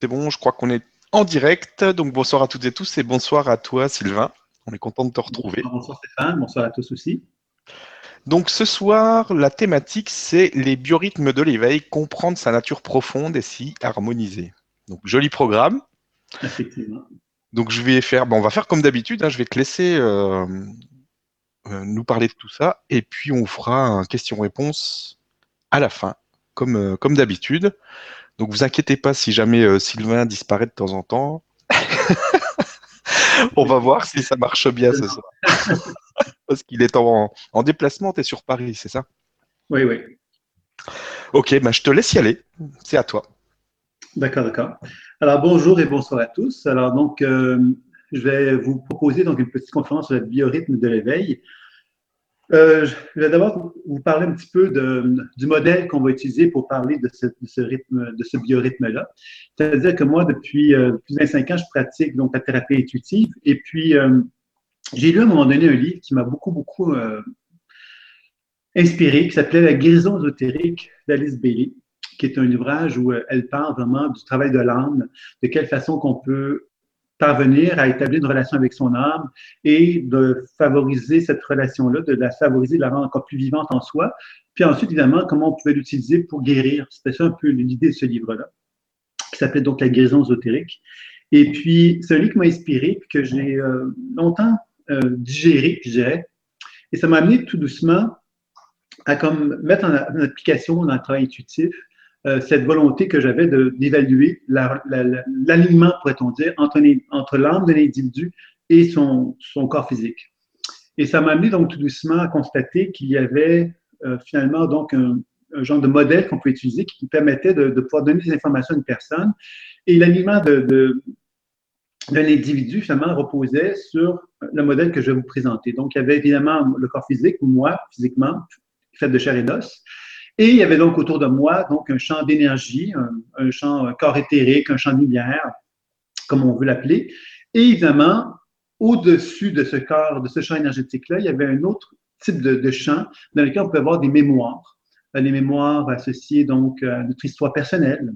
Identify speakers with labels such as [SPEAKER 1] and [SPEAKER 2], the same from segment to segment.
[SPEAKER 1] C'est bon, je crois qu'on est en direct. Donc bonsoir à toutes et tous et bonsoir à toi Sylvain. On est content de te retrouver.
[SPEAKER 2] Bonsoir Stéphane, bonsoir à tous aussi.
[SPEAKER 1] Donc ce soir, la thématique c'est les biorhythmes de l'éveil, comprendre sa nature profonde et s'y harmoniser. Donc joli programme.
[SPEAKER 2] Effectivement.
[SPEAKER 1] Donc je vais faire, on va faire comme d'habitude, je vais te laisser nous parler de tout ça et puis on fera un question-réponse à la fin, comme d'habitude. Donc vous inquiétez pas si jamais Sylvain disparaît de temps en temps. On va voir si ça marche bien ce soir. Parce qu'il est en déplacement, tu es sur Paris, c'est ça?
[SPEAKER 2] Oui, oui.
[SPEAKER 1] Ok, je te laisse y aller. C'est à toi.
[SPEAKER 2] D'accord, d'accord. Alors, bonjour et bonsoir à tous. Alors, donc, je vais vous proposer donc une petite conférence sur le biorhythme de l'éveil. Je vais d'abord vous parler un petit peu du modèle qu'on va utiliser pour parler de ce rythme, de ce biorhythme-là. C'est-à-dire que moi, depuis plus de 25 ans, je pratique donc la thérapie intuitive. Et puis, j'ai lu à un moment donné un livre qui m'a beaucoup inspiré, qui s'appelait La guérison ésotérique d'Alice Bailey, qui est un ouvrage où elle parle vraiment du travail de l'âme, de quelle façon qu'on peut parvenir à établir une relation avec son âme et de favoriser cette relation-là, de la favoriser, de la rendre encore plus vivante en soi. Puis ensuite, évidemment, comment on pouvait l'utiliser pour guérir. C'était ça un peu l'idée de ce livre-là, qui s'appelait donc La guérison ésotérique. Et puis, c'est un livre qui m'a inspiré, puis que j'ai longtemps digéré, je dirais. Et ça m'a amené tout doucement à comme mettre en application dans le travail intuitif cette volonté que j'avais d'évaluer l'alignement, pourrait-on dire, entre l'âme de l'individu et son corps physique. Et ça m'a amené donc tout doucement à constater qu'il y avait finalement donc un genre de modèle qu'on peut utiliser qui permettait de pouvoir donner des informations à une personne. Et l'alignement d'un individu, finalement, reposait sur le modèle que je vais vous présenter. Donc, il y avait évidemment le corps physique, ou moi, physiquement, fait de chair et d'os. Et il y avait donc autour de moi donc un champ d'énergie, un champ un corps éthérique, un champ de lumière, comme on veut l'appeler. Et évidemment, au-dessus de ce corps, de ce champ énergétique-là, il y avait un autre type de champ dans lequel on peut avoir des mémoires. Les mémoires associées donc à notre histoire personnelle.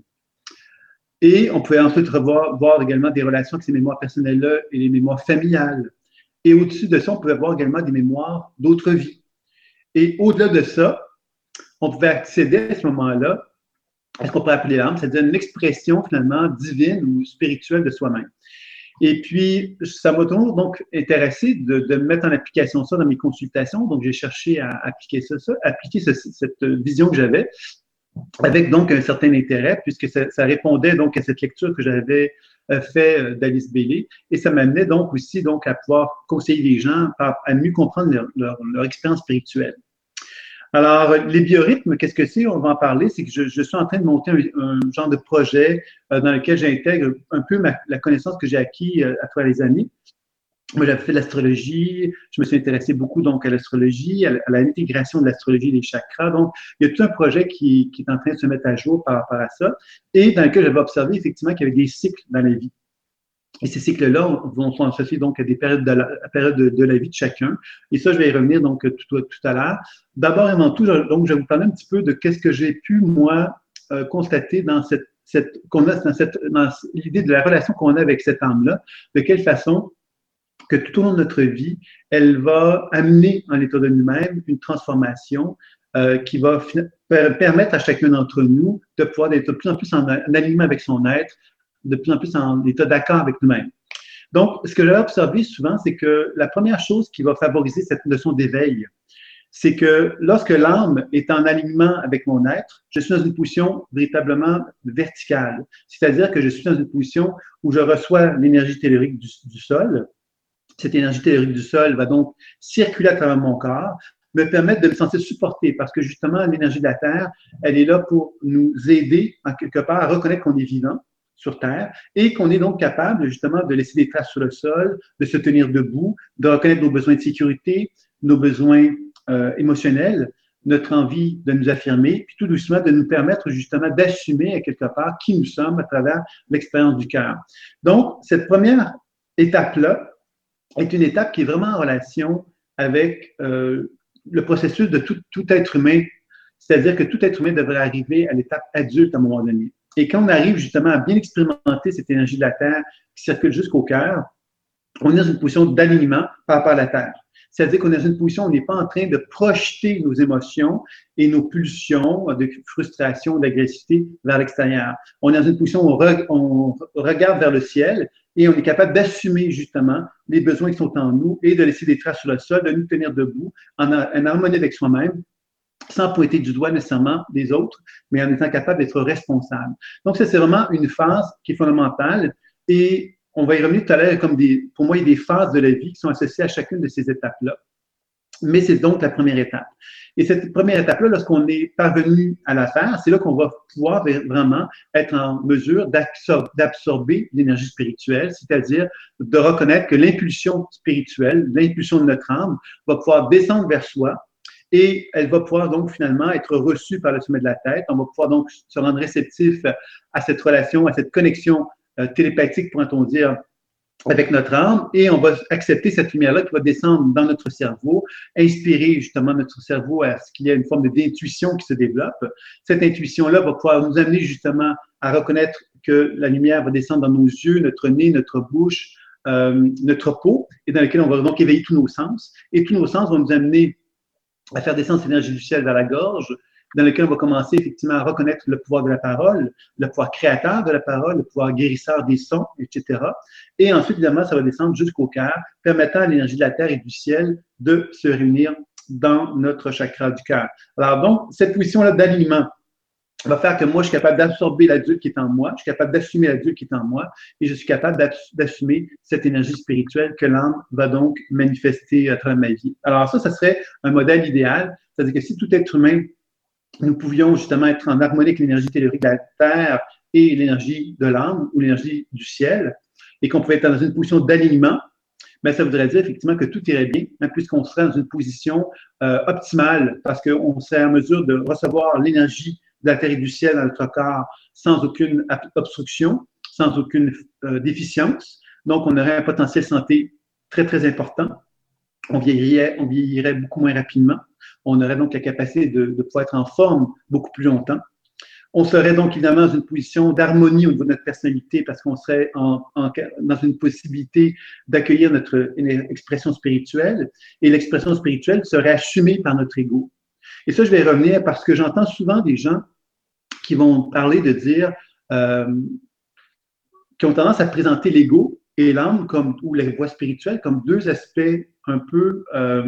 [SPEAKER 2] Et on pouvait ensuite voir également des relations avec ces mémoires personnelles-là et les mémoires familiales. Et au-dessus de ça, on pouvait voir également des mémoires d'autres vies. Et au-delà de ça, on pouvait accéder à ce moment-là à ce qu'on pourrait appeler l'âme, c'est-à-dire une expression finalement divine ou spirituelle de soi-même. Et puis, ça m'a toujours donc intéressé de mettre en application ça dans mes consultations. Donc, j'ai cherché à appliquer cette vision que j'avais avec donc un certain intérêt, puisque ça répondait donc à cette lecture que j'avais fait d'Alice Bailey, et ça m'amenait donc aussi donc à pouvoir conseiller les gens à mieux comprendre leur expérience spirituelle. Alors, les biorhythmes, qu'est-ce que c'est? On va en parler. C'est que je suis en train de monter un genre de projet dans lequel j'intègre un peu la connaissance que j'ai acquis à travers les années. Moi, j'avais fait de l'astrologie. Je me suis intéressé beaucoup donc à l'astrologie, à l'intégration de l'astrologie des chakras. Donc, il y a tout un projet qui est en train de se mettre à jour par rapport à ça et dans lequel j'avais observé effectivement qu'il y avait des cycles dans la vie. Et ces cycles-là sont associés donc à des périodes de la vie de chacun. Et ça, je vais y revenir donc tout à l'heure. D'abord et avant tout, donc, je vais vous parler un petit peu de qu'est-ce que j'ai pu, moi, constater dans dans l'idée de la relation qu'on a avec cette âme-là, de quelle façon que tout au long de notre vie, elle va amener en l'état de nous-mêmes une transformation qui va permettre à chacun d'entre nous de pouvoir être de plus en plus en alignement avec son être, de plus en plus en état d'accord avec nous-mêmes. Donc, ce que j'ai observé souvent, c'est que la première chose qui va favoriser cette notion d'éveil, c'est que lorsque l'âme est en alignement avec mon être, je suis dans une position véritablement verticale. C'est-à-dire que je suis dans une position où je reçois l'énergie tellurique du sol. Cette énergie tellurique du sol va donc circuler à travers mon corps, me permettre de me sentir supporté parce que justement, l'énergie de la Terre, elle est là pour nous aider en quelque part à reconnaître qu'on est vivant sur Terre et qu'on est donc capable justement de laisser des traces sur le sol, de se tenir debout, de reconnaître nos besoins de sécurité, nos besoins émotionnels, notre envie de nous affirmer, puis tout doucement de nous permettre justement d'assumer à quelque part qui nous sommes à travers l'expérience du cœur. Donc, cette première étape-là est une étape qui est vraiment en relation avec le processus de tout être humain. C'est-à-dire que tout être humain devrait arriver à l'étape adulte à un moment donné. Et quand on arrive justement à bien expérimenter cette énergie de la Terre qui circule jusqu'au cœur, on est dans une position d'alignement par rapport à la Terre. C'est-à-dire qu'on est dans une position où on n'est pas en train de projeter nos émotions et nos pulsions de frustration, d'agressivité vers l'extérieur. On est dans une position où on regarde vers le ciel et on est capable d'assumer justement les besoins qui sont en nous et de laisser des traces sur le sol, de nous tenir debout en harmonie avec soi-même, sans pointer du doigt nécessairement les autres, mais en étant capable d'être responsable. Donc, ça, c'est vraiment une phase qui est fondamentale et on va y revenir tout à l'heure comme pour moi, il y a des phases de la vie qui sont associées à chacune de ces étapes-là. Mais c'est donc la première étape. Et cette première étape-là, lorsqu'on est parvenu à la faire, c'est là qu'on va pouvoir vraiment être en mesure d'absorber l'énergie spirituelle, c'est-à-dire de reconnaître que l'impulsion spirituelle, l'impulsion de notre âme, va pouvoir descendre vers soi et elle va pouvoir donc finalement être reçue par le sommet de la tête. On va pouvoir donc se rendre réceptif à cette relation, à cette connexion télépathique, pourrait-on dire, avec notre âme, et on va accepter cette lumière-là qui va descendre dans notre cerveau, inspirer justement notre cerveau à ce qu'il y ait une forme d'intuition qui se développe. Cette intuition-là va pouvoir nous amener justement à reconnaître que la lumière va descendre dans nos yeux, notre nez, notre bouche, notre peau, et dans lequel on va donc éveiller tous nos sens. Et tous nos sens vont nous amener à faire descendre cette énergie du ciel vers la gorge, dans lequel on va commencer effectivement à reconnaître le pouvoir de la parole, le pouvoir créateur de la parole, le pouvoir guérisseur des sons, etc. Et ensuite, évidemment, ça va descendre jusqu'au cœur, permettant à l'énergie de la terre et du ciel de se réunir dans notre chakra du cœur. Alors donc, cette position-là d'alignement va faire que moi, je suis capable d'absorber l'adulte qui est en moi, je suis capable d'assumer l'adulte qui est en moi, et je suis capable d'assumer cette énergie spirituelle que l'âme va donc manifester à travers ma vie. Alors ça serait un modèle idéal, c'est-à-dire que si tout être humain nous pouvions justement être en harmonie avec l'énergie tellurique de la Terre et l'énergie de l'âme ou l'énergie du ciel, et qu'on pouvait être dans une position d'alignement, mais ça voudrait dire effectivement que tout irait bien, hein, puisqu'on serait dans une position optimale, parce qu'on serait en mesure de recevoir l'énergie de la Terre et du ciel dans notre corps sans aucune obstruction, sans aucune déficience. Donc, on aurait un potentiel santé très, très important. On vieillirait beaucoup moins rapidement. On aurait donc la capacité de pouvoir être en forme beaucoup plus longtemps. On serait donc évidemment dans une position d'harmonie au niveau de notre personnalité parce qu'on serait dans une possibilité d'accueillir notre expression spirituelle et l'expression spirituelle serait assumée par notre ego. Et ça, je vais y revenir parce que j'entends souvent des gens qui vont parler de dire, qui ont tendance à présenter l'ego et l'âme ou la voie spirituelle comme deux aspects un peu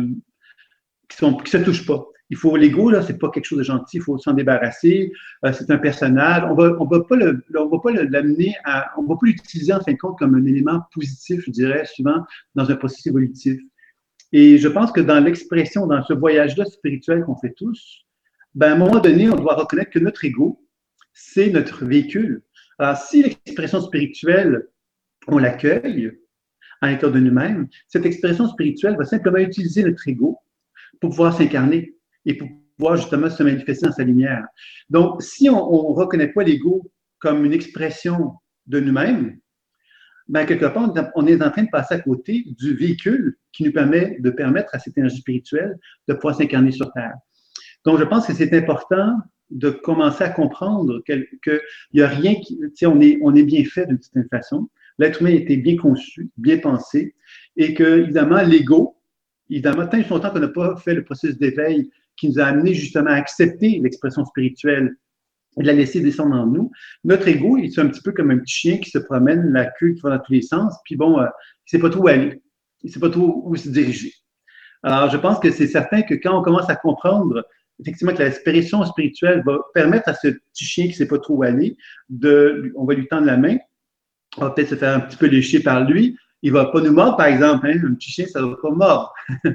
[SPEAKER 2] qui ne se touchent pas. L'ego, là, c'est pas quelque chose de gentil, il faut s'en débarrasser, c'est un personnage. On va pas l'amener on va pas l'utiliser en fin de compte comme un élément positif, je dirais, souvent dans un processus évolutif. Et je pense que dans l'expression, dans ce voyage-là spirituel qu'on fait tous, ben, à un moment donné, on doit reconnaître que notre ego, c'est notre véhicule. Alors, si l'expression spirituelle, on l'accueille à l'intérieur de nous-mêmes, cette expression spirituelle va simplement utiliser notre ego pour pouvoir s'incarner et pour pouvoir justement se manifester dans sa lumière. Donc, si on ne reconnaît pas l'ego comme une expression de nous-mêmes, ben, quelque part, on est en train de passer à côté du véhicule qui nous permet de permettre à cette énergie spirituelle de pouvoir s'incarner sur Terre. Donc, je pense que c'est important de commencer à comprendre qu'il n'y a rien qui... Tu sais, on est bien fait d'une certaine façon. L'être humain a été bien conçu, bien pensé, et que, évidemment, l'ego, évidemment, tant et longtemps qu'on n'a pas fait le processus d'éveil qui nous a amené justement à accepter l'expression spirituelle et de la laisser descendre en nous, notre ego, il est un petit peu comme un petit chien qui se promène, la queue qui va dans tous les sens, puis bon, il ne sait pas trop où aller, il ne sait pas trop où se diriger. Alors, je pense que c'est certain que quand on commence à comprendre effectivement que la l'expression spirituelle va permettre à ce petit chien qui ne sait pas trop où aller, on va lui tendre la main, on va peut-être se faire un petit peu lécher par lui, il ne va pas nous mordre, par exemple, hein? Un petit chien, ça ne va pas mordre.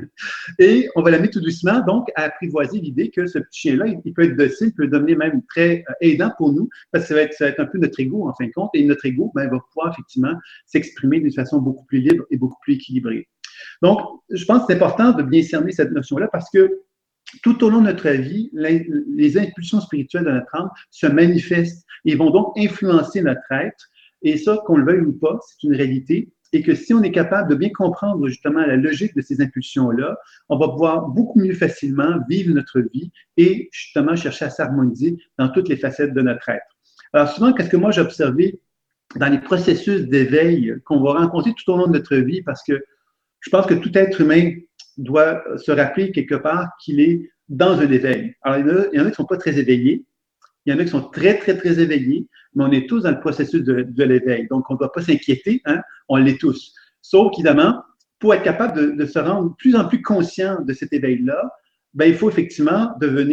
[SPEAKER 2] Et on va l'amener tout doucement, donc, à apprivoiser l'idée que ce petit chien-là, il peut être docile, il peut devenir même très aidant pour nous, parce que ça va être un peu notre ego, en fin de compte, et notre ego ben, va pouvoir effectivement s'exprimer d'une façon beaucoup plus libre et beaucoup plus équilibrée. Donc, je pense que c'est important de bien cerner cette notion-là parce que tout au long de notre vie, les impulsions spirituelles de notre âme se manifestent et vont donc influencer notre être. Et ça, qu'on le veuille ou pas, c'est une réalité. Et que si on est capable de bien comprendre justement la logique de ces impulsions-là, on va pouvoir beaucoup mieux facilement vivre notre vie et justement chercher à s'harmoniser dans toutes les facettes de notre être. Alors souvent, qu'est-ce que moi j'ai observé dans les processus d'éveil qu'on va rencontrer tout au long de notre vie, parce que je pense que tout être humain doit se rappeler quelque part qu'il est dans un éveil. Alors, il y en a qui ne sont pas très éveillés, il y en a qui sont très, très, très éveillés, mais on est tous dans le processus de l'éveil. Donc, on ne doit pas s'inquiéter, hein? On l'est tous. Sauf qu'évidemment, pour être capable de se rendre de plus en plus conscient de cet éveil-là, ben, il faut effectivement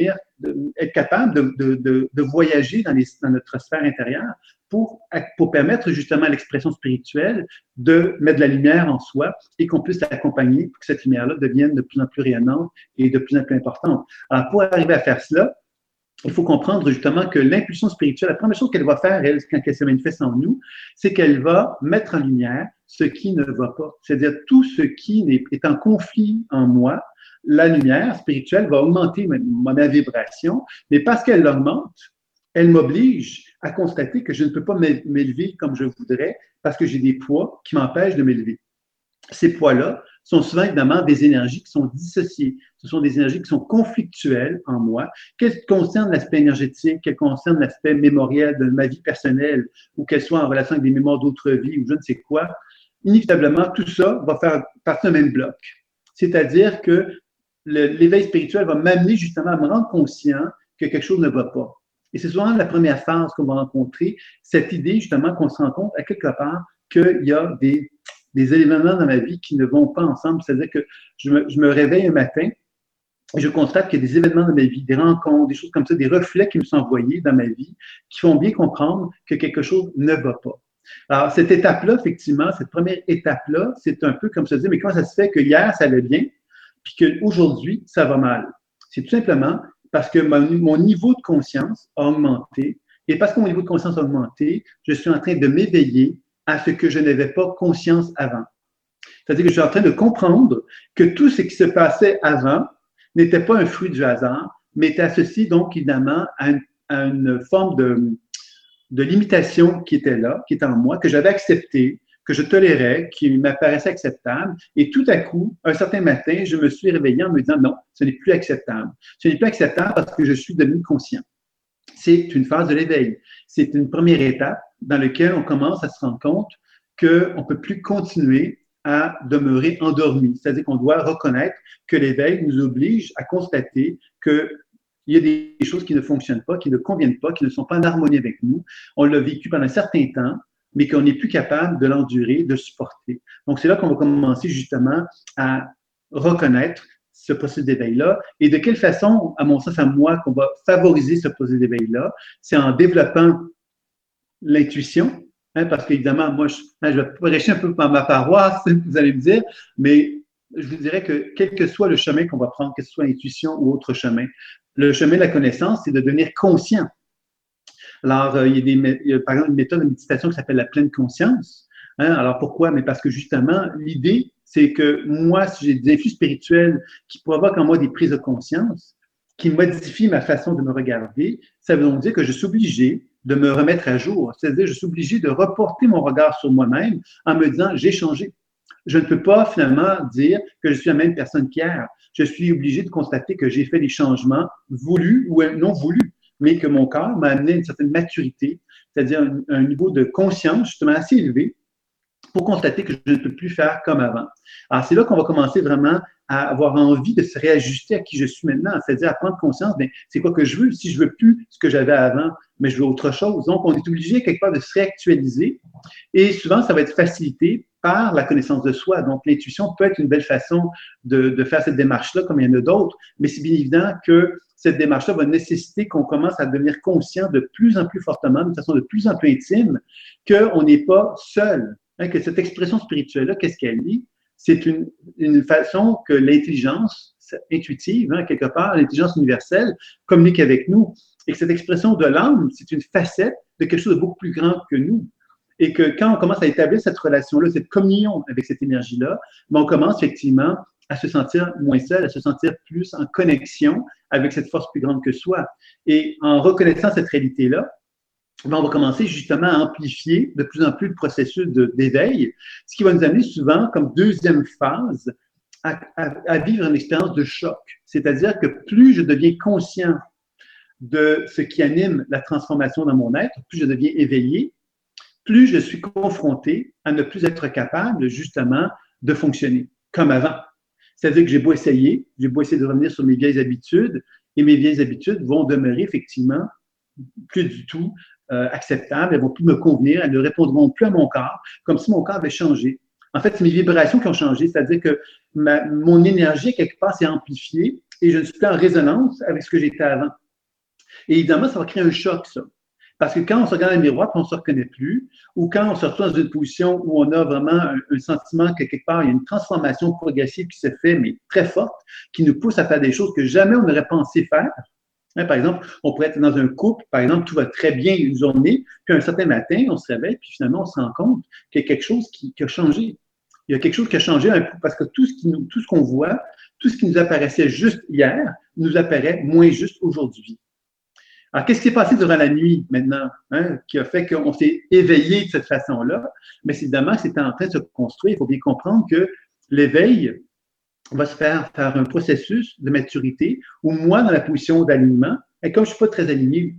[SPEAKER 2] être capable de voyager dans notre sphère intérieure pour permettre justement à l'expression spirituelle de mettre de la lumière en soi et qu'on puisse l'accompagner pour que cette lumière-là devienne de plus en plus rayonnante et de plus en plus importante. Alors, pour arriver à faire cela, il faut comprendre justement que l'impulsion spirituelle, la première chose qu'elle va faire, elle, quand elle se manifeste en nous, c'est qu'elle va mettre en lumière ce qui ne va pas. C'est-à-dire tout ce qui est en conflit en moi. La lumière spirituelle va augmenter ma vibration, mais parce qu'elle l'augmente, elle m'oblige à constater que je ne peux pas m'élever comme je voudrais parce que j'ai des poids qui m'empêchent de m'élever. Ces poids-là sont souvent évidemment des énergies qui sont dissociées. Ce sont des énergies qui sont conflictuelles en moi, qu'elles concernent l'aspect énergétique, qu'elles concernent l'aspect mémoriel de ma vie personnelle, ou qu'elles soient en relation avec des mémoires d'autres vies, ou je ne sais quoi. Inévitablement, tout ça va faire partie d'un même bloc. C'est-à-dire que l'éveil spirituel va m'amener justement à me rendre conscient que quelque chose ne va pas. Et c'est souvent la première phase qu'on va rencontrer, cette idée justement qu'on se rend compte à quelque part qu'il y a des éléments dans ma vie qui ne vont pas ensemble. C'est-à-dire que je me réveille un matin et je constate qu'il y a des événements dans ma vie, des rencontres, des choses comme ça, des reflets qui me sont envoyés dans ma vie qui font bien comprendre que quelque chose ne va pas. Alors, cette étape-là, effectivement, cette première étape-là, c'est un peu comme se dire, mais comment ça se fait que hier, ça allait bien, puis qu'aujourd'hui, ça va mal? C'est tout simplement parce que mon niveau de conscience a augmenté. Et parce que mon niveau de conscience a augmenté, je suis en train de m'éveiller à ce que je n'avais pas conscience avant. C'est-à-dire que je suis en train de comprendre que tout ce qui se passait avant n'était pas un fruit du hasard, mais était associé donc évidemment à une forme de limitation qui était là, qui était en moi, que j'avais acceptée, que je tolérais, qui m'apparaissait acceptable. Et tout à coup, un certain matin, je me suis réveillé en me disant non, ce n'est plus acceptable. Ce n'est plus acceptable parce que je suis devenu conscient. C'est une phase de l'éveil. C'est une première étape dans laquelle on commence à se rendre compte qu'on ne peut plus continuer à demeurer endormi. C'est-à-dire qu'on doit reconnaître que l'éveil nous oblige à constater qu'il y a des choses qui ne fonctionnent pas, qui ne conviennent pas, qui ne sont pas en harmonie avec nous. On l'a vécu pendant un certain temps, mais qu'on n'est plus capable de l'endurer, de supporter. Donc, c'est là qu'on va commencer justement à reconnaître ce processus d'éveil-là. Et de quelle façon, à mon sens, à moi, qu'on va favoriser ce processus d'éveil-là? C'est en développant l'intuition, hein, parce qu'évidemment, moi, je vais prêcher un peu par ma paroisse, vous allez me dire, mais je vous dirais que quel que soit le chemin qu'on va prendre, que ce soit l'intuition ou autre chemin, le chemin de la connaissance, c'est de devenir conscient. Alors, il y a par exemple une méthode de méditation qui s'appelle la pleine conscience. Hein? Alors, pourquoi? Mais parce que justement, l'idée, c'est que moi, si j'ai des influx spirituels qui provoquent en moi des prises de conscience, qui modifient ma façon de me regarder, ça veut donc dire que je suis obligé de me remettre à jour. C'est-à-dire, je suis obligé de reporter mon regard sur moi-même en me disant, j'ai changé. Je ne peux pas finalement dire que je suis la même personne qu'hier. Je suis obligé de constater que j'ai fait des changements voulus ou non voulus, mais que mon corps m'a amené à une certaine maturité, c'est-à-dire un niveau de conscience justement assez élevé pour constater que je ne peux plus faire comme avant. Alors, c'est là qu'on va commencer vraiment à avoir envie de se réajuster à qui je suis maintenant, c'est-à-dire à prendre conscience, bien, c'est quoi que je veux? Si je veux plus ce que j'avais avant, mais je veux autre chose. Donc, on est obligé quelque part de se réactualiser et souvent, ça va être facilité par la connaissance de soi. Donc, l'intuition peut être une belle façon de faire cette démarche-là, comme il y en a d'autres, mais c'est bien évident que cette démarche-là va nécessiter qu'on commence à devenir conscient de plus en plus fortement, de façon de plus en plus intime, qu'on n'est pas seul. Hein, que cette expression spirituelle-là, qu'est-ce qu'elle dit? C'est une façon que l'intelligence intuitive, hein, quelque part, l'intelligence universelle, communique avec nous. Et que cette expression de l'âme, c'est une facette de quelque chose de beaucoup plus grand que nous. Et que quand on commence à établir cette relation-là, cette communion avec cette énergie-là, on commence effectivement à se sentir moins seul, à se sentir plus en connexion avec cette force plus grande que soi. Et en reconnaissant cette réalité-là, on va commencer justement à amplifier de plus en plus le processus d'éveil, ce qui va nous amener souvent comme deuxième phase à vivre une expérience de choc. C'est-à-dire que plus je deviens conscient de ce qui anime la transformation dans mon être, plus je deviens éveillé, plus je suis confronté à ne plus être capable, justement, de fonctionner comme avant. C'est-à-dire que j'ai beau essayer de revenir sur mes vieilles habitudes, et mes vieilles habitudes vont demeurer effectivement plus du tout acceptables, elles vont plus me convenir, elles ne répondront plus à mon corps, comme si mon corps avait changé. En fait, c'est mes vibrations qui ont changé, c'est-à-dire que mon énergie, quelque part, s'est amplifiée et je ne suis plus en résonance avec ce que j'étais avant. Et évidemment, ça va créer un choc, ça. Parce que quand on se regarde dans le miroir et on ne se reconnaît plus, ou quand on se retrouve dans une position où on a vraiment un sentiment que quelque part, il y a une transformation progressive qui se fait, mais très forte, qui nous pousse à faire des choses que jamais on n'aurait pensé faire. Hein, par exemple, on pourrait être dans un couple, par exemple, tout va très bien une journée, puis un certain matin, on se réveille, puis finalement, on se rend compte qu'il y a quelque chose qui a changé. Il y a quelque chose qui a changé un peu parce que tout ce qu'on voit, tout ce qui nous apparaissait juste hier, nous apparaît moins juste aujourd'hui. Alors, qu'est-ce qui s'est passé durant la nuit maintenant, hein, qui a fait qu'on s'est éveillé de cette façon-là? Mais évidemment, c'était en train de se construire. Il faut bien comprendre que l'éveil va se faire par un processus de maturité où moi, dans la position d'alignement, et comme je ne suis pas très aligné,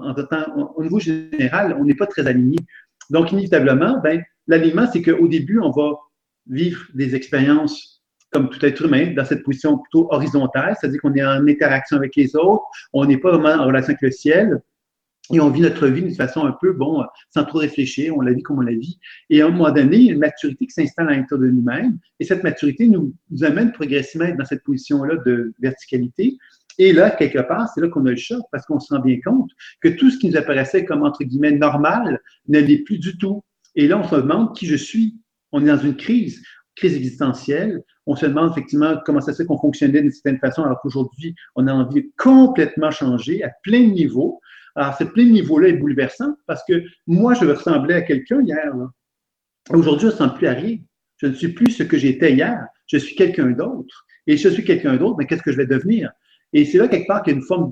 [SPEAKER 2] au niveau général, on n'est pas très aligné. Donc, inévitablement, l'alignement, c'est qu'au début, on va vivre des expériences comme tout être humain, dans cette position plutôt horizontale, c'est-à-dire qu'on est en interaction avec les autres, on n'est pas vraiment en relation avec le ciel, et on vit notre vie d'une façon un peu, sans trop réfléchir, on la vit comme on la vit. Et à un moment donné, il y a une maturité qui s'installe à l'intérieur de nous-mêmes, et cette maturité nous amène progressivement dans cette position-là de verticalité. Et là, quelque part, c'est là qu'on a le choc, parce qu'on se rend bien compte que tout ce qui nous apparaissait comme, entre guillemets, normal ne l'est plus du tout. Et là, on se demande qui je suis. On est dans une crise existentielle. On se demande effectivement comment ça se fait qu'on fonctionnait d'une certaine façon, alors qu'aujourd'hui, on a envie de complètement changer à plein de niveaux. Alors, ce plein de niveau-là est bouleversant parce que moi, je ressemblais à quelqu'un hier. Là. Aujourd'hui, je ne ressemble plus à rien. Je ne suis plus ce que j'étais hier. Je suis quelqu'un d'autre. Et si je suis quelqu'un d'autre, mais qu'est-ce que je vais devenir? Et c'est là, quelque part, qu'il y a une forme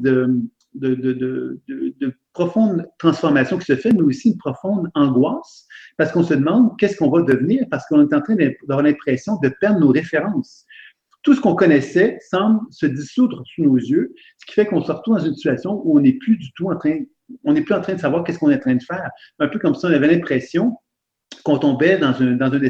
[SPEAKER 2] de profonde transformation qui se fait, mais aussi une profonde angoisse, parce qu'on se demande qu'est-ce qu'on va devenir, parce qu'on est en train d'avoir l'impression de perdre nos références. Tout ce qu'on connaissait semble se dissoudre sous nos yeux, ce qui fait qu'on se retrouve dans une situation où on n'est plus du tout en train de savoir qu'est-ce qu'on est en train de faire. Un peu comme si on avait l'impression qu'on tombait dans un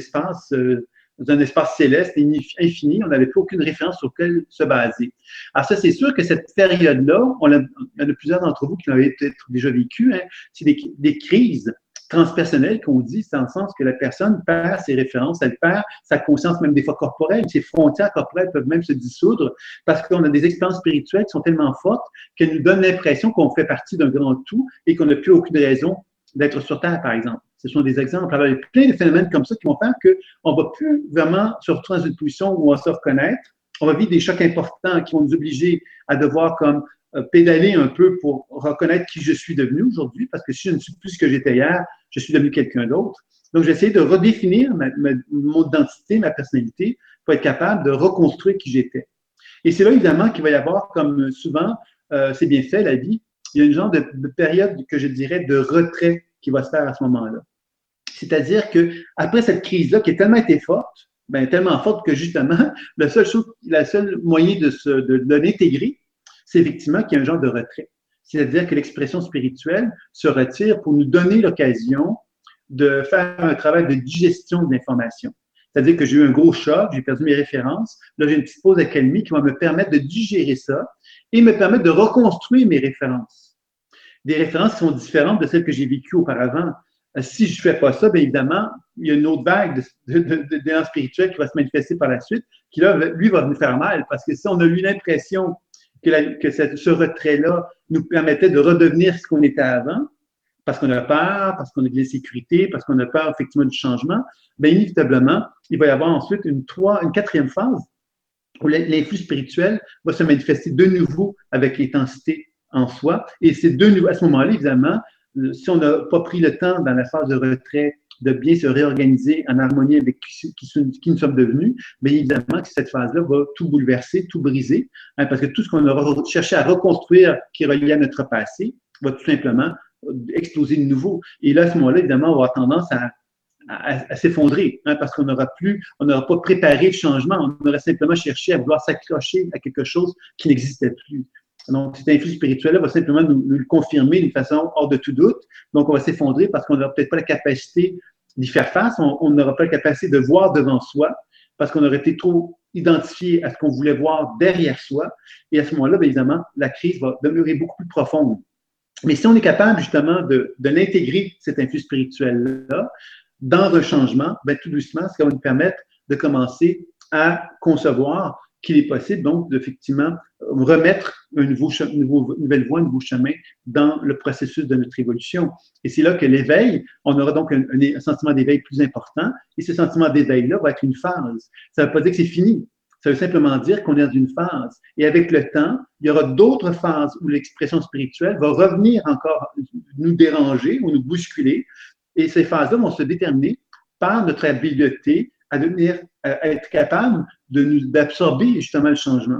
[SPEAKER 2] espace céleste et infini, on n'avait plus aucune référence sur laquelle se baser. Alors ça, c'est sûr que cette période-là, il y en a plusieurs d'entre vous qui l'avaient peut-être déjà vécu, hein, c'est des crises transpersonnelles qu'on dit, c'est dans le sens que la personne perd ses références, elle perd sa conscience même des fois corporelle, ses frontières corporelles peuvent même se dissoudre parce qu'on a des expériences spirituelles qui sont tellement fortes qu'elles nous donnent l'impression qu'on fait partie d'un grand tout et qu'on n'a plus aucune raison d'être sur Terre, par exemple. Ce sont des exemples. Alors, il y a plein de phénomènes comme ça qui vont faire qu'on ne va plus vraiment se retrouver dans une position où on va se reconnaître. On va vivre des chocs importants qui vont nous obliger à devoir comme pédaler un peu pour reconnaître qui je suis devenu aujourd'hui, parce que si je ne suis plus ce que j'étais hier, je suis devenu quelqu'un d'autre. Donc, j'ai essayé de redéfinir mon identité, ma personnalité, pour être capable de reconstruire qui j'étais. Et c'est là, évidemment, qu'il va y avoir, comme souvent, c'est bien fait, la vie, il y a une genre de période que je dirais de retrait qui va se faire à ce moment-là. C'est-à-dire qu'après cette crise-là, qui a tellement été forte, tellement forte que justement, le seul moyen de l'intégrer, c'est effectivement qu'il y a un genre de retrait. C'est-à-dire que l'expression spirituelle se retire pour nous donner l'occasion de faire un travail de digestion de l'information. C'est-à-dire que j'ai eu un gros choc, j'ai perdu mes références. Là, j'ai une petite pause accalmie qui va me permettre de digérer ça et me permettre de reconstruire mes références. Des références qui sont différentes de celles que j'ai vécues auparavant. Si je ne fais pas ça, bien évidemment, il y a une autre vague d'élan spirituel qui va se manifester par la suite, qui là, lui, va nous faire mal. Parce que si on a eu l'impression que ce retrait-là nous permettait de redevenir ce qu'on était avant, parce qu'on a peur, parce qu'on a de l'insécurité, parce qu'on a peur effectivement du changement, bien inévitablement, il va y avoir ensuite une quatrième phase où l'influx spirituel va se manifester de nouveau avec l'intensité en soi. Et c'est de nouveau, à ce moment-là, évidemment, si on n'a pas pris le temps dans la phase de retrait de bien se réorganiser en harmonie avec qui nous sommes devenus, bien évidemment que cette phase-là va tout bouleverser, tout briser, hein, parce que tout ce qu'on aura cherché à reconstruire qui est relié à notre passé va tout simplement exploser de nouveau. Et là, à ce moment-là, évidemment, on va avoir tendance à s'effondrer, hein, parce qu'on n'aura pas préparé le changement, on aurait simplement cherché à vouloir s'accrocher à quelque chose qui n'existait plus. Donc, cet influx spirituel-là va simplement nous le confirmer d'une façon hors de tout doute. Donc, on va s'effondrer parce qu'on n'aura peut-être pas la capacité d'y faire face, on n'aura pas la capacité de voir devant soi parce qu'on aurait été trop identifié à ce qu'on voulait voir derrière soi. Et à ce moment-là, bien évidemment, la crise va demeurer beaucoup plus profonde. Mais si on est capable justement de l'intégrer, cet influx spirituel-là, dans un changement, bien, tout doucement, ça va nous permettre de commencer à concevoir qu'il est possible donc d'effectivement remettre une nouvelle voie, un nouveau chemin dans le processus de notre évolution. Et c'est là que l'éveil, on aura donc un sentiment d'éveil plus important, et ce sentiment d'éveil-là va être une phase. Ça ne veut pas dire que c'est fini. Ça veut simplement dire qu'on est dans une phase. Et avec le temps, il y aura d'autres phases où l'expression spirituelle va revenir encore nous déranger ou nous bousculer. Et ces phases-là vont se déterminer par notre habileté à être capable d'absorber justement le changement.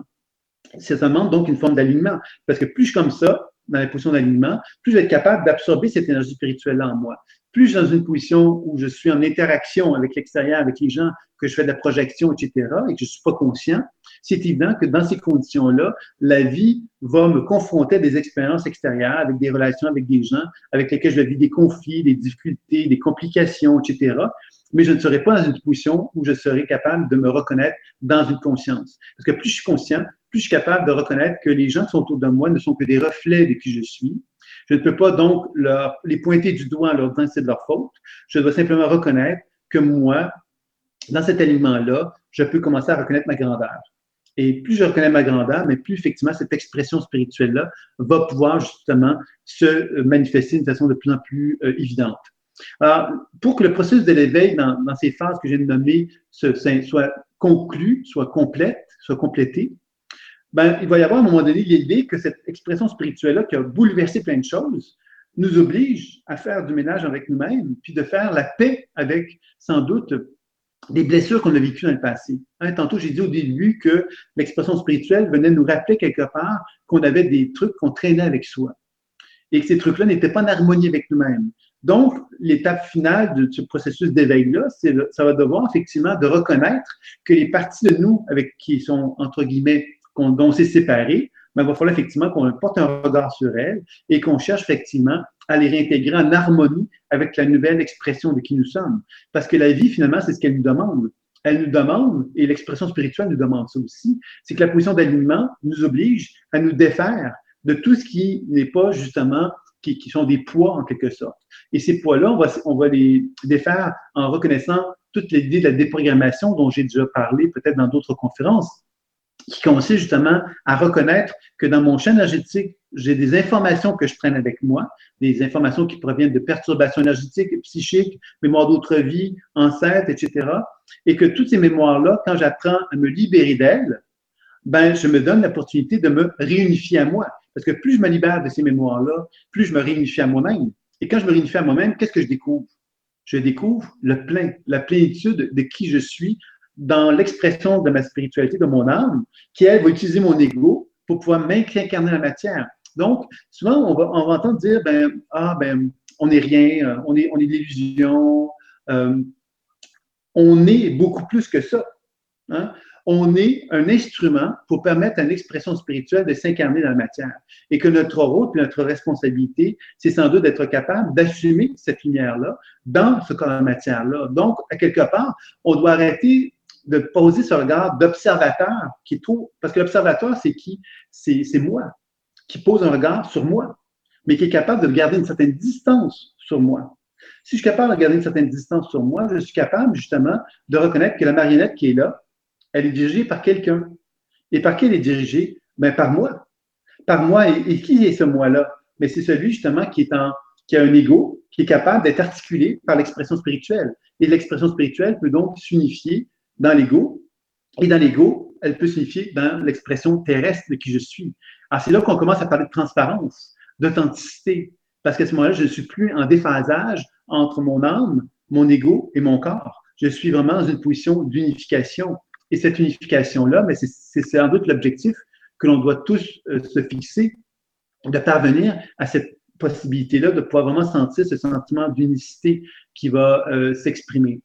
[SPEAKER 2] Ça demande donc une forme d'alignement. Parce que plus je suis comme ça, dans la position d'alignement, plus je vais être capable d'absorber cette énergie spirituelle-là en moi. Plus je suis dans une position où je suis en interaction avec l'extérieur, avec les gens, que je fais de la projection, etc., et que je ne suis pas conscient, c'est évident que dans ces conditions-là, la vie va me confronter à des expériences extérieures, avec des relations avec des gens, avec lesquels je vais vivre des conflits, des difficultés, des complications, etc., mais je ne serai pas dans une position où je serai capable de me reconnaître dans une conscience. Parce que plus je suis conscient, plus je suis capable de reconnaître que les gens qui sont autour de moi ne sont que des reflets de qui je suis. Je ne peux pas donc les pointer du doigt en leur disant que c'est de leur faute. Je dois simplement reconnaître que moi, dans cet alignement-là, je peux commencer à reconnaître ma grandeur. Et plus je reconnais ma grandeur, mais plus effectivement cette expression spirituelle-là va pouvoir justement se manifester d'une façon de plus en plus évidente. Alors, pour que le processus de l'éveil dans ces phases que j'ai nommées soit conclu, soit complète, soit complété, ben, il va y avoir à un moment donné l'idée que cette expression spirituelle-là qui a bouleversé plein de choses nous oblige à faire du ménage avec nous-mêmes, puis de faire la paix avec, sans doute, des blessures qu'on a vécues dans le passé. Hein, tantôt, j'ai dit au début que l'expression spirituelle venait nous rappeler quelque part qu'on avait des trucs qu'on traînait avec soi et que ces trucs-là n'étaient pas en harmonie avec nous-mêmes. Donc, l'étape finale de ce processus d'éveil-là, ça va devoir effectivement de reconnaître que les parties de nous avec qui sont, entre guillemets, dont on s'est séparés, ben, il va falloir effectivement qu'on porte un regard sur elles et qu'on cherche effectivement à les réintégrer en harmonie avec la nouvelle expression de qui nous sommes. Parce que la vie, finalement, c'est ce qu'elle nous demande. Elle nous demande, et l'expression spirituelle nous demande ça aussi, c'est que la position d'alignement nous oblige à nous défaire de tout ce qui n'est pas justement, qui sont des poids en quelque sorte. Et ces poids-là, on va les défaire en reconnaissant toute l'idée de la déprogrammation dont j'ai déjà parlé peut-être dans d'autres conférences, qui consiste justement à reconnaître que dans mon champ énergétique, j'ai des informations que je traîne avec moi, des informations qui proviennent de perturbations énergétiques, psychiques, mémoires d'autres vies, ancêtres, etc. Et que toutes ces mémoires-là, quand j'apprends à me libérer d'elles, ben, je me donne l'opportunité de me réunifier à moi. Parce que plus je me libère de ces mémoires-là, plus je me réunifie à moi-même. Et quand je me réunifie à moi-même, qu'est-ce que je découvre? Je découvre le plein, la plénitude de qui je suis dans l'expression de ma spiritualité, de mon âme, qui, elle, va utiliser mon ego pour pouvoir m'incarner la matière. Donc, souvent, on va entendre dire, on n'est rien, on est de l'illusion, on est beaucoup plus que ça. Hein? On est un instrument pour permettre à l'expression spirituelle de s'incarner dans la matière. Et que notre rôle et notre responsabilité, c'est sans doute d'être capable d'assumer cette lumière-là dans ce corps de matière-là. Donc, à quelque part, on doit arrêter de poser ce regard d'observateur qui est trop. Parce que l'observateur, c'est qui? C'est moi, qui pose un regard sur moi, mais qui est capable de garder une certaine distance sur moi. Si je suis capable de garder une certaine distance sur moi, je suis capable justement de reconnaître que la marionnette qui est là, elle est dirigée par quelqu'un. Et par qui elle est dirigée? Ben, par moi. Par moi. Et qui est ce moi-là? Mais c'est celui justement qui a un ego, qui est capable d'être articulé par l'expression spirituelle. Et l'expression spirituelle peut donc s'unifier dans l'ego. Et dans l'ego, elle peut s'unifier dans l'expression terrestre de qui je suis. Alors, c'est là qu'on commence à parler de transparence, d'authenticité. Parce qu'à ce moment-là, je ne suis plus en déphasage entre mon âme, mon ego et mon corps. Je suis vraiment dans une position d'unification. Et cette unification-là, mais c'est sans doute l'objectif que l'on doit tous se fixer, de parvenir à cette possibilité-là, de pouvoir vraiment sentir ce sentiment d'unicité qui va s'exprimer.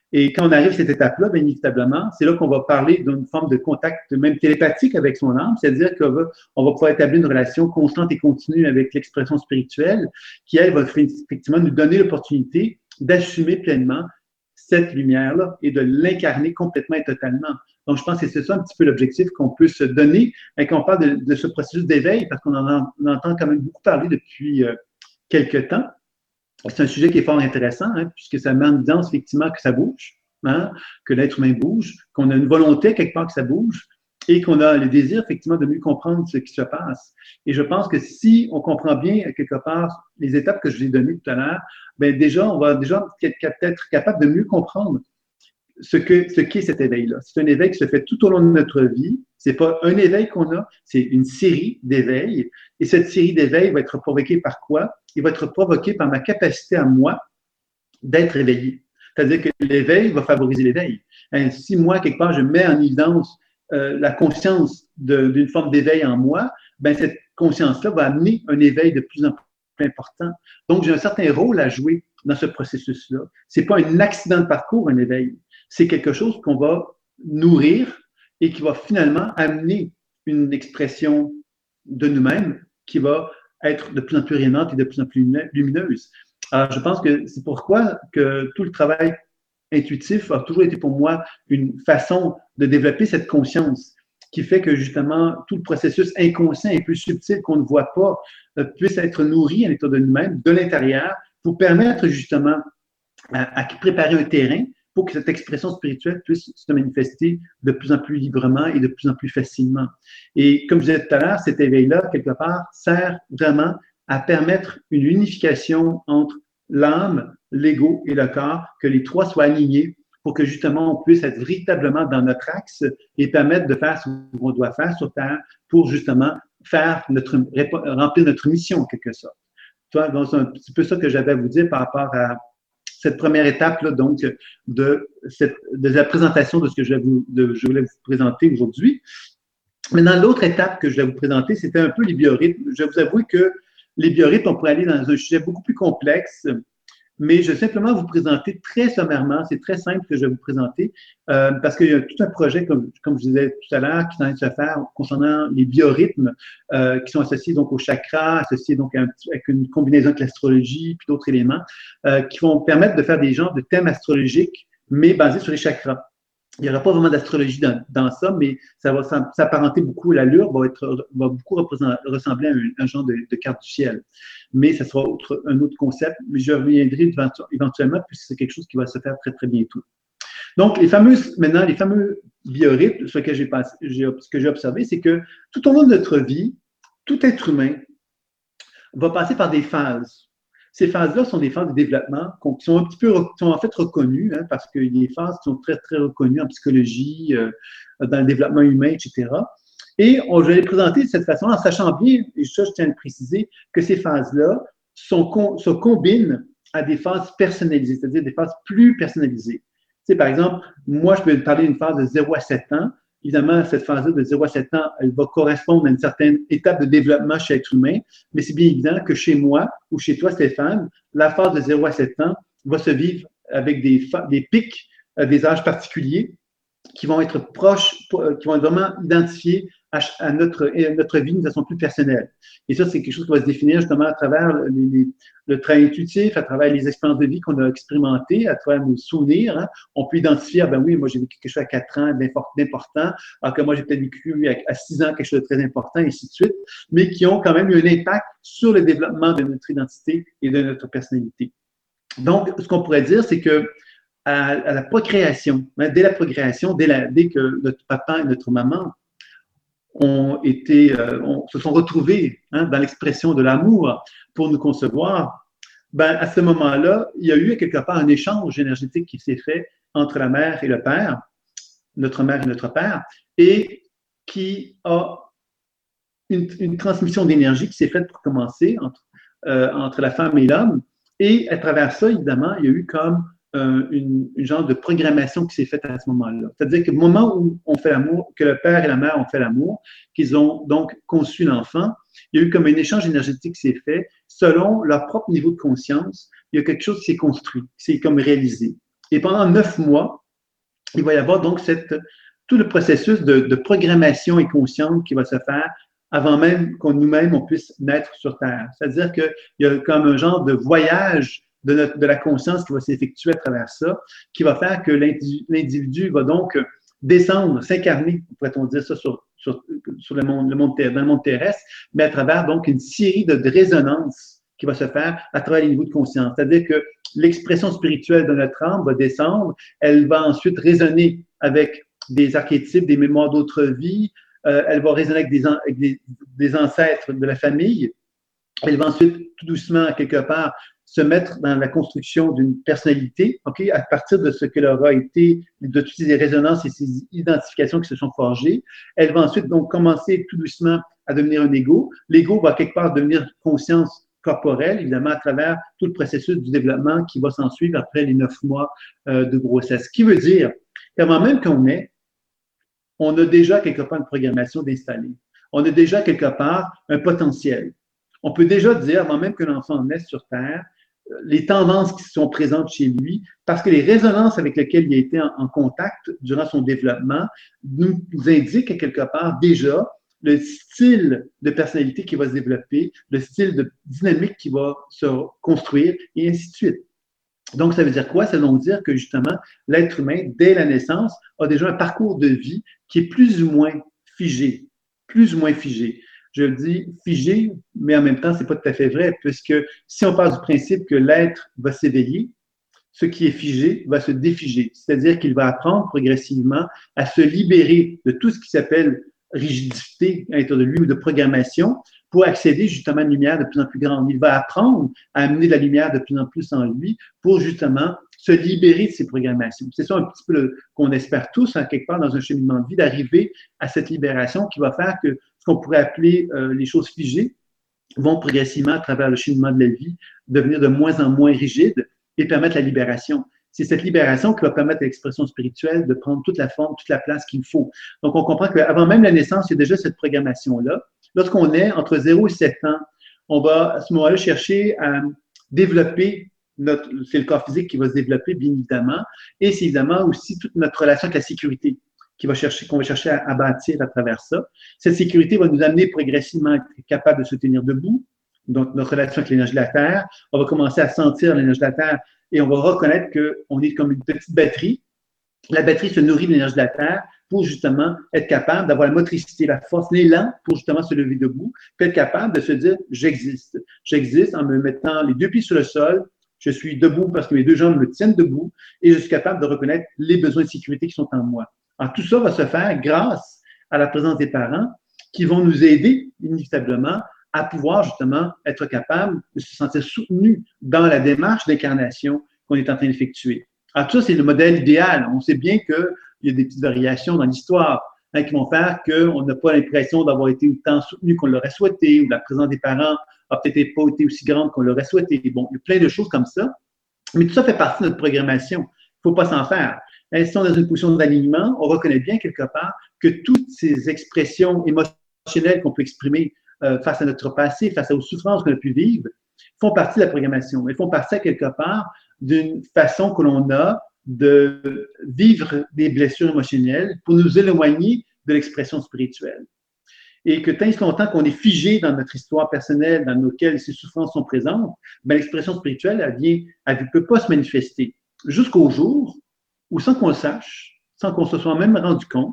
[SPEAKER 2] Et quand on arrive à cette étape-là, bien inévitablement, c'est là qu'on va parler d'une forme de contact même télépathique avec son âme, c'est-à-dire qu'on va pouvoir établir une relation constante et continue avec l'expression spirituelle qui, elle, va effectivement nous donner l'opportunité d'assumer pleinement cette lumière-là et de l'incarner complètement et totalement. Donc, je pense que c'est ça un petit peu l'objectif qu'on peut se donner quand on parle de ce processus d'éveil, parce qu'on on entend quand même beaucoup parler depuis quelques temps. C'est un sujet qui est fort intéressant, hein, puisque ça met en évidence effectivement que ça bouge, hein, que l'être humain bouge, qu'on a une volonté quelque part que ça bouge et qu'on a le désir effectivement de mieux comprendre ce qui se passe. Et je pense que si on comprend bien quelque part les étapes que je vous ai données tout à l'heure, bien déjà, on va déjà être capable de mieux comprendre ce qu'est cet éveil-là. C'est un éveil qui se fait tout au long de notre vie. C'est pas un éveil qu'on a, c'est une série d'éveils. Et cette série d'éveils va être provoquée par quoi? Il va être provoqué par ma capacité à moi d'être éveillé. C'est-à-dire que l'éveil va favoriser l'éveil. Hein, si moi, quelque part, je mets en évidence la conscience d'une forme d'éveil en moi, ben cette conscience-là va amener un éveil de plus en plus important. Donc, j'ai un certain rôle à jouer dans ce processus-là. C'est pas un accident de parcours, un éveil. C'est quelque chose qu'on va nourrir et qui va finalement amener une expression de nous-mêmes qui va être de plus en plus rayonnante et de plus en plus lumineuse. Alors, je pense que c'est pourquoi que tout le travail intuitif a toujours été pour moi une façon de développer cette conscience qui fait que justement tout le processus inconscient et plus subtil qu'on ne voit pas puisse être nourri à l'intérieur de nous-mêmes, de l'intérieur, pour permettre justement à préparer un terrain pour que cette expression spirituelle puisse se manifester de plus en plus librement et de plus en plus facilement. Et comme je disais tout à l'heure, cet éveil-là, quelque part, sert vraiment à permettre une unification entre l'âme, l'ego et le corps, que les trois soient alignés pour que justement on puisse être véritablement dans notre axe et permettre de faire ce qu'on doit faire sur Terre pour justement remplir notre mission en quelque sorte. Donc, c'est un petit peu ça que j'avais à vous dire par rapport à cette première étape là, donc de la présentation de ce que je voulais vous présenter aujourd'hui. Maintenant, l'autre étape que je vais vous présenter, c'était un peu les biorhythmes. Je vais vous avouer que les biorhythmes, on pourrait aller dans un sujet beaucoup plus complexe, mais je vais simplement vous présenter très sommairement, c'est très simple que je vais vous présenter, parce qu'il y a tout un projet, comme je disais tout à l'heure, qui est en train de se faire concernant les biorhythmes, qui sont associés donc au chakra, associés donc avec une combinaison avec l'astrologie, puis d'autres éléments, qui vont permettre de faire des genres de thèmes astrologiques, mais basés sur les chakras. Il n'y aura pas vraiment d'astrologie dans ça, mais ça va s'apparenter beaucoup. L'allure va beaucoup ressembler à un genre de carte du ciel. Mais ça sera un autre concept. Mais je reviendrai éventuellement, puisque c'est quelque chose qui va se faire très, très bientôt. Donc, les fameux biorhythmes, ce que j'ai observé, c'est que tout au long de notre vie, tout être humain va passer par des phases. Ces phases-là sont des phases de développement qui sont en fait reconnues, hein, parce qu'il y a des phases qui sont très, très reconnues en psychologie, dans le développement humain, etc. Et je vais les présenter de cette façon, en sachant bien, et ça, je tiens à le préciser, que ces phases-là se combinent à des phases personnalisées, c'est-à-dire des phases plus personnalisées. Tu sais, par exemple, moi, je peux parler d'une phase de 0 à 7 ans. Évidemment, cette phase-là de 0 à 7 ans, elle va correspondre à une certaine étape de développement chez l'être humain, mais c'est bien évident que chez moi ou chez toi, Stéphane, la phase de 0 à 7 ans va se vivre avec des pics, des âges particuliers qui vont être proches, qui vont être vraiment identifiés à notre vie d'une façon plus personnelle. Et ça, c'est quelque chose qui va se définir justement à travers le travail intuitif, à travers les expériences de vie qu'on a expérimentées, à travers nos souvenirs. Hein. On peut identifier, ben oui, moi j'ai vécu quelque chose à 4 ans d'important, alors que moi j'ai peut-être vécu à 6 ans quelque chose de très important, et ainsi de suite, mais qui ont quand même eu un impact sur le développement de notre identité et de notre personnalité. Donc, ce qu'on pourrait dire, c'est que à la procréation, hein, dès la procréation, dès que notre papa et notre maman se sont retrouvés hein, dans l'expression de l'amour pour nous concevoir, ben, à ce moment-là, il y a eu quelque part un échange énergétique qui s'est fait entre la mère et le père, notre mère et notre père, et qui a une transmission d'énergie qui s'est faite pour commencer entre la femme et l'homme. Et à travers ça, évidemment, il y a eu comme une genre de programmation qui s'est faite à ce moment-là. C'est-à-dire que le moment où on fait l'amour, que le père et la mère ont fait l'amour, qu'ils ont donc conçu l'enfant, il y a eu comme un échange énergétique qui s'est fait selon leur propre niveau de conscience. Il y a quelque chose qui s'est construit, qui s'est comme réalisé. Et pendant 9 mois, il va y avoir donc tout le processus de programmation inconsciente qui va se faire avant même qu'on nous-mêmes, on puisse naître sur Terre. C'est-à-dire qu'il y a comme un genre de voyage de la conscience qui va s'effectuer à travers ça, qui va faire que l'individu va donc descendre, s'incarner, pourrait-on dire ça, sur dans le monde terrestre, mais à travers donc une série de résonances qui va se faire à travers les niveaux de conscience. C'est-à-dire que l'expression spirituelle de notre âme va descendre, elle va ensuite résonner avec des archétypes, des mémoires d'autres vies, elle va résonner avec des ancêtres de la famille, elle va ensuite tout doucement, quelque part, se mettre dans la construction d'une personnalité, okay, à partir de ce qu'elle aura été, de toutes ces résonances et ces identifications qui se sont forgées. Elle va ensuite donc commencer tout doucement à devenir un ego. L'ego va quelque part devenir conscience corporelle, évidemment, à travers tout le processus du développement qui va s'en suivre après les 9 mois de grossesse. Ce qui veut dire qu'avant même qu'on ait, on a déjà quelque part une programmation d'installer. On a déjà quelque part un potentiel. On peut déjà dire, avant même que l'enfant naisse sur Terre, les tendances qui sont présentes chez lui, parce que les résonances avec lesquelles il a été en contact durant son développement nous indiquent quelque part déjà le style de personnalité qui va se développer, le style de dynamique qui va se construire, et ainsi de suite. Donc, ça veut dire quoi? Ça veut donc dire que justement, l'être humain, dès la naissance, a déjà un parcours de vie qui est plus ou moins figé. Plus ou moins figé. Je dis figé, mais en même temps, c'est pas tout à fait vrai, puisque si on part du principe que l'être va s'éveiller, ce qui est figé va se défiger. C'est-à-dire qu'il va apprendre progressivement à se libérer de tout ce qui s'appelle rigidité à l'intérieur de lui ou de programmation pour accéder justement à une lumière de plus en plus grande. Il va apprendre à amener de la lumière de plus en plus en lui pour justement se libérer de ses programmations. C'est ça un petit peu qu'on espère tous, hein, quelque part dans un cheminement de vie, d'arriver à cette libération qui va faire que ce qu'on pourrait appeler les choses figées vont progressivement, à travers le cheminement de la vie, devenir de moins en moins rigides et permettre la libération. C'est cette libération qui va permettre à l'expression spirituelle de prendre toute la forme, toute la place qu'il faut. Donc, on comprend qu'avant même la naissance, il y a déjà cette programmation-là. Lorsqu'on est entre 0 et 7 ans, on va à ce moment-là chercher à développer c'est le corps physique qui va se développer, bien évidemment, et c'est évidemment aussi toute notre relation avec la sécurité qu'on va chercher à bâtir à travers ça. Cette sécurité va nous amener progressivement à être capable de se tenir debout, donc notre relation avec l'énergie de la Terre. On va commencer à sentir l'énergie de la Terre et on va reconnaître qu'on est comme une petite batterie. La batterie se nourrit de l'énergie de la Terre pour justement être capable d'avoir la motricité, la force, l'élan pour justement se lever debout, puis être capable de se dire « j'existe ». J'existe en me mettant les deux pieds sur le sol, je suis debout parce que mes deux jambes me tiennent debout et je suis capable de reconnaître les besoins de sécurité qui sont en moi. Alors, tout ça va se faire grâce à la présence des parents qui vont nous aider inévitablement à pouvoir justement être capable de se sentir soutenu dans la démarche d'incarnation qu'on est en train d'effectuer. Alors, tout ça, c'est le modèle idéal. On sait bien qu'il y a des petites variations dans l'histoire hein, qui vont faire qu'on n'a pas l'impression d'avoir été autant soutenu qu'on l'aurait souhaité, ou la présence des parents n'a peut-être pas été aussi grande qu'on l'aurait souhaité. Bon, il y a plein de choses comme ça. Mais tout ça fait partie de notre programmation. Il ne faut pas s'en faire. Si on est dans une position d'alignement, on reconnaît bien quelque part que toutes ces expressions émotionnelles qu'on peut exprimer face à notre passé, face aux souffrances qu'on a pu vivre, font partie de la programmation. Elles font partie, quelque part, d'une façon que l'on a de vivre des blessures émotionnelles pour nous éloigner de l'expression spirituelle. Et que tant et si longtemps qu'on est figé dans notre histoire personnelle, dans laquelle ces souffrances sont présentes, ben, l'expression spirituelle, elle ne peut pas se manifester. Jusqu'au jour où, sans qu'on le sache, sans qu'on se soit même rendu compte,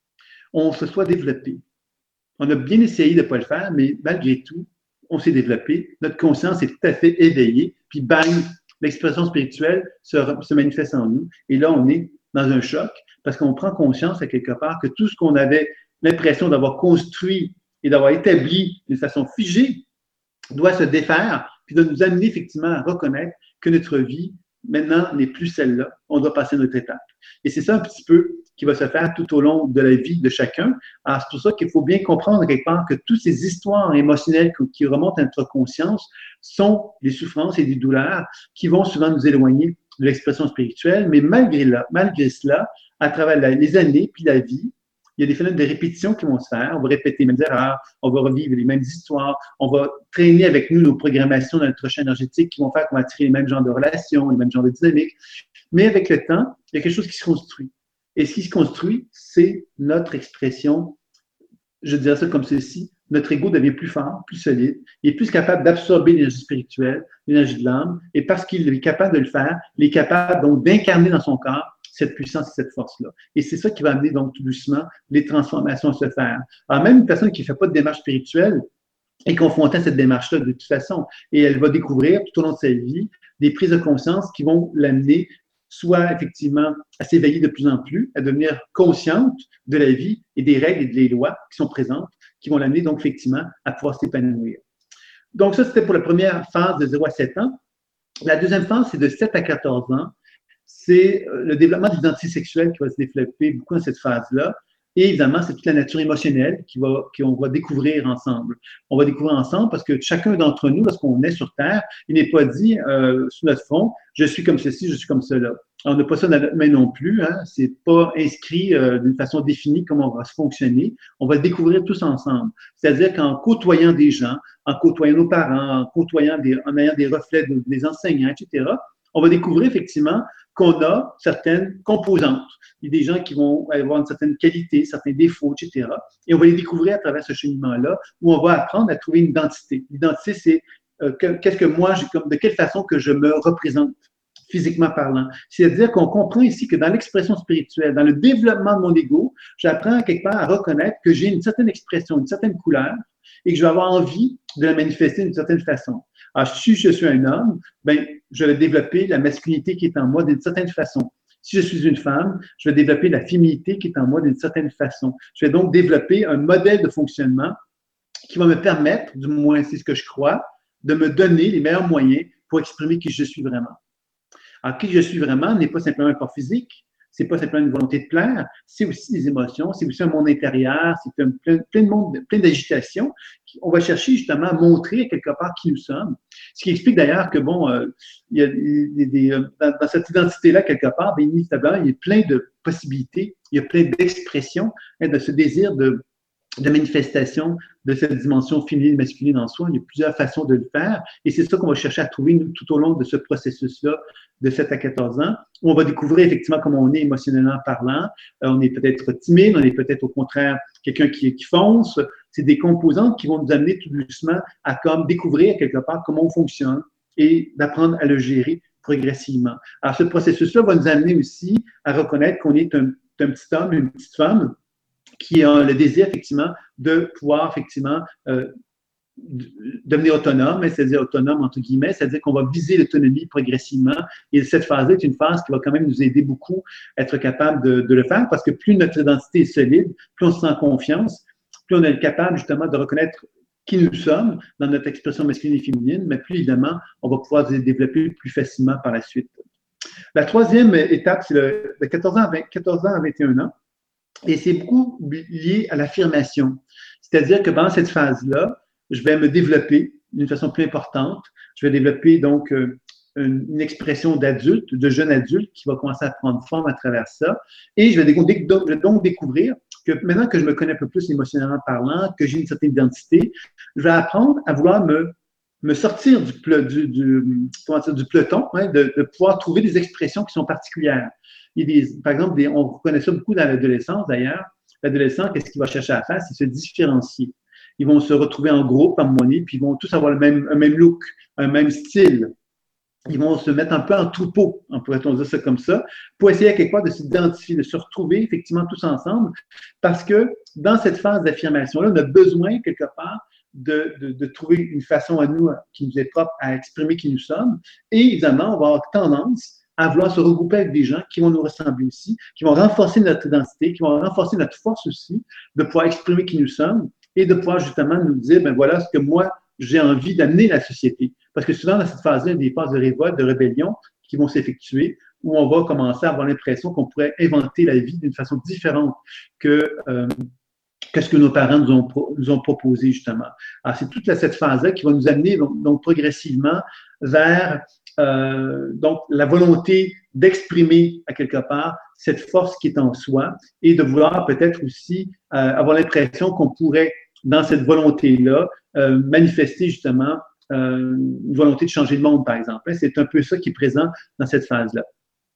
[SPEAKER 2] on se soit développé. On a bien essayé de ne pas le faire, mais malgré tout, on s'est développé. Notre conscience est tout à fait éveillée, puis bang, l'expression spirituelle se manifeste en nous. Et là, on est dans un choc parce qu'on prend conscience à quelque part que tout ce qu'on avait l'impression d'avoir construit et d'avoir établi d'une façon figée doit se défaire, puis de nous amener effectivement à reconnaître que notre vie, maintenant, n'est plus celle-là. On doit passer notre étape. Et c'est ça un petit peu qui va se faire tout au long de la vie de chacun. Alors, c'est pour ça qu'il faut bien comprendre quelque part que toutes ces histoires émotionnelles qui remontent à notre conscience sont des souffrances et des douleurs qui vont souvent nous éloigner de l'expression spirituelle. Mais malgré cela, à travers les années puis la vie, il y a des phénomènes de répétition qui vont se faire. On va répéter les mêmes erreurs, on va revivre les mêmes histoires, on va traîner avec nous nos programmations dans notre champ énergétique qui vont faire qu'on va attirer les mêmes genres de relations, les mêmes genres de dynamiques. Mais avec le temps, il y a quelque chose qui se construit. Et ce qui se construit, c'est notre expression, je dirais ça comme ceci, notre ego devient plus fort, plus solide, il est plus capable d'absorber l'énergie spirituelle, l'énergie de l'âme, et parce qu'il est capable de le faire, il est capable donc d'incarner dans son corps cette puissance et cette force-là. Et c'est ça qui va amener donc tout doucement les transformations à se faire. Alors même une personne qui ne fait pas de démarche spirituelle est confrontée à cette démarche-là de toute façon, et elle va découvrir tout au long de sa vie des prises de conscience qui vont l'amener soit effectivement à s'éveiller de plus en plus, à devenir consciente de la vie et des règles et des lois qui sont présentes, qui vont l'amener donc effectivement à pouvoir s'épanouir. Donc ça, c'était pour la première phase de 0 à 7 ans. La deuxième phase, c'est de 7 à 14 ans. C'est le développement de l'identité sexuelle qui va se développer beaucoup dans cette phase-là. Et évidemment, c'est toute la nature émotionnelle qu'on va découvrir ensemble. On va découvrir ensemble parce que chacun d'entre nous, lorsqu'on est sur Terre, il n'est pas dit sous notre front, je suis comme ceci, je suis comme cela. On n'a pas ça dans notre main non plus. Hein. C'est pas inscrit d'une façon définie comment on va se fonctionner. On va le découvrir tous ensemble. C'est-à-dire qu'en côtoyant des gens, en côtoyant nos parents, en ayant des reflets des enseignants, etc., on va découvrir effectivement qu'on a certaines composantes. Il y a des gens qui vont avoir une certaine qualité, certains défauts, etc. Et on va les découvrir à travers ce cheminement-là, où on va apprendre à trouver une identité. L'identité, c'est qu'est-ce que moi, de quelle façon que je me représente, physiquement parlant. C'est-à-dire qu'on comprend ici que dans l'expression spirituelle, dans le développement de mon ego, j'apprends quelque part à reconnaître que j'ai une certaine expression, une certaine couleur, et que je vais avoir envie de la manifester d'une certaine façon. Alors, si je suis un homme, ben, je vais développer la masculinité qui est en moi d'une certaine façon. Si je suis une femme, je vais développer la féminité qui est en moi d'une certaine façon. Je vais donc développer un modèle de fonctionnement qui va me permettre, du moins c'est ce que je crois, de me donner les meilleurs moyens pour exprimer qui je suis vraiment. Alors, qui je suis vraiment n'est pas simplement un corps physique, c'est pas simplement une volonté de plaire, c'est aussi des émotions, c'est aussi un monde intérieur, c'est plein d'agitation. On va chercher justement à montrer quelque part qui nous sommes. Ce qui explique d'ailleurs que, bon, il y a dans cette identité-là, quelque part, bien évidemment, il y a plein de possibilités, il y a plein d'expressions, hein, de ce désir de manifestation de cette dimension féminine masculine en soi. Il y a plusieurs façons de le faire et c'est ça qu'on va chercher à trouver tout au long de ce processus-là de 7 à 14 ans, où on va découvrir effectivement comment on est émotionnellement parlant. On est peut-être timide, on est peut-être au contraire quelqu'un qui fonce. C'est des composantes qui vont nous amener tout doucement à comme découvrir quelque part comment on fonctionne et d'apprendre à le gérer progressivement. Alors, ce processus-là va nous amener aussi à reconnaître qu'on est un petit homme, une petite femme, qui a le désir, effectivement, de pouvoir, effectivement, devenir autonome, c'est-à-dire autonome, entre guillemets, c'est-à-dire qu'on va viser l'autonomie progressivement. Et cette phase-là est une phase qui va quand même nous aider beaucoup à être capable de le faire parce que plus notre identité est solide, plus on se sent en confiance, plus on est capable, justement, de reconnaître qui nous sommes dans notre expression masculine et féminine, mais plus, évidemment, on va pouvoir se développer plus facilement par la suite. La troisième étape, c'est de 14 ans à 21 ans. Et c'est beaucoup lié à l'affirmation. C'est-à-dire que pendant cette phase-là, je vais me développer d'une façon plus importante. Je vais développer donc une expression d'adulte, de jeune adulte qui va commencer à prendre forme à travers ça. Et je vais donc découvrir que maintenant que je me connais un peu plus émotionnellement parlant, que j'ai une certaine identité, je vais apprendre à vouloir me sortir du peloton, hein, de pouvoir trouver des expressions qui sont particulières. Il y a par exemple, on reconnaît ça beaucoup dans l'adolescence d'ailleurs. L'adolescent, qu'est-ce qu'il va chercher à faire? C'est se différencier. Ils vont se retrouver en groupe, à un moment donné, puis ils vont tous avoir un même look, un même style. Ils vont se mettre un peu en troupeau, pourrait-on dire ça comme ça, pour essayer à quelque part de s'identifier, de se retrouver effectivement tous ensemble, parce que dans cette phase d'affirmation-là, on a besoin quelque part de trouver une façon à nous qui nous est propre à exprimer qui nous sommes. Et évidemment, on va avoir tendance à vouloir se regrouper avec des gens qui vont nous ressembler aussi, qui vont renforcer notre identité, qui vont renforcer notre force aussi, de pouvoir exprimer qui nous sommes et de pouvoir justement nous dire, ben voilà ce que moi, j'ai envie d'amener à la société. Parce que souvent, dans cette phase-là, il y a des phases de révolte, de rébellion qui vont s'effectuer, où on va commencer à avoir l'impression qu'on pourrait inventer la vie d'une façon différente que ce que nos parents nous ont proposé, justement. Alors, c'est toute cette phase-là qui va nous amener donc progressivement vers donc la volonté d'exprimer à quelque part cette force qui est en soi et de vouloir peut-être aussi avoir l'impression qu'on pourrait, dans cette volonté-là, manifester justement une volonté de changer le monde, par exemple. C'est un peu ça qui est présent dans cette phase-là.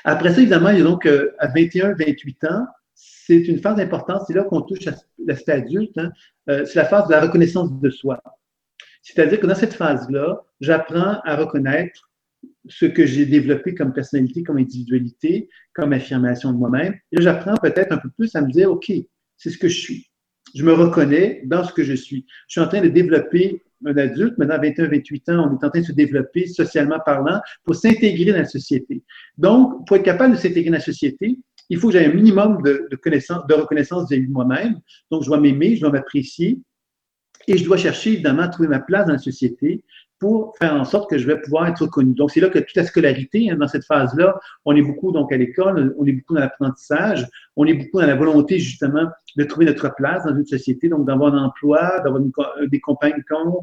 [SPEAKER 2] Après ça, évidemment, il y a donc à 21-28 ans, c'est une phase importante. C'est là qu'on touche à l'aspect adulte. Hein. C'est la phase de la reconnaissance de soi. C'est-à-dire que dans cette phase-là, j'apprends à reconnaître ce que j'ai développé comme personnalité, comme individualité, comme affirmation de moi-même. Et là, j'apprends peut-être un peu plus à me dire, OK, c'est ce que je suis. Je me reconnais dans ce que je suis. Je suis en train de développer un adulte, maintenant 21-28 ans, on est en train de se développer socialement parlant pour s'intégrer dans la société. Donc, pour être capable de s'intégrer dans la société, il faut que j'aie un minimum de reconnaissance vis-à-vis de moi-même. Donc, je dois m'aimer, je dois m'apprécier et je dois chercher évidemment à trouver ma place dans la société pour faire en sorte que je vais pouvoir être reconnu. Donc, c'est là que toute la scolarité, hein, dans cette phase-là, on est beaucoup donc à l'école, on est beaucoup dans l'apprentissage, on est beaucoup dans la volonté justement de trouver notre place dans une société, donc d'avoir un emploi, d'avoir des compagnes,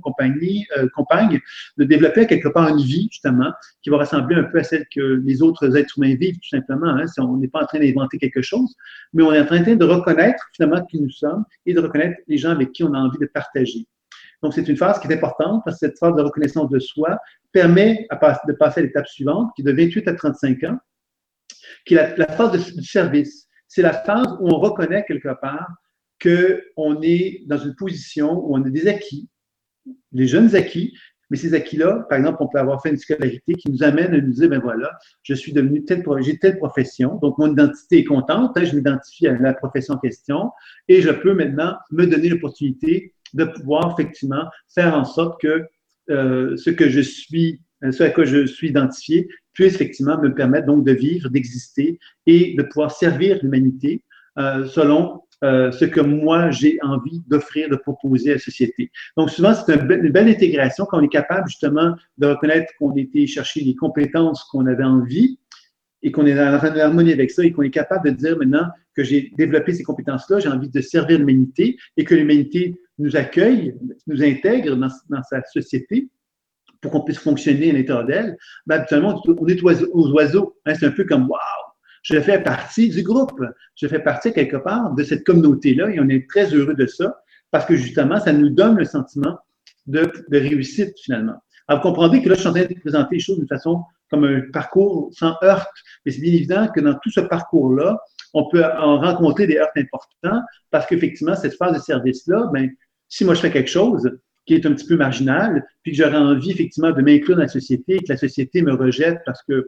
[SPEAKER 2] de développer quelque part une vie justement qui va ressembler un peu à celle que les autres êtres humains vivent tout simplement. Hein. On n'est pas en train d'inventer quelque chose, mais on est en train de reconnaître finalement qui nous sommes et de reconnaître les gens avec qui on a envie de partager. Donc, c'est une phase qui est importante parce que cette phase de reconnaissance de soi permet de passer à l'étape suivante, qui est de 28 à 35 ans, qui est la phase du service. C'est la phase où on reconnaît quelque part qu'on est dans une position où on a des acquis, des jeunes acquis, mais ces acquis-là, par exemple, on peut avoir fait une scolarité qui nous amène à nous dire, ben voilà, je suis devenu j'ai telle profession, donc mon identité est contente, hein, je m'identifie à la profession en question, et je peux maintenant me donner l'opportunité de pouvoir effectivement faire en sorte que ce à quoi je suis identifié puisse effectivement me permettre donc de vivre, d'exister et de pouvoir servir l'humanité selon ce que moi j'ai envie d'offrir, de proposer à la société. Donc souvent, c'est une belle intégration quand on est capable justement de reconnaître qu'on était chercher les compétences qu'on avait envie et qu'on est en harmonie avec ça et qu'on est capable de dire maintenant que j'ai développé ces compétences-là, j'ai envie de servir l'humanité et que l'humanité nous accueille, nous intègre dans sa société pour qu'on puisse fonctionner à l'intérieur d'elle, ben, habituellement, on est aux oiseaux. Hein, c'est un peu comme, waouh, je fais partie du groupe, je fais partie quelque part de cette communauté-là et on est très heureux de ça parce que justement, ça nous donne le sentiment de réussite finalement. Alors, vous comprendrez que là, je suis en train de présenter les choses d'une façon comme un parcours sans heurts, mais c'est bien évident que dans tout ce parcours-là, on peut en rencontrer des heurts importants parce qu'effectivement, cette phase de service-là, ben, si moi je fais quelque chose qui est un petit peu marginal, puis que j'aurais envie effectivement de m'inclure dans la société et que la société me rejette parce que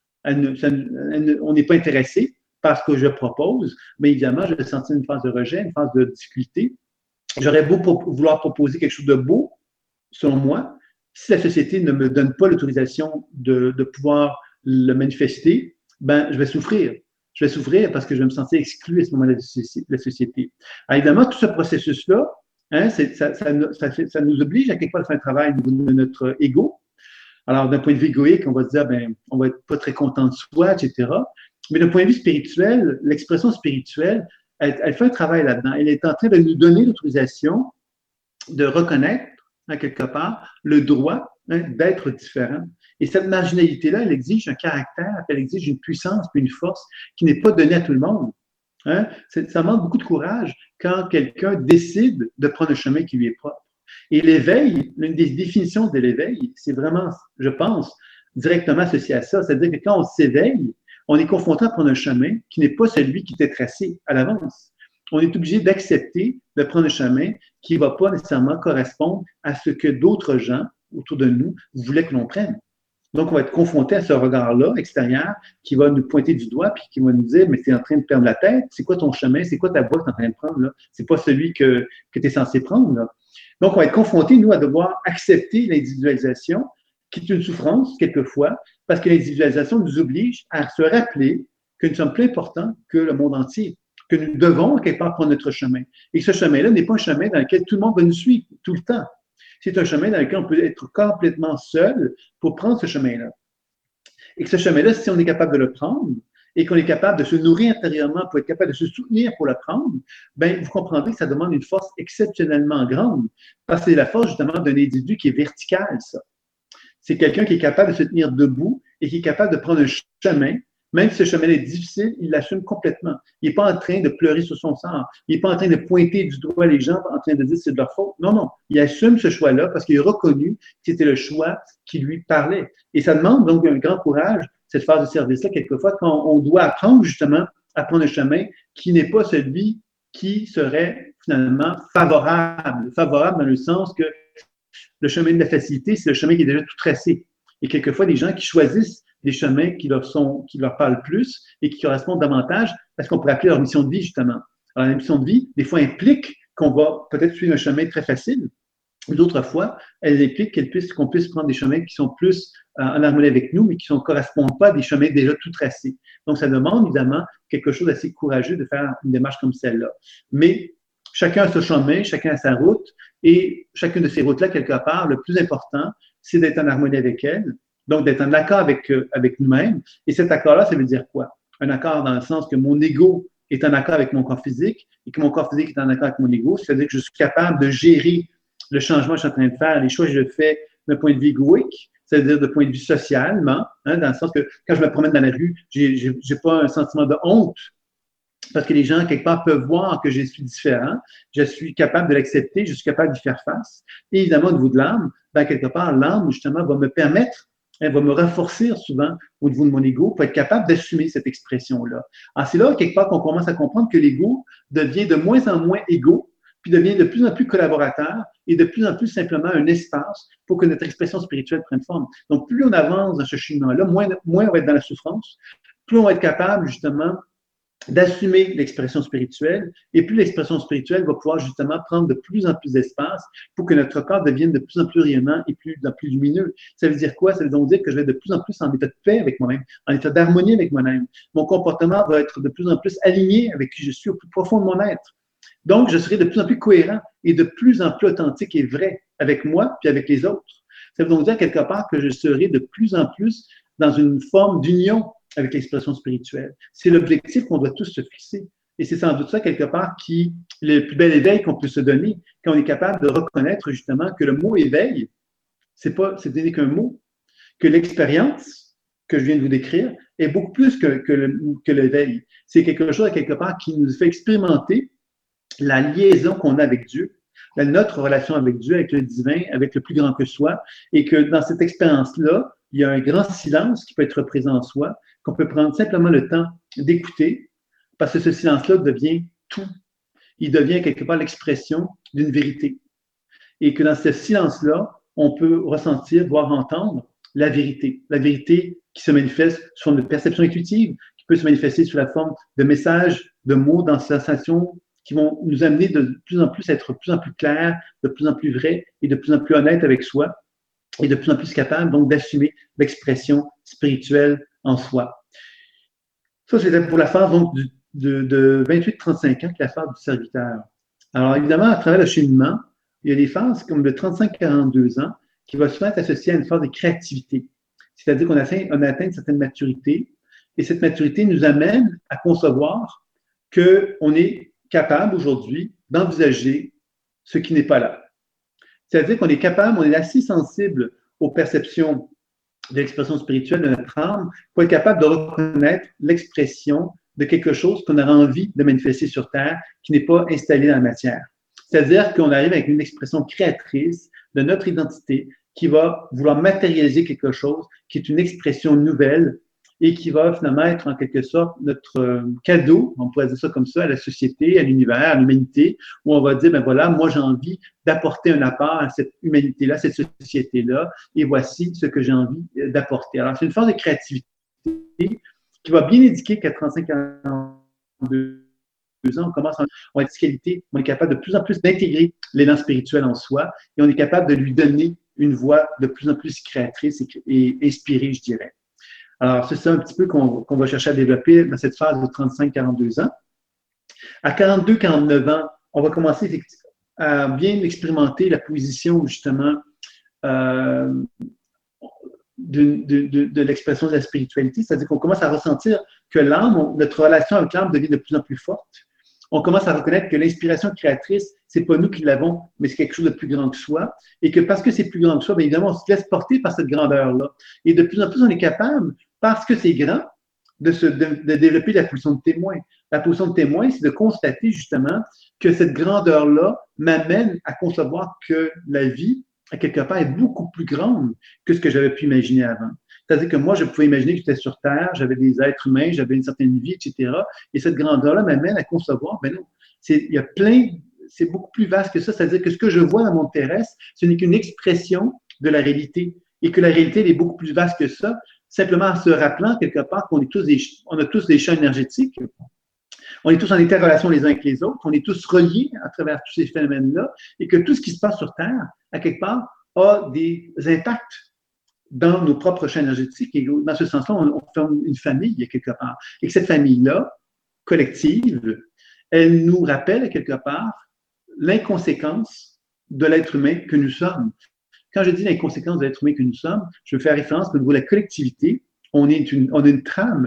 [SPEAKER 2] on n'est pas intéressé par ce que je propose, mais évidemment, je vais sentir une phase de rejet, une phase de difficulté. J'aurais beau vouloir proposer quelque chose de beau, selon moi, si la société ne me donne pas l'autorisation de pouvoir le manifester, ben, je vais souffrir. Je vais souffrir parce que je vais me sentir exclu à ce moment-là de la société. Alors, évidemment, tout ce processus-là, hein, ça nous oblige à quelque part à faire un travail au niveau de notre ego. Alors, d'un point de vue égoïque, on va se dire, ben, on va être pas très content de soi, etc. Mais d'un point de vue spirituel, l'expression spirituelle, elle fait un travail là-dedans. Elle est en train de nous donner l'autorisation de reconnaître, hein, quelque part, le droit, hein, d'être différent. Et cette marginalité-là, elle exige un caractère, elle exige une puissance puis une force qui n'est pas donnée à tout le monde. Hein? Ça demande beaucoup de courage quand quelqu'un décide de prendre un chemin qui lui est propre. Et l'éveil, l'une des définitions de l'éveil, c'est vraiment, je pense, directement associé à ça. C'est-à-dire que quand on s'éveille, on est confronté à prendre un chemin qui n'est pas celui qui était tracé à l'avance. On est obligé d'accepter de prendre un chemin qui ne va pas nécessairement correspondre à ce que d'autres gens autour de nous voulaient que l'on prenne. Donc, on va être confronté à ce regard-là extérieur qui va nous pointer du doigt puis qui va nous dire, mais tu es en train de perdre la tête, c'est quoi ton chemin, c'est quoi ta voie que tu es en train de prendre là? C'est pas celui que tu es censé prendre là. Donc, on va être confronté, nous, à devoir accepter l'individualisation, qui est une souffrance, quelquefois, parce que l'individualisation nous oblige à se rappeler que nous sommes plus importants que le monde entier, que nous devons, quelque part, prendre notre chemin. Et que ce chemin-là n'est pas un chemin dans lequel tout le monde va nous suivre tout le temps. C'est un chemin dans lequel on peut être complètement seul pour prendre ce chemin-là. Et que ce chemin-là, si on est capable de le prendre, et qu'on est capable de se nourrir intérieurement pour être capable de se soutenir pour le prendre, bien, vous comprendrez que ça demande une force exceptionnellement grande, parce que c'est la force, justement, d'un individu qui est vertical, ça. C'est quelqu'un qui est capable de se tenir debout et qui est capable de prendre un chemin, même si ce chemin est difficile, il l'assume complètement. Il n'est pas en train de pleurer sur son sort. Il n'est pas en train de pointer du doigt les gens en train de dire que c'est de leur faute. Non, non. Il assume ce choix-là parce qu'il a reconnu que c'était le choix qui lui parlait. Et ça demande donc un grand courage cette phase de service-là, quelquefois, quand on doit apprendre justement à prendre un chemin qui n'est pas celui qui serait finalement favorable. Favorable dans le sens que le chemin de la facilité, c'est le chemin qui est déjà tout tracé. Et quelquefois, des gens qui choisissent des chemins qui leur parlent plus et qui correspondent davantage à ce qu'on pourrait appeler leur mission de vie, justement. Alors, la mission de vie, des fois, implique qu'on va peut-être suivre un chemin très facile. D'autres fois, elle implique qu'on puisse prendre des chemins qui sont plus en harmonie avec nous, mais qui ne correspondent pas à des chemins déjà tout tracés. Donc, ça demande évidemment quelque chose d'assez courageux de faire une démarche comme celle-là. Mais chacun a ce chemin, chacun a sa route, et chacune de ces routes-là, quelque part, le plus important, c'est d'être en harmonie avec elle, donc d'être en accord avec nous-mêmes. Et cet accord-là, ça veut dire quoi? Un accord dans le sens que mon ego est en accord avec mon corps physique et que mon corps physique est en accord avec mon ego, c'est-à-dire que je suis capable de gérer le changement que je suis en train de faire, les choix que je fais d'un point de vue égoïque, c'est-à-dire de point de vue socialement, hein, dans le sens que quand je me promène dans la rue, j'ai pas un sentiment de honte parce que les gens, quelque part, peuvent voir que je suis différent, je suis capable de l'accepter, je suis capable d'y faire face. Et évidemment, au niveau de l'âme, ben, quelque part, l'âme, justement, va me permettre, elle va me renforcer souvent au niveau de mon ego pour être capable d'assumer cette expression-là. Alors, c'est là, quelque part, qu'on commence à comprendre que l'ego devient de moins en moins égo, puis devient de plus en plus collaborateur et de plus en plus simplement un espace pour que notre expression spirituelle prenne forme. Donc, plus on avance dans ce cheminement-là, moins on va être dans la souffrance, plus on va être capable, justement, d'assumer l'expression spirituelle, et plus l'expression spirituelle va pouvoir justement prendre de plus en plus d'espace pour que notre corps devienne de plus en plus rayonnant et de plus lumineux. Ça veut dire quoi? Ça veut donc dire que je vais être de plus en plus en état de paix avec moi-même, en état d'harmonie avec moi-même. Mon comportement va être de plus en plus aligné avec qui je suis au plus profond de mon être. Donc, je serai de plus en plus cohérent et de plus en plus authentique et vrai avec moi puis avec les autres. Ça veut donc dire quelque part que je serai de plus en plus dans une forme d'union avec l'expression spirituelle. C'est l'objectif qu'on doit tous se fixer. Et c'est sans doute ça, quelque part, qui le plus bel éveil qu'on peut se donner, quand on est capable de reconnaître justement que le mot éveil, c'est qu'un mot, que l'expérience que je viens de vous décrire est beaucoup plus que l'éveil. C'est quelque chose, quelque part, qui nous fait expérimenter la liaison qu'on a avec Dieu, notre relation avec Dieu, avec le divin, avec le plus grand que soi, et que dans cette expérience-là, il y a un grand silence qui peut être présent en soi, qu'on peut prendre simplement le temps d'écouter, parce que ce silence-là devient tout. Il devient quelque part l'expression d'une vérité. Et que dans ce silence-là, on peut ressentir, voire entendre la vérité. La vérité qui se manifeste sous forme de perception intuitive, qui peut se manifester sous la forme de messages, de mots, de sensations qui vont nous amener de plus en plus à être de plus en plus clairs, de plus en plus vrais et de plus en plus honnêtes avec soi et de plus en plus capables donc d'assumer l'expression spirituelle en soi. Ça, c'était pour la phase donc, de 28-35 ans, qui est la phase du serviteur. Alors, évidemment, à travers le cheminement, il y a des phases comme de 35-42 ans qui vont souvent être associées à une phase de créativité. C'est-à-dire qu'on atteint une certaine maturité et cette maturité nous amène à concevoir qu'on est capable aujourd'hui d'envisager ce qui n'est pas là. C'est-à-dire qu'on est capable, on est assez sensible aux perceptions de l'expression spirituelle de notre âme pour être capable de reconnaître l'expression de quelque chose qu'on aurait envie de manifester sur Terre qui n'est pas installé dans la matière. C'est-à-dire qu'on arrive avec une expression créatrice de notre identité qui va vouloir matérialiser quelque chose qui est une expression nouvelle et qui va finalement être en quelque sorte notre cadeau, on pourrait dire ça comme ça, à la société, à l'univers, à l'humanité, où on va dire, ben voilà, moi j'ai envie d'apporter un apport à cette humanité-là, cette société-là, et voici ce que j'ai envie d'apporter. Alors c'est une forme de créativité qui va bien indiquer qu'à 35-42 ans, on a cette qualité, on est capable de plus en plus d'intégrer l'élan spirituel en soi, et on est capable de lui donner une voix de plus en plus créatrice et inspirée, je dirais. Alors, c'est ça un petit peu qu'on va chercher à développer dans cette phase de 35-42 ans. À 42-49 ans, on va commencer à bien expérimenter la position, justement, de l'expression de la spiritualité. C'est-à-dire qu'on commence à ressentir que l'âme, notre relation avec l'âme devient de plus en plus forte. On commence à reconnaître que l'inspiration créatrice, c'est pas nous qui l'avons, mais c'est quelque chose de plus grand que soi. Et que parce que c'est plus grand que soi, bien évidemment, on se laisse porter par cette grandeur-là. Et de plus en plus, on est capable, parce que c'est grand, de développer la position de témoin. La position de témoin, c'est de constater justement que cette grandeur-là m'amène à concevoir que la vie, à quelque part, est beaucoup plus grande que ce que j'avais pu imaginer avant. C'est-à-dire que moi, je pouvais imaginer que j'étais sur Terre, j'avais des êtres humains, j'avais une certaine vie, etc. Et cette grandeur-là m'amène à concevoir, ben non, il y a c'est beaucoup plus vaste que ça. C'est-à-dire que ce que je vois dans le monde terrestre, ce n'est qu'une expression de la réalité. Et que la réalité, elle est beaucoup plus vaste que ça, simplement en se rappelant quelque part qu'on est on a tous des champs énergétiques. On est tous en interrelation les uns avec les autres, on est tous reliés à travers tous ces phénomènes-là, et que tout ce qui se passe sur Terre, à quelque part, a des impacts dans nos propres champs énergétiques. Et dans ce sens-là, on forme une famille, quelque part. Et que cette famille-là, collective, elle nous rappelle, quelque part, l'inconséquence de l'être humain que nous sommes. Quand je dis l'inconséquence de l'être humain que nous sommes, je veux faire référence au niveau de la collectivité. On a une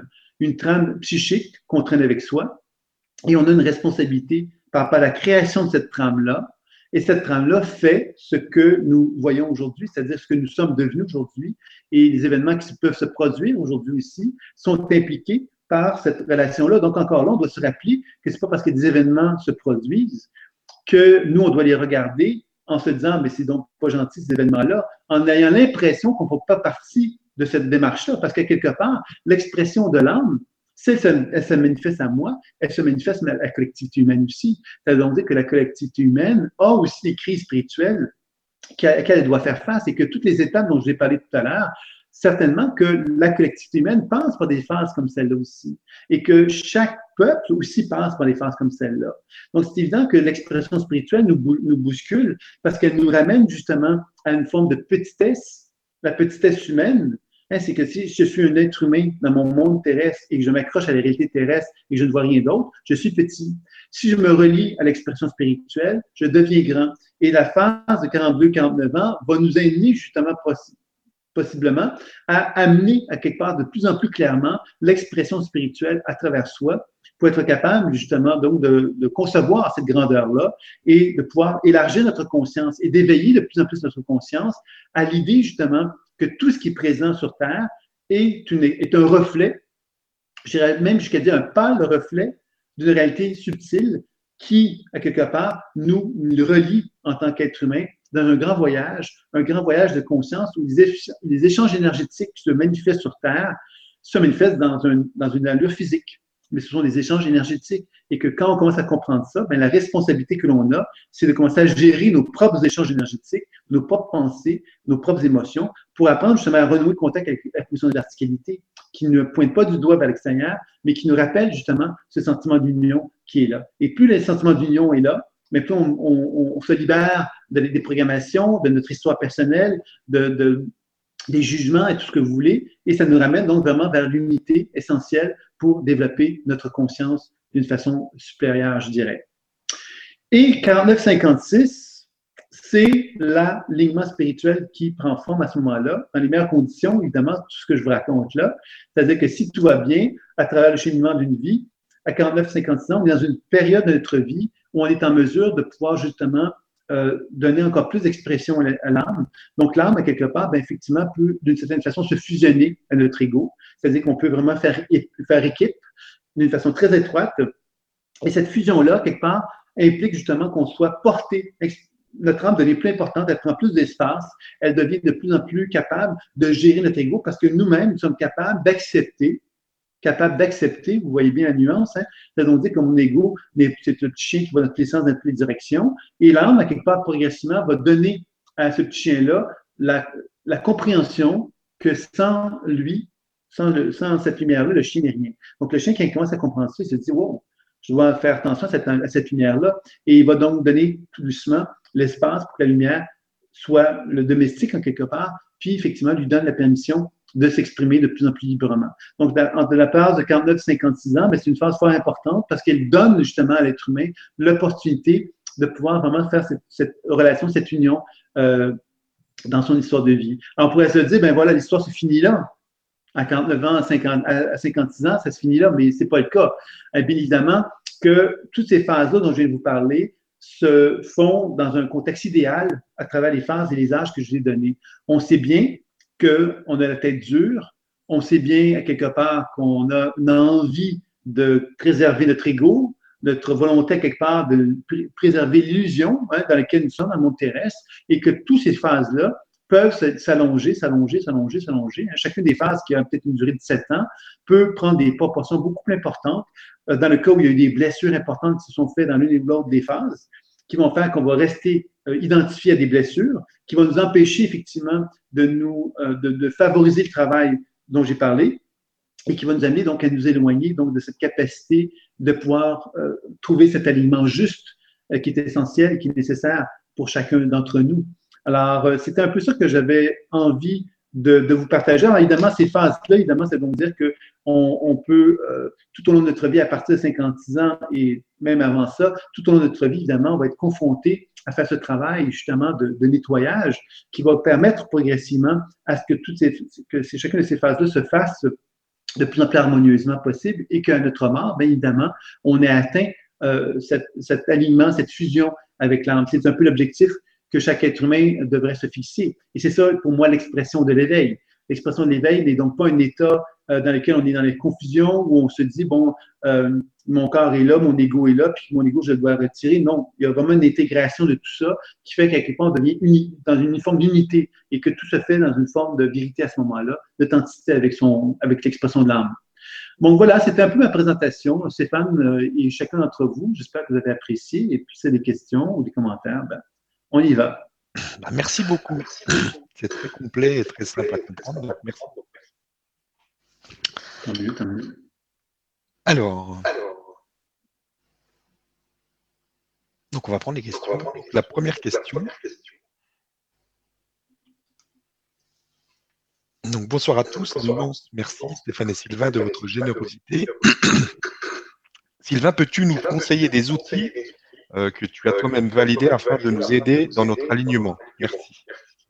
[SPEAKER 2] trame psychique qu'on traîne avec soi, et on a une responsabilité par rapport à la création de cette trame-là. Et cette trame-là fait ce que nous voyons aujourd'hui, c'est-à-dire ce que nous sommes devenus aujourd'hui. Et les événements qui peuvent se produire aujourd'hui aussi sont impliqués par cette relation-là. Donc, encore là, on doit se rappeler que ce n'est pas parce que des événements se produisent que nous, on doit les regarder en se disant, mais c'est donc pas gentil ces événements-là, en ayant l'impression qu'on ne fait pas partie de cette démarche-là. Parce que quelque part, l'expression de l'âme, elle se manifeste à moi, elle se manifeste à la collectivité humaine aussi. Ça veut donc dire que la collectivité humaine a aussi des crises spirituelles auxquelles elle doit faire face et que toutes les étapes dont je vous ai parlé tout à l'heure, certainement que la collectivité humaine passe par des phases comme celle-là aussi et que chaque peuple aussi passe par des phases comme celle-là. Donc, c'est évident que l'expression spirituelle nous bouscule parce qu'elle nous ramène justement à une forme de petitesse, la petitesse humaine. C'est que si je suis un être humain dans mon monde terrestre et que je m'accroche à la réalité terrestre et que je ne vois rien d'autre, je suis petit. Si je me relie à l'expression spirituelle, je deviens grand. Et la phase de 42-49 ans va nous amener justement possiblement à amener à quelque part de plus en plus clairement l'expression spirituelle à travers soi pour être capable justement donc de concevoir cette grandeur-là et de pouvoir élargir notre conscience et d'éveiller de plus en plus notre conscience à l'idée justement que tout ce qui est présent sur Terre est un reflet, je dirais même jusqu'à dire un pâle reflet d'une réalité subtile qui, à quelque part, nous relie en tant qu'être humain dans un grand voyage de conscience où les échanges énergétiques qui se manifestent sur Terre se manifestent dans une allure physique. Mais ce sont des échanges énergétiques. Et que quand on commence à comprendre ça, la responsabilité que l'on a, c'est de commencer à gérer nos propres échanges énergétiques, nos propres pensées, nos propres émotions, pour apprendre justement à renouer contact avec la position de verticalité, qui ne pointe pas du doigt vers l'extérieur, mais qui nous rappelle justement ce sentiment d'union qui est là. Et plus le sentiment d'union est là, mais plus on se libère des programmations, de notre histoire personnelle, des jugements et tout ce que vous voulez, et ça nous ramène donc vraiment vers l'unité essentielle pour développer notre conscience d'une façon supérieure, je dirais. Et 49-56, c'est l'alignement spirituel qui prend forme à ce moment-là, dans les meilleures conditions, évidemment, tout ce que je vous raconte là. C'est-à-dire que si tout va bien, à travers le cheminement d'une vie, à 49-56 ans, on est dans une période de notre vie où on est en mesure de pouvoir justement donner encore plus d'expression à l'âme. Donc, l'âme, à quelque part, effectivement, peut d'une certaine façon se fusionner à notre ego. C'est-à-dire qu'on peut vraiment faire équipe d'une façon très étroite. Et cette fusion-là, quelque part, implique justement qu'on soit porté. Notre âme devient plus importante, elle prend plus d'espace, elle devient de plus en plus capable de gérer notre ego parce que nous-mêmes, nous sommes capables d'accepter, vous voyez bien la nuance, c'est donc dire que mon ego, c'est le petit chien qui va dans tous les sens, dans toutes les directions, et l'âme, à quelque part, progressivement, va donner à ce petit chien-là la compréhension que sans lui, sans cette lumière-là, le chien n'est rien. Donc, le chien, quand il commence à comprendre ça, il se dit, wow, je dois faire attention à cette lumière-là, et il va donc donner tout doucement l'espace pour que la lumière soit le domestique en quelque part, puis effectivement lui donne la permission de s'exprimer de plus en plus librement. Donc, entre la phase de 49-56 ans, c'est une phase fort importante parce qu'elle donne justement à l'être humain l'opportunité de pouvoir vraiment faire cette relation, cette union dans son histoire de vie. Alors, on pourrait se dire, voilà, l'histoire se finit là. À 49 ans, à 56 ans, ça se finit là, mais ce n'est pas le cas. Bien évidemment que toutes ces phases-là dont je viens de vous parler se font dans un contexte idéal à travers les phases et les âges que je vous ai donnés. On sait bien qu'on a la tête dure, on sait bien à quelque part qu'on a une envie de préserver notre ego, notre volonté à quelque part de préserver l'illusion dans laquelle nous sommes dans le monde terrestre, et que toutes ces phases-là peuvent s'allonger, s'allonger, s'allonger, s'allonger. Chacune des phases qui a peut-être une durée de 7 ans peut prendre des proportions beaucoup plus importantes dans le cas où il y a eu des blessures importantes qui se sont faites dans l'une ou l'autre des phases, qui vont faire qu'on va rester identifié à des blessures, qui vont nous empêcher effectivement de favoriser le travail dont j'ai parlé et qui va nous amener donc à nous éloigner donc de cette capacité de pouvoir trouver cet alignement juste qui est essentiel et qui est nécessaire pour chacun d'entre nous. Alors, c'était un peu ça que j'avais envie de vous partager. Alors, évidemment, ces phases-là, évidemment, c'est donc dire qu'on peut, tout au long de notre vie, à partir de 56 ans et même avant ça, tout au long de notre vie, évidemment, on va être confronté à faire ce travail, justement, de nettoyage qui va permettre progressivement à ce que chacune de ces phases-là se fasse de plus en plus harmonieusement possible et qu'à notre mort, bien évidemment, on ait atteint cet alignement, cette fusion avec l'âme. C'est un peu l'objectif que chaque être humain devrait se fixer. Et c'est ça, pour moi, l'expression de l'éveil. L'expression de l'éveil n'est donc pas un état dans lequel on est dans les confusions, où on se dit, bon, mon corps est là, mon ego est là, puis mon ego, je le dois retirer. Non, il y a vraiment une intégration de tout ça qui fait qu'à quelque part, on devient dans une forme d'unité et que tout se fait dans une forme de vérité à ce moment-là, d'authenticité avec l'expression de l'âme. Donc voilà, c'était un peu ma présentation. Stéphane et chacun d'entre vous, j'espère que vous avez apprécié. Et puis, si vous avez des questions ou des commentaires, ben, on y va.
[SPEAKER 1] Merci beaucoup. C'est très complet et très simple à comprendre. Donc merci.
[SPEAKER 2] Tant mieux.
[SPEAKER 1] Alors, donc on va prendre les questions. La première question. Donc bonsoir à tous. Merci Stéphane et Sylvain de votre générosité. Sylvain, peux-tu nous conseiller des outils que tu as toi-même validés afin de nous aider dans notre alignement? Merci.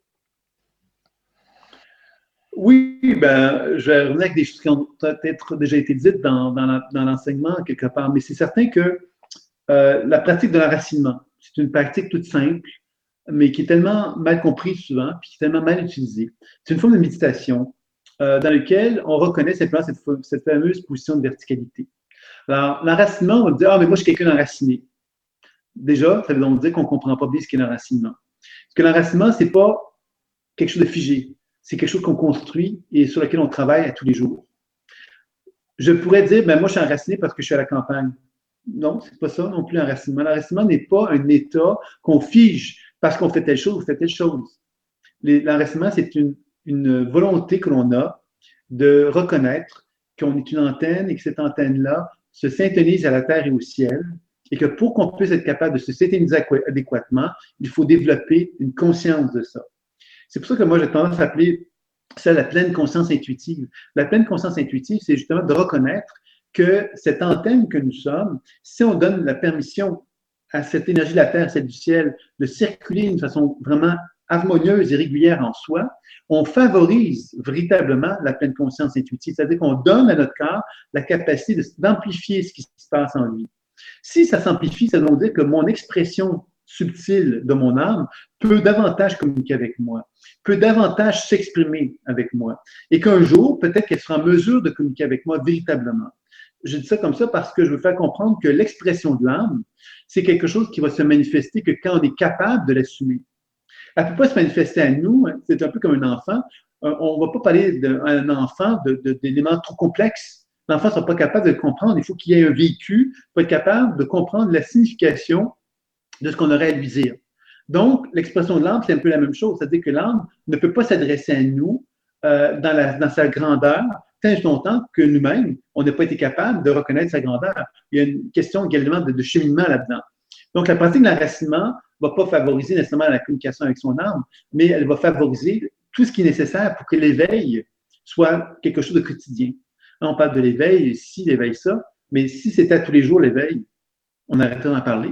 [SPEAKER 2] Oui, ben, je vais revenir avec des choses qui ont peut-être déjà été dites dans l'enseignement quelque part, mais c'est certain que la pratique de l'enracinement, c'est une pratique toute simple, mais qui est tellement mal comprise souvent, puis qui est tellement mal utilisée. C'est une forme de méditation dans laquelle on reconnaît simplement cette fameuse position de verticalité. Alors, l'enracinement, on va dire, ah, mais moi, je suis quelqu'un d'enraciné. Déjà, ça veut donc dire qu'on ne comprend pas bien ce qu'est l'enracinement. Parce que l'enracinement, ce n'est pas quelque chose de figé. C'est quelque chose qu'on construit et sur lequel on travaille à tous les jours. Je pourrais dire, ben moi, je suis enraciné parce que je suis à la campagne. Non, c'est pas ça non plus l'enracinement. L'enracinement n'est pas un état qu'on fige parce qu'on fait telle chose ou fait telle chose. L'enracinement, c'est une volonté que l'on a de reconnaître qu'on est une antenne et que cette antenne-là se syntonise à la terre et au ciel et que pour qu'on puisse être capable de se synthétiser adéquatement, il faut développer une conscience de ça. C'est pour ça que moi, j'ai tendance à appeler ça la pleine conscience intuitive. La pleine conscience intuitive, c'est justement de reconnaître que cette antenne que nous sommes, si on donne la permission à cette énergie de la Terre, celle du ciel, de circuler d'une façon vraiment harmonieuse et régulière en soi, on favorise véritablement la pleine conscience intuitive. C'est-à-dire qu'on donne à notre corps la capacité d'amplifier ce qui se passe en lui. Si ça s'amplifie, ça veut dire que mon expression subtile de mon âme peut davantage communiquer avec moi, peut davantage s'exprimer avec moi, et qu'un jour, peut-être qu'elle sera en mesure de communiquer avec moi véritablement. Je dis ça comme ça parce que je veux faire comprendre que l'expression de l'âme, c'est quelque chose qui va se manifester que quand on est capable de l'assumer. Elle ne peut pas se manifester à nous, hein, c'est un peu comme un enfant. On ne va pas parler d'un enfant d'éléments trop complexes. L'enfant ne sera pas capable de le comprendre. Il faut qu'il y ait un vécu pour être capable de comprendre la signification de ce qu'on aurait à lui dire. Donc, l'expression de l'âme, c'est un peu la même chose. C'est-à-dire que l'âme ne peut pas s'adresser à nous dans sa grandeur, tant longtemps que nous-mêmes, on n'a pas été capable de reconnaître sa grandeur. Il y a une question également de cheminement là-dedans. Donc, la pratique de l'enracinement ne va pas favoriser nécessairement la communication avec son âme, mais elle va favoriser tout ce qui est nécessaire pour que l'éveil soit quelque chose de quotidien. Là, on parle de l'éveil, si l'éveil ça, mais si c'était à tous les jours l'éveil, on arrêterait d'en parler.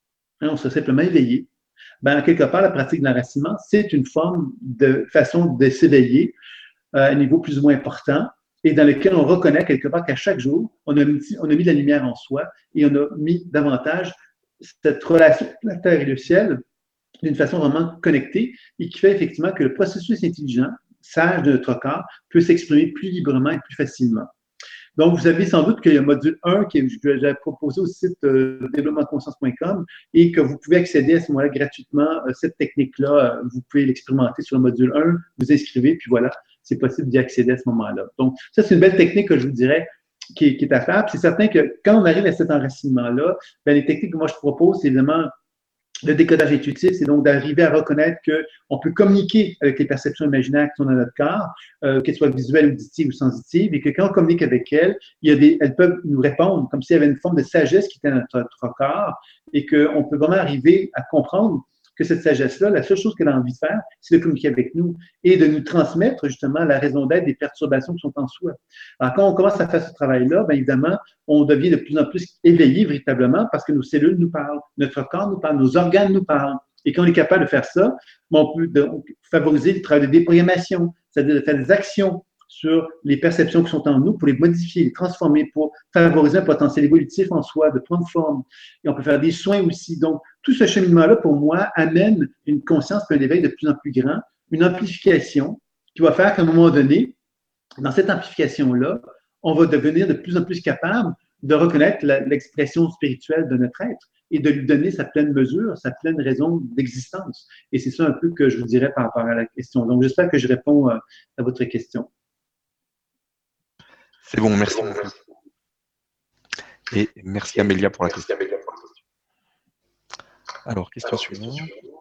[SPEAKER 2] On serait simplement éveillé. Ben, quelque part, la pratique de l'enracinement, c'est une forme de façon de s'éveiller à un niveau plus ou moins important et dans lequel on reconnaît quelque part qu'à chaque jour, on a mis de la lumière en soi et on a mis davantage cette relation entre la terre et le ciel d'une façon vraiment connectée et qui fait effectivement que le processus intelligent, sage de notre corps, peut s'exprimer plus librement et plus facilement. Donc, vous savez sans doute qu'il y a un module 1 que j'ai proposé au site développementconscience.com et que vous pouvez accéder à ce moment-là gratuitement. Cette technique-là, vous pouvez l'expérimenter sur le module 1, vous inscrivez, puis voilà, c'est possible d'y accéder à ce moment-là. Donc, ça, c'est une belle technique que je vous dirais qui est à faire. Puis c'est certain que quand on arrive à cet enracinement-là, bien, les techniques que moi je propose, c'est évidemment le décodage intuitif, c'est donc d'arriver à reconnaître qu'on peut communiquer avec les perceptions imaginaires qui sont dans notre corps, qu'elles soient visuelles, auditives ou sensitives, et que quand on communique avec elles, elles peuvent nous répondre comme s'il y avait une forme de sagesse qui était dans notre corps, et qu'on peut vraiment arriver à comprendre que cette sagesse-là, la seule chose qu'elle a envie de faire, c'est de communiquer avec nous et de nous transmettre justement la raison d'être des perturbations qui sont en soi. Alors, quand on commence à faire ce travail-là, bien évidemment, on devient de plus en plus éveillé véritablement parce que nos cellules nous parlent, notre corps nous parle, nos organes nous parlent. Et quand on est capable de faire ça, on peut donc favoriser le travail de déprogrammation, c'est-à-dire de faire des actions sur les perceptions qui sont en nous pour les modifier, les transformer, pour favoriser un potentiel évolutif en soi, de prendre forme. Et on peut faire des soins aussi. Donc, tout ce cheminement-là, pour moi, amène une conscience et un éveil de plus en plus grand, une amplification qui va faire qu'à un moment donné, dans cette amplification-là, on va devenir de plus en plus capable de reconnaître l'expression spirituelle de notre être et de lui donner sa pleine mesure, sa pleine raison d'existence. Et c'est ça un peu que je vous dirais par rapport à la question. Donc, j'espère que je réponds à votre question.
[SPEAKER 1] C'est bon, merci. Et merci Amélia pour la question. Alors, question suivante.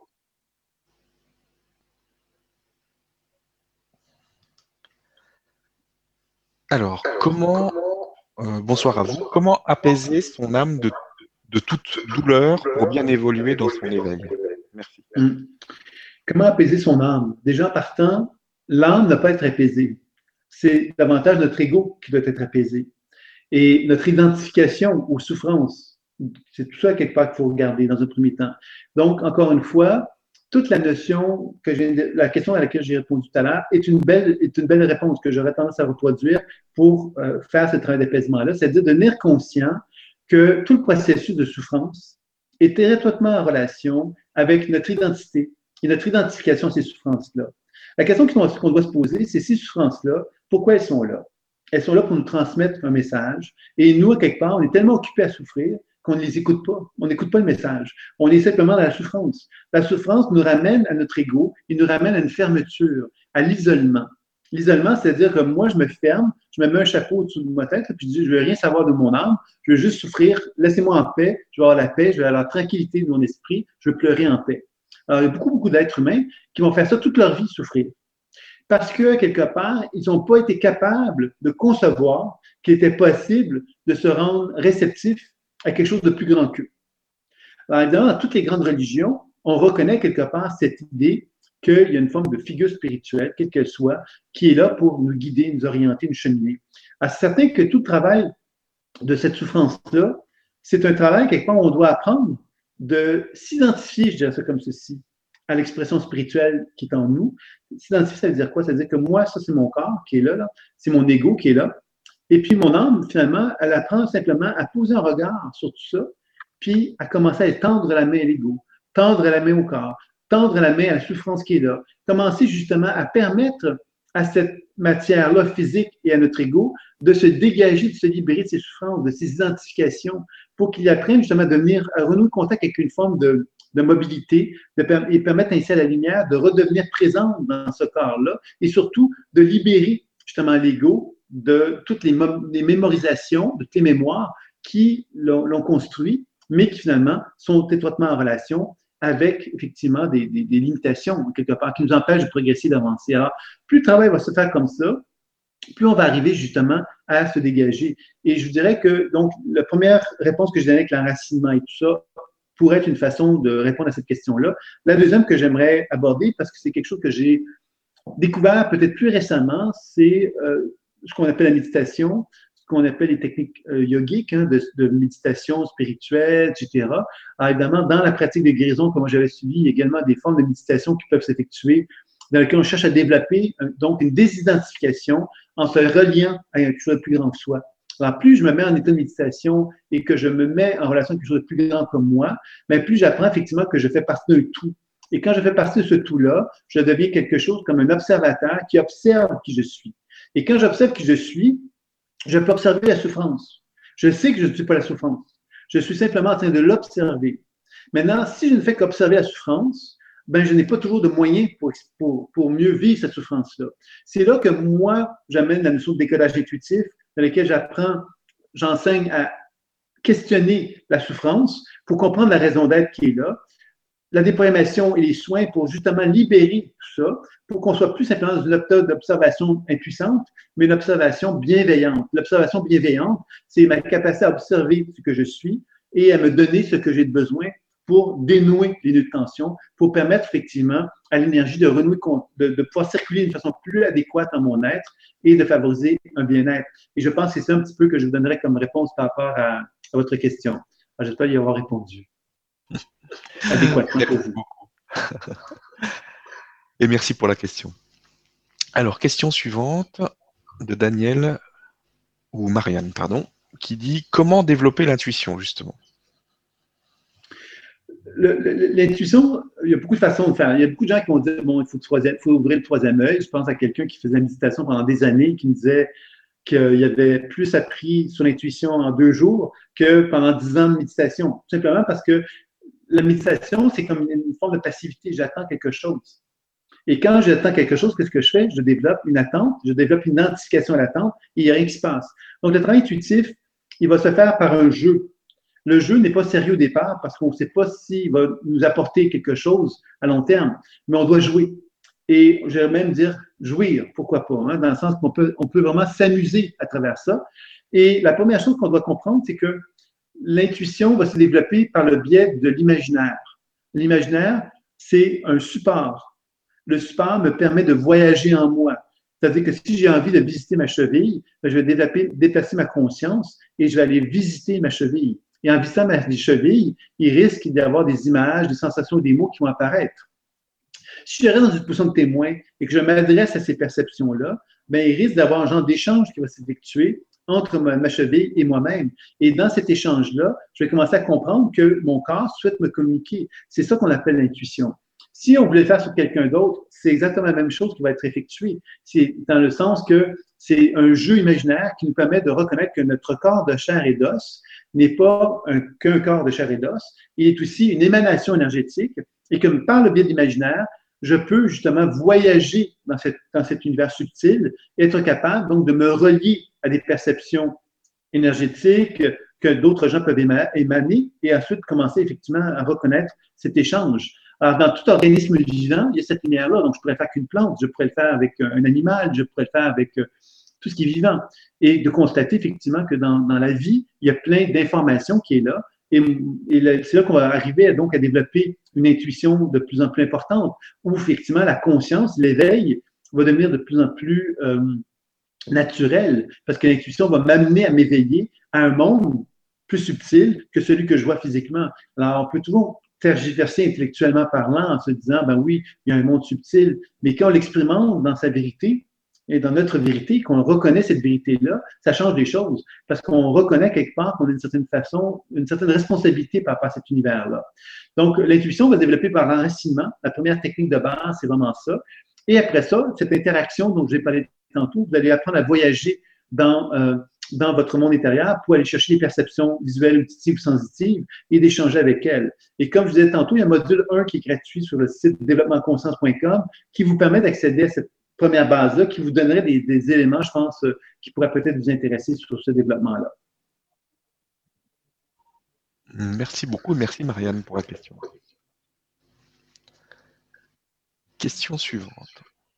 [SPEAKER 1] Alors, bonsoir à vous, comment apaiser son âme de toute douleur pour bien évoluer dans son éveil? Merci.
[SPEAKER 2] Comment apaiser son âme? Déjà, en partant, l'âme ne peut pas être apaisée. C'est davantage notre ego qui doit être apaisé. Et notre identification aux souffrances, c'est tout ça quelque part qu'il faut regarder dans un premier temps. Donc, encore une fois, toute la notion la question à laquelle j'ai répondu tout à l'heure est une belle réponse que j'aurais tendance à reproduire pour faire ce travail d'apaisement-là, c'est-à-dire de devenir conscient que tout le processus de souffrance est étroitement en relation avec notre identité et notre identification à ces souffrances-là. La question qu'on doit se poser, c'est ces souffrances-là, pourquoi elles sont là? Elles sont là pour nous transmettre un message. Et nous, à quelque part, on est tellement occupés à souffrir qu'on ne les écoute pas. On n'écoute pas le message. On est simplement dans la souffrance. La souffrance nous ramène à notre ego, il nous ramène à une fermeture, à l'isolement. L'isolement, c'est-à-dire que moi, je me ferme, je me mets un chapeau au-dessus de ma tête, puis je dis, je ne veux rien savoir de mon âme, je veux juste souffrir, laissez-moi en paix, je veux avoir la paix, je veux avoir la tranquillité de mon esprit, je veux pleurer en paix. Alors, il y a beaucoup d'êtres humains qui vont faire ça toute leur vie, souffrir. Parce que, quelque part, ils n'ont pas été capables de concevoir qu'il était possible de se rendre réceptif à quelque chose de plus grand qu'eux. Alors, évidemment, dans toutes les grandes religions, on reconnaît quelque part cette idée qu'il y a une forme de figure spirituelle, quelle qu'elle soit, qui est là pour nous guider, nous orienter, nous cheminer. Alors, c'est certain que tout le travail de cette souffrance-là, c'est un travail, quelque part, où on doit apprendre de s'identifier, je dirais ça comme ceci, à l'expression spirituelle qui est en nous. S'identifier, ça veut dire quoi? Ça veut dire que moi, ça, c'est mon corps qui est là. C'est mon ego qui est là. Et puis, mon âme, finalement, elle apprend simplement à poser un regard sur tout ça, puis à commencer à tendre la main à l'ego, tendre la main au corps, tendre la main à la souffrance qui est là. Commencer justement à permettre à cette matière-là physique et à notre ego de se dégager, de se libérer de ses souffrances, de ses identifications, pour qu'il apprenne justement à renouer contact avec une forme de mobilité, et permettre ainsi à la lumière de redevenir présente dans ce corps-là, et surtout de libérer justement l'ego de toutes les mémorisations, de toutes les mémoires qui l'ont construit, mais qui finalement sont étroitement en relation avec effectivement des limitations, quelque part, qui nous empêchent de progresser, d'avancer. Alors, plus le travail va se faire comme ça, plus on va arriver justement à se dégager. Et je vous dirais que, donc, la première réponse que je donnais avec l'enracinement et tout ça pourrait être une façon de répondre à cette question-là. La deuxième que j'aimerais aborder, parce que c'est quelque chose que j'ai découvert peut-être plus récemment, c'est ce qu'on appelle la méditation, ce qu'on appelle les techniques yogiques, de méditation spirituelle, etc. Alors, évidemment, dans la pratique de guérison, comme j'avais suivi, il y a également des formes de méditation qui peuvent s'effectuer, dans lesquelles on cherche à développer donc une désidentification en se reliant à quelque chose de plus grand que soi. Alors, plus je me mets en état de méditation et que je me mets en relation avec quelque chose de plus grand comme moi, bien, plus j'apprends effectivement que je fais partie d'un tout. Et quand je fais partie de ce tout-là, je deviens quelque chose comme un observateur qui observe qui je suis. Et quand j'observe qui je suis, Je peux observer la souffrance. Je sais que je ne suis pas la souffrance. Je suis simplement en train de l'observer. Maintenant, si je ne fais qu'observer la souffrance, ben, je n'ai pas toujours de moyens pour mieux vivre cette souffrance-là. C'est là que moi, j'amène la notion de décodage intuitif, dans laquelle j'enseigne à questionner la souffrance pour comprendre la raison d'être qui est là, la déprogrammation et les soins pour justement libérer tout ça, pour qu'on soit plus simplement dans une méthode d'observation impuissante, mais une observation bienveillante. L'observation bienveillante, c'est ma capacité à observer ce que je suis et à me donner ce que j'ai de besoin pour dénouer les nœuds de tension, pour permettre effectivement à l'énergie de renouer, de pouvoir circuler d'une façon plus adéquate dans mon être et de favoriser un bien-être. Et je pense que c'est ça un petit peu que je vous donnerais comme réponse par rapport à votre question. J'espère y avoir répondu adéquatement pour vous.
[SPEAKER 1] Et merci pour la question. Alors, question suivante de Daniel, ou Marianne, pardon, qui dit « Comment développer l'intuition, justement ?»
[SPEAKER 2] L'intuition, il y a beaucoup de façons de faire. Il y a beaucoup de gens qui vont dire, bon, il faut ouvrir le troisième œil. Je pense à quelqu'un qui faisait la méditation pendant des années, qui me disait qu'il avait plus appris sur l'intuition en 2 jours que pendant 10 ans de méditation. Tout simplement parce que la méditation, c'est comme une forme de passivité. J'attends quelque chose. Et quand j'attends quelque chose, qu'est-ce que je fais? Je développe une attente, je développe une anticipation à l'attente et il n'y a rien qui se passe. Donc, le travail intuitif, il va se faire par un jeu. Le jeu n'est pas sérieux au départ parce qu'on ne sait pas s'il va nous apporter quelque chose à long terme, mais on doit jouer. Et je vais même dire jouir, pourquoi pas, hein, dans le sens qu'on peut vraiment s'amuser à travers ça. Et la première chose qu'on doit comprendre, c'est que l'intuition va se développer par le biais de l'imaginaire. L'imaginaire, c'est un support. Le support me permet de voyager en moi. C'est-à-dire que si j'ai envie de visiter ma cheville, je vais déplacer ma conscience et je vais aller visiter ma cheville. Et en visitant ma cheville, il risque d'y avoir des images, des sensations, des mots qui vont apparaître. Si je reste dans une position de témoin et que je m'adresse à ces perceptions-là, bien, il risque d'avoir un genre d'échange qui va s'effectuer entre ma cheville et moi-même. Et dans cet échange-là, je vais commencer à comprendre que mon corps souhaite me communiquer. C'est ça qu'on appelle l'intuition. Si on voulait faire sur quelqu'un d'autre, c'est exactement la même chose qui va être effectuée. C'est dans le sens que c'est un jeu imaginaire qui nous permet de reconnaître que notre corps de chair et d'os n'est pas qu'un corps de chair et d'os, il est aussi une émanation énergétique et que par le biais de l'imaginaire, je peux justement voyager dans cet univers subtil et être capable donc de me relier à des perceptions énergétiques que d'autres gens peuvent émaner et ensuite commencer effectivement à reconnaître cet échange. Alors, dans tout organisme vivant, il y a cette lumière-là. Donc, je pourrais faire qu'une plante, je pourrais le faire avec un animal, je pourrais le faire avec tout ce qui est vivant. Et de constater effectivement que dans la vie, il y a plein d'informations qui est là. Et c'est là qu'on va arriver donc à développer une intuition de plus en plus importante, où effectivement la conscience, l'éveil, va devenir de plus en plus naturel, parce que l'intuition va m'amener à m'éveiller à un monde plus subtil que celui que je vois physiquement. Alors, on peut toujours tergiverser intellectuellement parlant en se disant, ben oui, il y a un monde subtil, mais quand on l'expérimente dans sa vérité, et dans notre vérité, qu'on reconnaît cette vérité-là, ça change des choses. Parce qu'on reconnaît quelque part qu'on a une certaine façon, une certaine responsabilité par rapport à cet univers-là. Donc, l'intuition va se développer par l'enracinement. La première technique de base, c'est vraiment ça. Et après ça, cette interaction dont j'ai parlé tantôt, vous allez apprendre à voyager dans votre monde intérieur pour aller chercher des perceptions visuelles, auditives ou sensitives et d'échanger avec elles. Et comme je disais tantôt, il y a un module 1 qui est gratuit sur le site développementconscience.com qui vous permet d'accéder à cette première base-là, qui vous donnerait des éléments, je pense, qui pourraient peut-être vous intéresser sur ce développement-là.
[SPEAKER 1] Merci beaucoup, merci Marianne pour la question. Question suivante.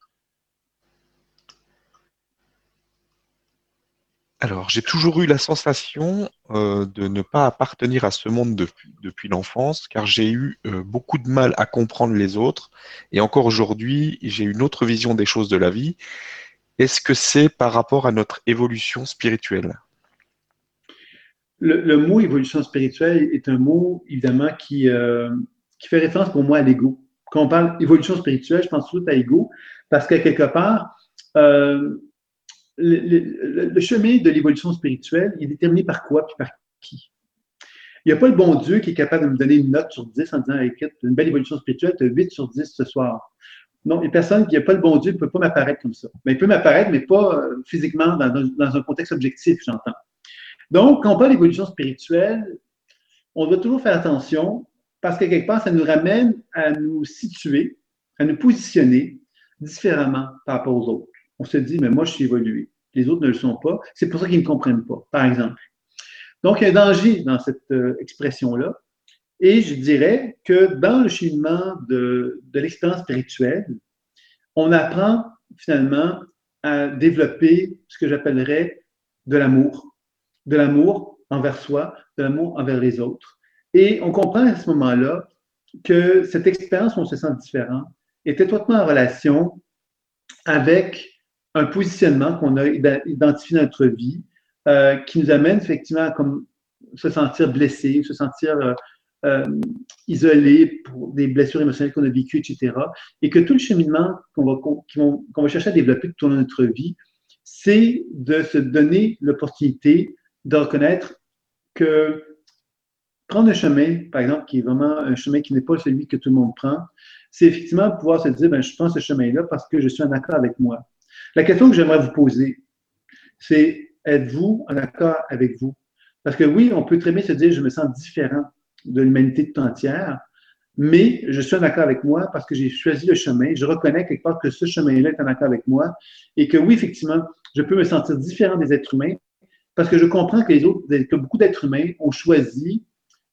[SPEAKER 1] Alors, j'ai toujours eu la sensation de ne pas appartenir à ce monde depuis l'enfance, car j'ai eu beaucoup de mal à comprendre les autres. Et encore aujourd'hui, j'ai une autre vision des choses de la vie. Est-ce que c'est par rapport à notre évolution spirituelle?
[SPEAKER 2] Le mot évolution spirituelle est un mot, évidemment, qui fait référence pour moi à l'ego. Quand on parle évolution spirituelle, je pense tout à l'ego, parce qu'à quelque part, le chemin de l'évolution spirituelle est déterminé par quoi puis par qui? Il n'y a pas le bon Dieu qui est capable de me donner une note sur 10 en disant, écoute, une belle évolution spirituelle, tu as 8 sur 10 ce soir. Non, une personne qui n'a pas le bon Dieu ne peut pas m'apparaître comme ça. Mais il peut m'apparaître, mais pas physiquement, dans un contexte objectif, j'entends. Donc, quand on parle d'évolution spirituelle, on doit toujours faire attention parce que quelque part, ça nous ramène à nous situer, à nous positionner différemment par rapport aux autres. On se dit, mais moi, je suis évolué. Les autres ne le sont pas. C'est pour ça qu'ils ne me comprennent pas, par exemple. Donc, il y a un danger dans cette expression-là. Et je dirais que dans le cheminement de l'expérience spirituelle, on apprend finalement à développer ce que j'appellerais de l'amour envers soi, de l'amour envers les autres. Et on comprend à ce moment-là que cette expérience où on se sent différent est étroitement en relation avec un positionnement qu'on a identifié dans notre vie qui nous amène effectivement à comme se sentir blessé, se sentir isolé pour des blessures émotionnelles qu'on a vécues, etc. Et que tout le cheminement qu'on va chercher à développer tout au long de notre vie, c'est de se donner l'opportunité de reconnaître que prendre un chemin, par exemple, qui est vraiment un chemin qui n'est pas celui que tout le monde prend, c'est effectivement pouvoir se dire, ben, je prends ce chemin-là parce que je suis en accord avec moi. La question que j'aimerais vous poser, c'est êtes-vous en accord avec vous? Parce que oui, on peut très bien se dire, je me sens différent de l'humanité tout entière, mais je suis en accord avec moi parce que j'ai choisi le chemin. Je reconnais quelque part que ce chemin-là est en accord avec moi et que oui, effectivement, je peux me sentir différent des êtres humains parce que je comprends que que beaucoup d'êtres humains ont choisi,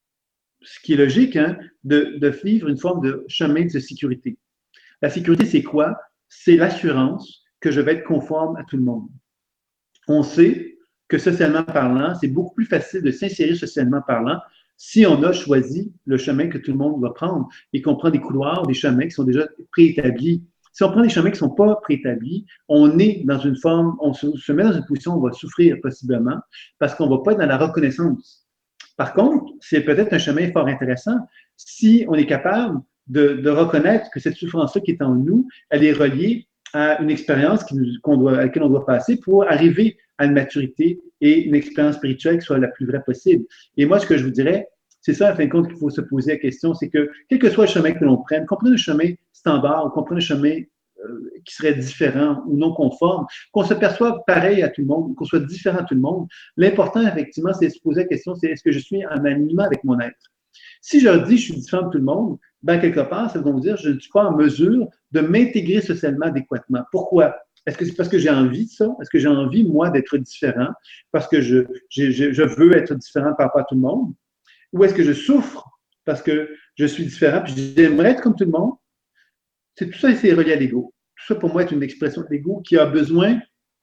[SPEAKER 2] ce qui est logique, hein, de vivre une forme de chemin de sécurité. La sécurité, c'est quoi? C'est l'assurance que je vais être conforme à tout le monde. On sait que socialement parlant, c'est beaucoup plus facile de s'insérer socialement parlant si on a choisi le chemin que tout le monde va prendre et qu'on prend des couloirs, des chemins qui sont déjà préétablis. Si on prend des chemins qui ne sont pas préétablis, on est dans une forme, on se met dans une position où on va souffrir possiblement parce qu'on ne va pas être dans la reconnaissance. Par contre, c'est peut-être un chemin fort intéressant si on est capable de reconnaître que cette souffrance-là qui est en nous, elle est reliée à une expérience à laquelle on doit passer pour arriver à une maturité et une expérience spirituelle qui soit la plus vraie possible. Et moi, ce que je vous dirais, c'est ça, en fin de compte, qu'il faut se poser la question, c'est que quel que soit le chemin que l'on prenne, qu'on prenne un chemin standard ou qu'on prenne un chemin qui serait différent ou non conforme, qu'on se perçoive pareil à tout le monde, qu'on soit différent à tout le monde. L'important, effectivement, c'est de se poser la question, c'est est-ce que je suis en alignement avec mon être? Si je dis je suis différent de tout le monde, ben quelque part, ça veut dire que je ne suis pas en mesure de m'intégrer socialement adéquatement. Pourquoi? Est-ce que c'est parce que j'ai envie de ça? Est-ce que j'ai envie, moi, d'être différent parce que je veux être différent par rapport à tout le monde? Ou est-ce que je souffre parce que je suis différent puis j'aimerais être comme tout le monde? C'est tout ça, c'est relié à l'ego. Tout ça, pour moi, est une expression de l'ego qui a besoin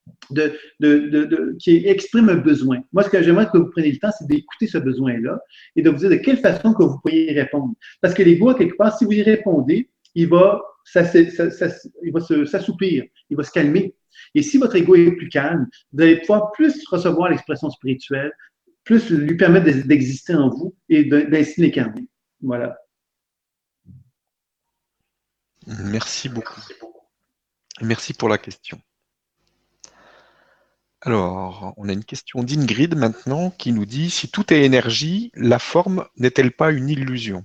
[SPEAKER 2] qui exprime un besoin. Moi, ce que j'aimerais que vous preniez le temps, c'est d'écouter ce besoin-là et de vous dire de quelle façon que vous pourriez y répondre. Parce que l'ego, quelque part, si vous y répondez, il va s'assoupir, il va se calmer. Et si votre ego est plus calme, vous allez pouvoir plus recevoir l'expression spirituelle, plus lui permettre d'exister en vous et d'ainsi l'incarner. Voilà.
[SPEAKER 1] Merci beaucoup. Merci pour la question. Alors, on a une question d'Ingrid maintenant qui nous dit si tout est énergie, la forme n'est-elle pas une illusion?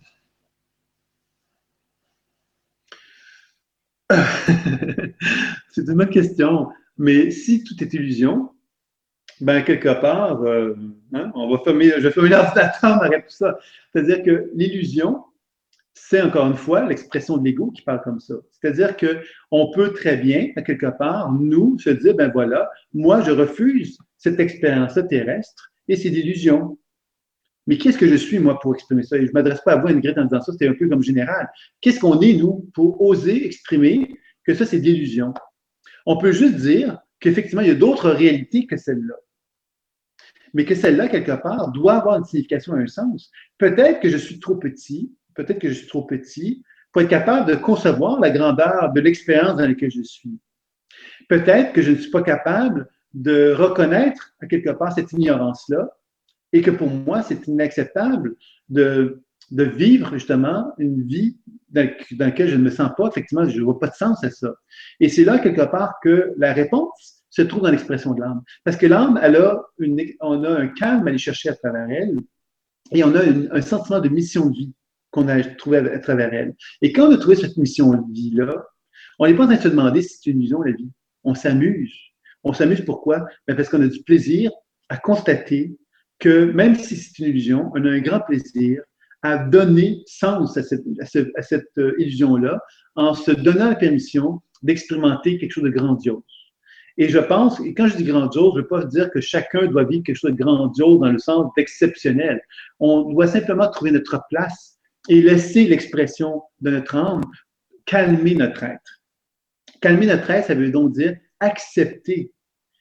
[SPEAKER 2] C'est une bonne question. Mais si tout est illusion, ben quelque part, je vais fermer l'ordinateur, on arrête tout ça. C'est-à-dire que l'illusion, c'est encore une fois l'expression de l'ego qui parle comme ça. C'est-à-dire qu'on peut très bien, à quelque part, nous, se dire, ben voilà, moi, je refuse cette expérience terrestre et c'est d'illusion. Mais qu'est-ce que je suis, moi, pour exprimer ça? Et je ne m'adresse pas à vous, Ingrid, en disant ça, c'était un peu comme général. Qu'est-ce qu'on est, nous, pour oser exprimer que ça, c'est d'illusion? On peut juste dire qu'effectivement, il y a d'autres réalités que celle-là. Mais que celle-là, quelque part, doit avoir une signification et un sens. Peut-être que je suis trop petit, pour être capable de concevoir la grandeur de l'expérience dans laquelle je suis. Peut-être que je ne suis pas capable de reconnaître, à quelque part, cette ignorance-là et que pour moi, c'est inacceptable de vivre justement une vie dans laquelle je ne me sens pas, effectivement, je ne vois pas de sens à ça. Et c'est là, quelque part, que la réponse se trouve dans l'expression de l'âme. Parce que l'âme, on a un calme à aller chercher à travers elle et on a un sentiment de mission de vie qu'on a trouvé à travers elle. Et quand on a trouvé cette mission de vie-là, On n'est pas en train de se demander si c'est une illusion, la vie. On s'amuse. On s'amuse pourquoi? Ben parce qu'on a du plaisir à constater que même si c'est une illusion, on a un grand plaisir à donner sens à cette illusion-là en se donnant la permission d'expérimenter quelque chose de grandiose. Et je pense, et quand je dis grandiose, je ne veux pas dire que chacun doit vivre quelque chose de grandiose dans le sens d'exceptionnel. On doit simplement trouver notre place et laisser l'expression de notre âme calmer notre être. Calmer notre être, ça veut donc dire accepter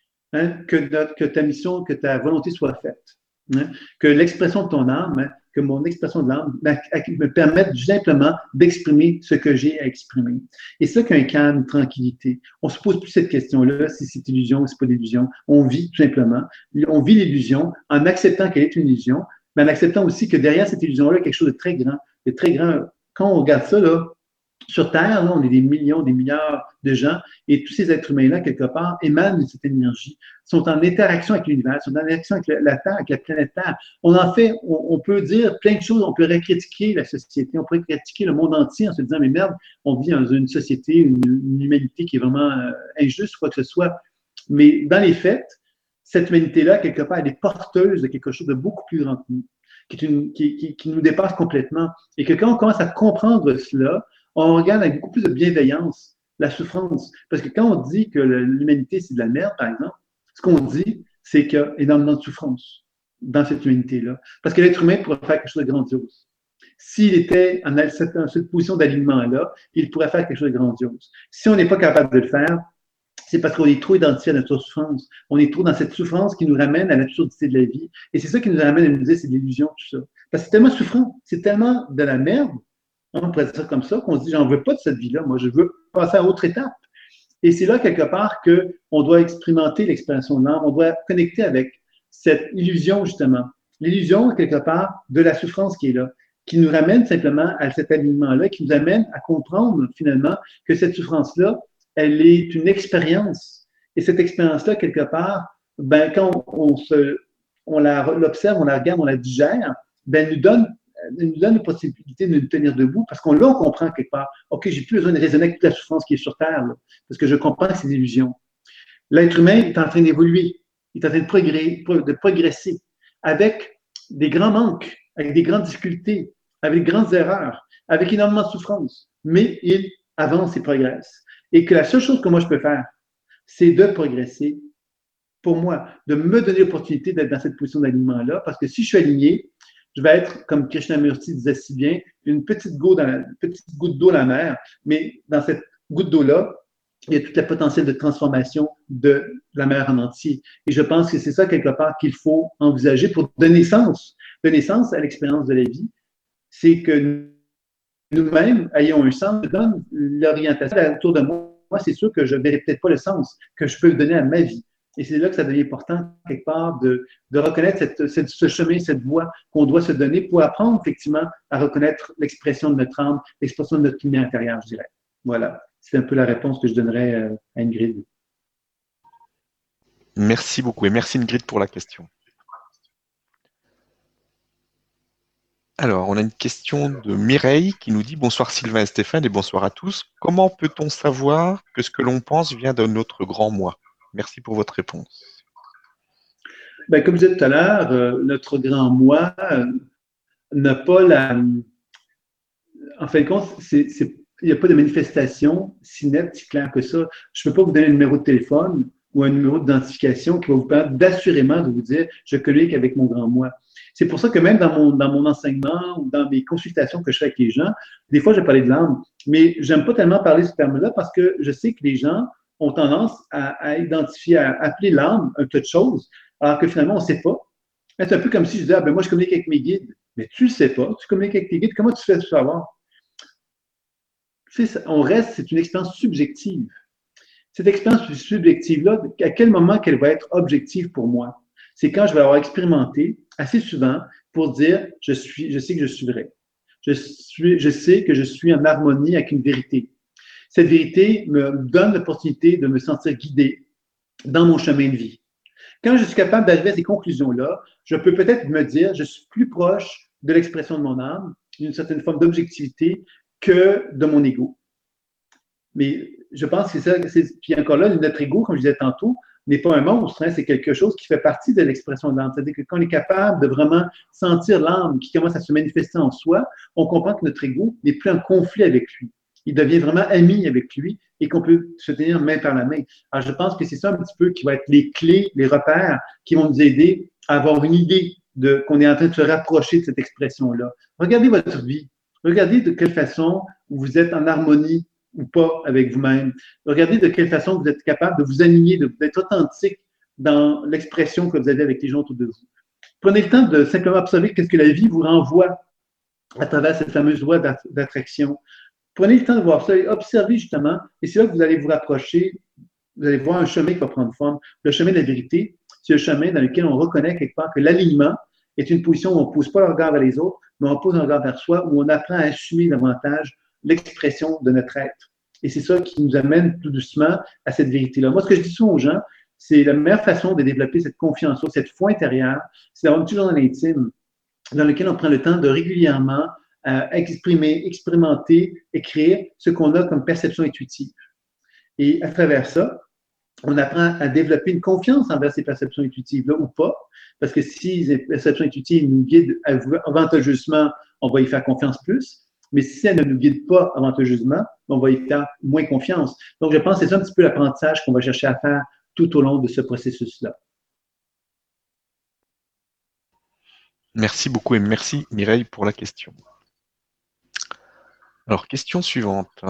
[SPEAKER 2] que ta mission, que ta volonté soit faite. Que l'expression de ton âme, que mon expression de l'âme me permette simplement d'exprimer ce que j'ai à exprimer. Et c'est ça qu'un calme, une tranquillité. On ne se pose plus cette question-là, si c'est illusion ou si c'est pas d'illusion. On vit tout simplement. On vit l'illusion en acceptant qu'elle est une illusion, mais en acceptant aussi que derrière cette illusion-là, il y a quelque chose de très grand. De très grand. Quand on regarde ça, là, sur Terre, là, on est des millions, des milliards de gens, et tous ces êtres humains-là, quelque part, émanent de cette énergie, sont en interaction avec l'univers, sont en interaction avec la Terre, avec la planète Terre. On en fait, on peut dire plein de choses, on peut critiquer la société, on pourrait critiquer le monde entier en se disant, mais merde, on vit dans une société, une humanité qui est vraiment injuste, quoi que ce soit. Mais dans les faits, cette humanité-là, quelque part, elle est porteuse de quelque chose de beaucoup plus grand que nous, qui nous dépasse complètement. Et que quand on commence à comprendre cela, on regarde avec beaucoup plus de bienveillance la souffrance. Parce que quand on dit que l'humanité, c'est de la merde, par exemple, ce qu'on dit, c'est qu'il y a énormément de souffrance dans cette humanité-là. Parce que l'être humain pourrait faire quelque chose de grandiose. S'il était en cette position d'alignement-là, il pourrait faire quelque chose de grandiose. Si on n'est pas capable de le faire, c'est parce qu'on est trop identifié à notre souffrance. On est trop dans cette souffrance qui nous ramène à l'absurdité de la vie. Et c'est ça qui nous ramène à nous dire c'est de l'illusion, tout ça. Parce que c'est tellement souffrant, c'est tellement de la merde, on pourrait dire ça comme ça, qu'on se dit, j'en veux pas de cette vie-là, moi, je veux passer à autre étape. Et c'est là, quelque part, qu'on doit expérimenter l'expérience de l'âme, on doit connecter avec cette illusion, justement. L'illusion, quelque part, de la souffrance qui est là, qui nous ramène simplement à cet alignement-là, qui nous amène à comprendre, finalement, que cette souffrance-là, elle est une expérience. Et cette expérience-là, quelque part, ben, quand on l'observe, on la regarde, on la digère, ben, elle nous donne la possibilité de nous tenir debout parce qu'on comprend quelque part, OK, j'ai plus besoin de raisonner avec toute la souffrance qui est sur Terre, là, parce que je comprends que c'est des illusions. L'être humain est en train d'évoluer, il est en train de progresser avec des grands manques, avec des grandes difficultés, avec de grandes erreurs, avec énormément de souffrance, mais il avance et progresse. Et que la seule chose que moi je peux faire, c'est de progresser pour moi, de me donner l'opportunité d'être dans cette position d'alignement-là, parce que si je suis aligné, je vais être, comme Krishnamurti disait si bien, une petite goutte d'eau dans la mer, mais dans cette goutte d'eau-là, il y a tout le potentiel de transformation de la mer en entier. Et je pense que c'est ça, quelque part, qu'il faut envisager pour donner sens à l'expérience de la vie. C'est que nous-mêmes ayons un sens, donne l'orientation autour de moi. Moi, c'est sûr que je ne verrai peut-être pas le sens que je peux donner à ma vie. Et c'est là que ça devient important, quelque part, de reconnaître ce chemin, cette voie qu'on doit se donner pour apprendre, effectivement, à reconnaître l'expression de notre âme, l'expression de notre lumière intérieure, je dirais. Voilà. C'est un peu la réponse que je donnerais à Ingrid.
[SPEAKER 1] Merci beaucoup et merci Ingrid pour la question. Alors, on a une question de Mireille qui nous dit « Bonsoir Sylvain et Stéphane et bonsoir à tous. Comment peut-on savoir que ce que l'on pense vient de notre grand moi ?» Merci pour votre réponse.
[SPEAKER 2] Ben, comme je disais tout à l'heure, notre grand moi n'a pas la... En fin de compte, il n'y a pas de manifestation si nette, si claire que ça. Je ne peux pas vous donner un numéro de téléphone ou un numéro d'identification qui va vous permettre d'assurément de vous dire « je communique avec mon grand moi ». C'est pour ça que même dans mon enseignement ou dans mes consultations que je fais avec les gens, des fois, je vais parler de l'âme, mais je n'aime pas tellement parler de ce terme-là parce que je sais que les gens ont tendance à identifier, à appeler l'âme un tas de choses, alors que finalement, on ne sait pas. C'est un peu comme si je disais, ah, ben moi, je communique avec mes guides. Mais tu ne le sais pas, tu communiques avec tes guides, comment tu fais le savoir? Tu sais, c'est une expérience subjective. Cette expérience subjective-là, à quel moment qu'elle va être objective pour moi? C'est quand je vais avoir expérimenté assez souvent pour dire, je sais que je suis vrai. Je sais que je suis en harmonie avec une vérité. Cette vérité me donne l'opportunité de me sentir guidé dans mon chemin de vie. Quand je suis capable d'arriver à ces conclusions-là, je peux peut-être me dire, je suis plus proche de l'expression de mon âme, d'une certaine forme d'objectivité que de mon ego. Mais je pense que c'est ça. Puis encore là, notre ego, comme je disais tantôt, n'est pas un monstre, hein, c'est quelque chose qui fait partie de l'expression de l'âme. C'est-à-dire que quand on est capable de vraiment sentir l'âme qui commence à se manifester en soi, on comprend que notre ego n'est plus en conflit avec lui. Il devient vraiment ami avec lui et qu'on peut se tenir main par la main. Alors, je pense que c'est ça un petit peu qui va être les clés, les repères qui vont nous aider à avoir une idée de qu'on est en train de se rapprocher de cette expression-là. Regardez votre vie. Regardez de quelle façon vous êtes en harmonie ou pas avec vous-même. Regardez de quelle façon vous êtes capable de vous aligner, d'être authentique dans l'expression que vous avez avec les gens autour de vous. Prenez le temps de simplement observer qu'est-ce que la vie vous renvoie à travers cette fameuse loi d'attraction. Prenez le temps de voir ça et observez justement, et c'est là que vous allez vous rapprocher, vous allez voir un chemin qui va prendre forme. Le chemin de la vérité, c'est le chemin dans lequel on reconnaît quelque part que l'alignement est une position où on ne pose pas le regard vers les autres, mais on pose un regard vers soi, où on apprend à assumer davantage l'expression de notre être. Et c'est ça qui nous amène tout doucement à cette vérité-là. Moi, ce que je dis souvent aux gens, c'est la meilleure façon de développer cette confiance, cette foi intérieure, c'est d'avoir une toujours dans l'intime, dans lequel on prend le temps de régulièrement exprimer, expérimenter, écrire ce qu'on a comme perception intuitive. Et à travers ça, on apprend à développer une confiance envers ces perceptions intuitives-là ou pas, parce que si les perceptions intuitives nous guident avantageusement, on va y faire confiance plus, mais si elles ne nous guident pas avantageusement, on va y faire moins confiance. Donc, je pense que c'est ça un petit peu l'apprentissage qu'on va chercher à faire tout au long de ce processus-là.
[SPEAKER 1] Merci beaucoup et merci Mireille pour la question. Alors, question suivante.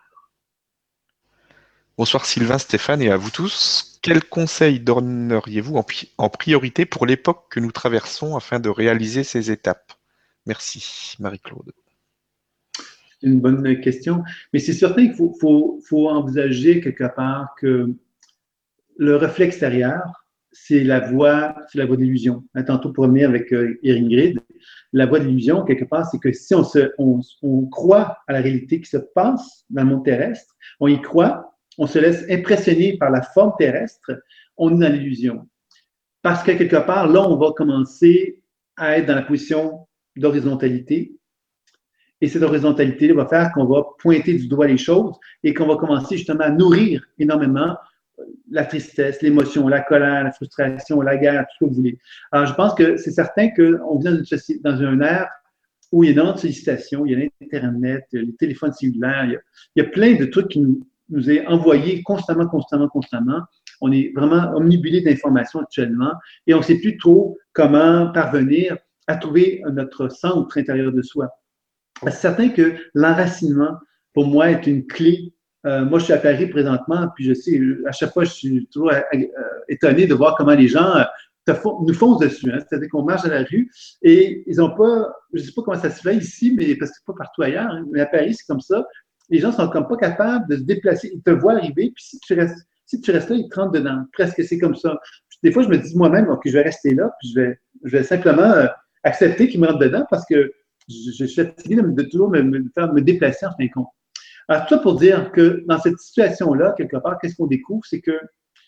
[SPEAKER 1] Bonsoir Sylvain, Stéphane et à vous tous. Quels conseils donneriez-vous en priorité pour l'époque que nous traversons afin de réaliser ces étapes? Merci, Marie-Claude.
[SPEAKER 2] C'est une bonne question, mais c'est certain qu'il faut envisager quelque part que le reflet extérieur, c'est la voie d'illusion. Tantôt pour revenir avec Ingrid, la voie d'illusion, quelque part, c'est que si on croit à la réalité qui se passe dans le monde terrestre, on y croit, on se laisse impressionner par la forme terrestre, on est dans l'illusion. Parce que quelque part, là, on va commencer à être dans la position d'horizontalité. Et cette horizontalité va faire qu'on va pointer du doigt les choses et qu'on va commencer justement à nourrir énormément la tristesse, l'émotion, la colère, la frustration, la guerre, tout ce que vous voulez. Alors, je pense que c'est certain qu'on vit dans un ère où il y a énormément de sollicitations, il y a l'Internet, les téléphones cellulaires, il y a plein de trucs qui nous est envoyé constamment. On est vraiment omnibulé d'informations actuellement et on ne sait plus trop comment parvenir à trouver notre centre intérieur de soi. C'est certain que l'enracinement, pour moi, est une clé. Moi, je suis à Paris présentement, puis je sais, à chaque fois, je suis toujours étonné de voir comment les gens nous foncent dessus. Hein? C'est-à-dire qu'on marche dans la rue et ils n'ont pas, je ne sais pas comment ça se fait ici, mais parce que c'est pas partout ailleurs, hein, mais à Paris, c'est comme ça. Les gens sont comme pas capables de se déplacer. Ils te voient arriver, puis si tu restes là, ils te rentrent dedans. Presque, c'est comme ça. Puis, des fois, je me dis moi-même, OK, je vais rester là, puis je vais simplement accepter qu'ils me rentrent dedans parce que je suis fatigué de toujours me déplacer en fin de compte. Alors, tout ça pour dire que dans cette situation-là, quelque part, qu'est-ce qu'on découvre? C'est que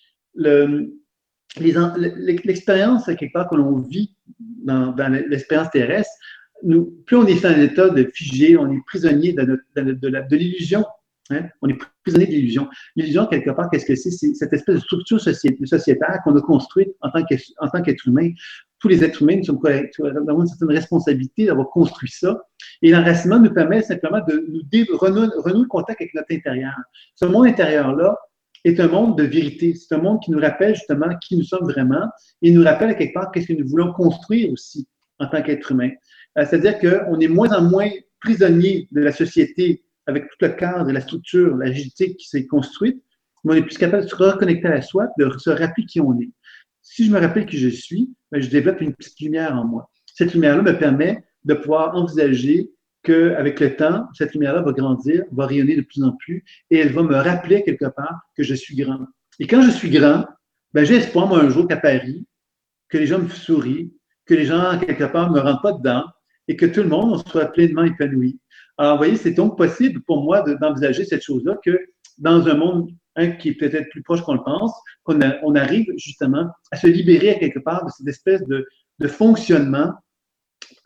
[SPEAKER 2] l'expérience, quelque part, que l'on vit dans l'expérience terrestre, plus on est dans un état de figé, on est prisonnier de l'illusion. Hein? On est prisonnier de l'illusion. L'illusion, quelque part, qu'est-ce que c'est? C'est cette espèce de structure sociétaire qu'on a construite en tant qu'être humain. Tous les êtres humains avons une certaine responsabilité d'avoir construit ça. Et l'enracinement nous permet simplement de renouer le contact avec notre intérieur. Ce monde intérieur-là est un monde de vérité. C'est un monde qui nous rappelle justement qui nous sommes vraiment et nous rappelle à quelque part qu'est-ce que nous voulons construire aussi en tant qu'être humain. C'est-à-dire qu'on est moins en moins prisonnier de la société avec tout le cadre et la structure, la rigidité qui s'est construite, mais on est plus capable de se reconnecter à soi, de se rappeler qui on est. Si je me rappelle qui je suis, ben, je développe une petite lumière en moi. Cette lumière-là me permet de pouvoir envisager qu'avec le temps, cette lumière-là va grandir, va rayonner de plus en plus et elle va me rappeler quelque part que je suis grand. Et quand je suis grand, ben, j'ai espoir, moi, un jour qu'à Paris, que les gens me sourient, que les gens, quelque part, ne me rentrent pas dedans et que tout le monde soit pleinement épanoui. Alors, vous voyez, c'est donc possible pour moi d'envisager cette chose-là que dans un monde qui est peut-être plus proche qu'on le pense, on arrive justement à se libérer à quelque part de cette espèce de fonctionnement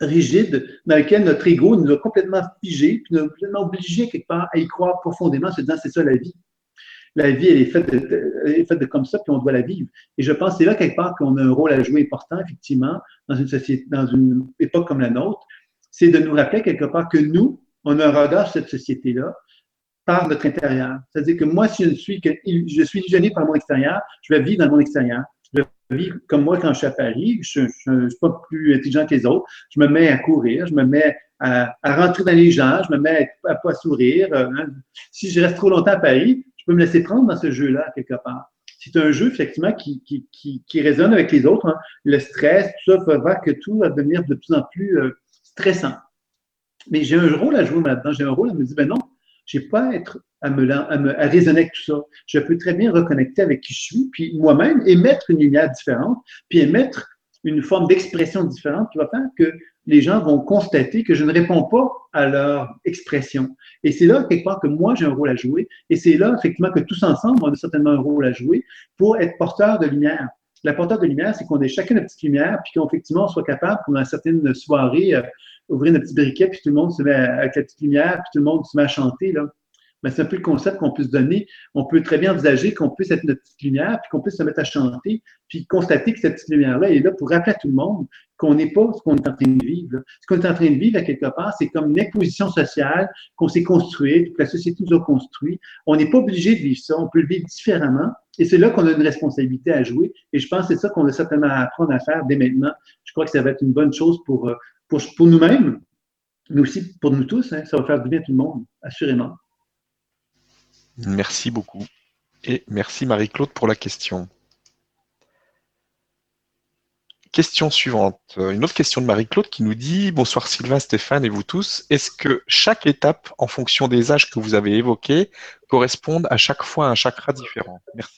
[SPEAKER 2] rigide dans lequel notre ego nous a complètement figés, puis nous a complètement obligés quelque part à y croire profondément, en se disant c'est ça la vie. La vie, elle est faite de comme ça, puis on doit la vivre. Et je pense que c'est là quelque part qu'on a un rôle à jouer important, effectivement, dans une société, dans une époque comme la nôtre, c'est de nous rappeler quelque part que nous, on a un regard sur cette société-là par notre intérieur. C'est-à-dire que moi, si je suis illusionné par mon extérieur, je vais vivre dans mon extérieur. Je vais vivre comme moi quand je suis à Paris, je ne suis pas plus intelligent que les autres, je me mets à courir, je me mets à rentrer dans les gens, je me mets à pas sourire. Si je reste trop longtemps à Paris, je peux me laisser prendre dans ce jeu-là, quelque part. C'est un jeu, effectivement, qui résonne avec les autres. Hein. Le stress, tout ça, va faire que tout va devenir de plus en plus stressant. Mais j'ai un rôle à jouer là-dedans. J'ai un rôle à me dire, ben non, je n'ai pas à être à raisonner avec tout ça. Je peux très bien reconnecter avec qui je suis, puis moi-même émettre une lumière différente, puis émettre une forme d'expression différente qui va faire que les gens vont constater que je ne réponds pas à leur expression. Et c'est là, quelque part, que moi, j'ai un rôle à jouer. Et c'est là, effectivement, que tous ensemble, on a certainement un rôle à jouer pour être porteur de lumière. La porteur de lumière, c'est qu'on ait chacun notre petite lumière, puis qu'effectivement, on soit capable, pendant certaines soirées, ouvrir notre petit briquet, puis tout le monde se met avec la petite lumière, puis tout le monde se met à chanter, là. Mais c'est un peu le concept qu'on peut se donner. On peut très bien envisager qu'on puisse être notre petite lumière, puis qu'on puisse se mettre à chanter, puis constater que cette petite lumière-là est là pour rappeler à tout le monde qu'on n'est pas ce qu'on est en train de vivre. Là. Ce qu'on est en train de vivre, à quelque part, c'est comme une imposition sociale qu'on s'est construite, que la société nous a construit. On n'est pas obligé de vivre ça, on peut le vivre différemment. Et c'est là qu'on a une responsabilité à jouer. Et je pense que c'est ça qu'on a certainement à apprendre à faire dès maintenant. Je crois que ça va être une bonne chose pour nous-mêmes, mais aussi pour nous tous. Hein. Ça va faire du bien à tout le monde, assurément.
[SPEAKER 1] Merci beaucoup. Et merci Marie-Claude pour la question. Question suivante. Une autre question de Marie-Claude qui nous dit « Bonsoir Sylvain, Stéphane et vous tous. Est-ce que chaque étape, en fonction des âges que vous avez évoqués, correspondent à chaque fois à un chakra différent ?» Merci.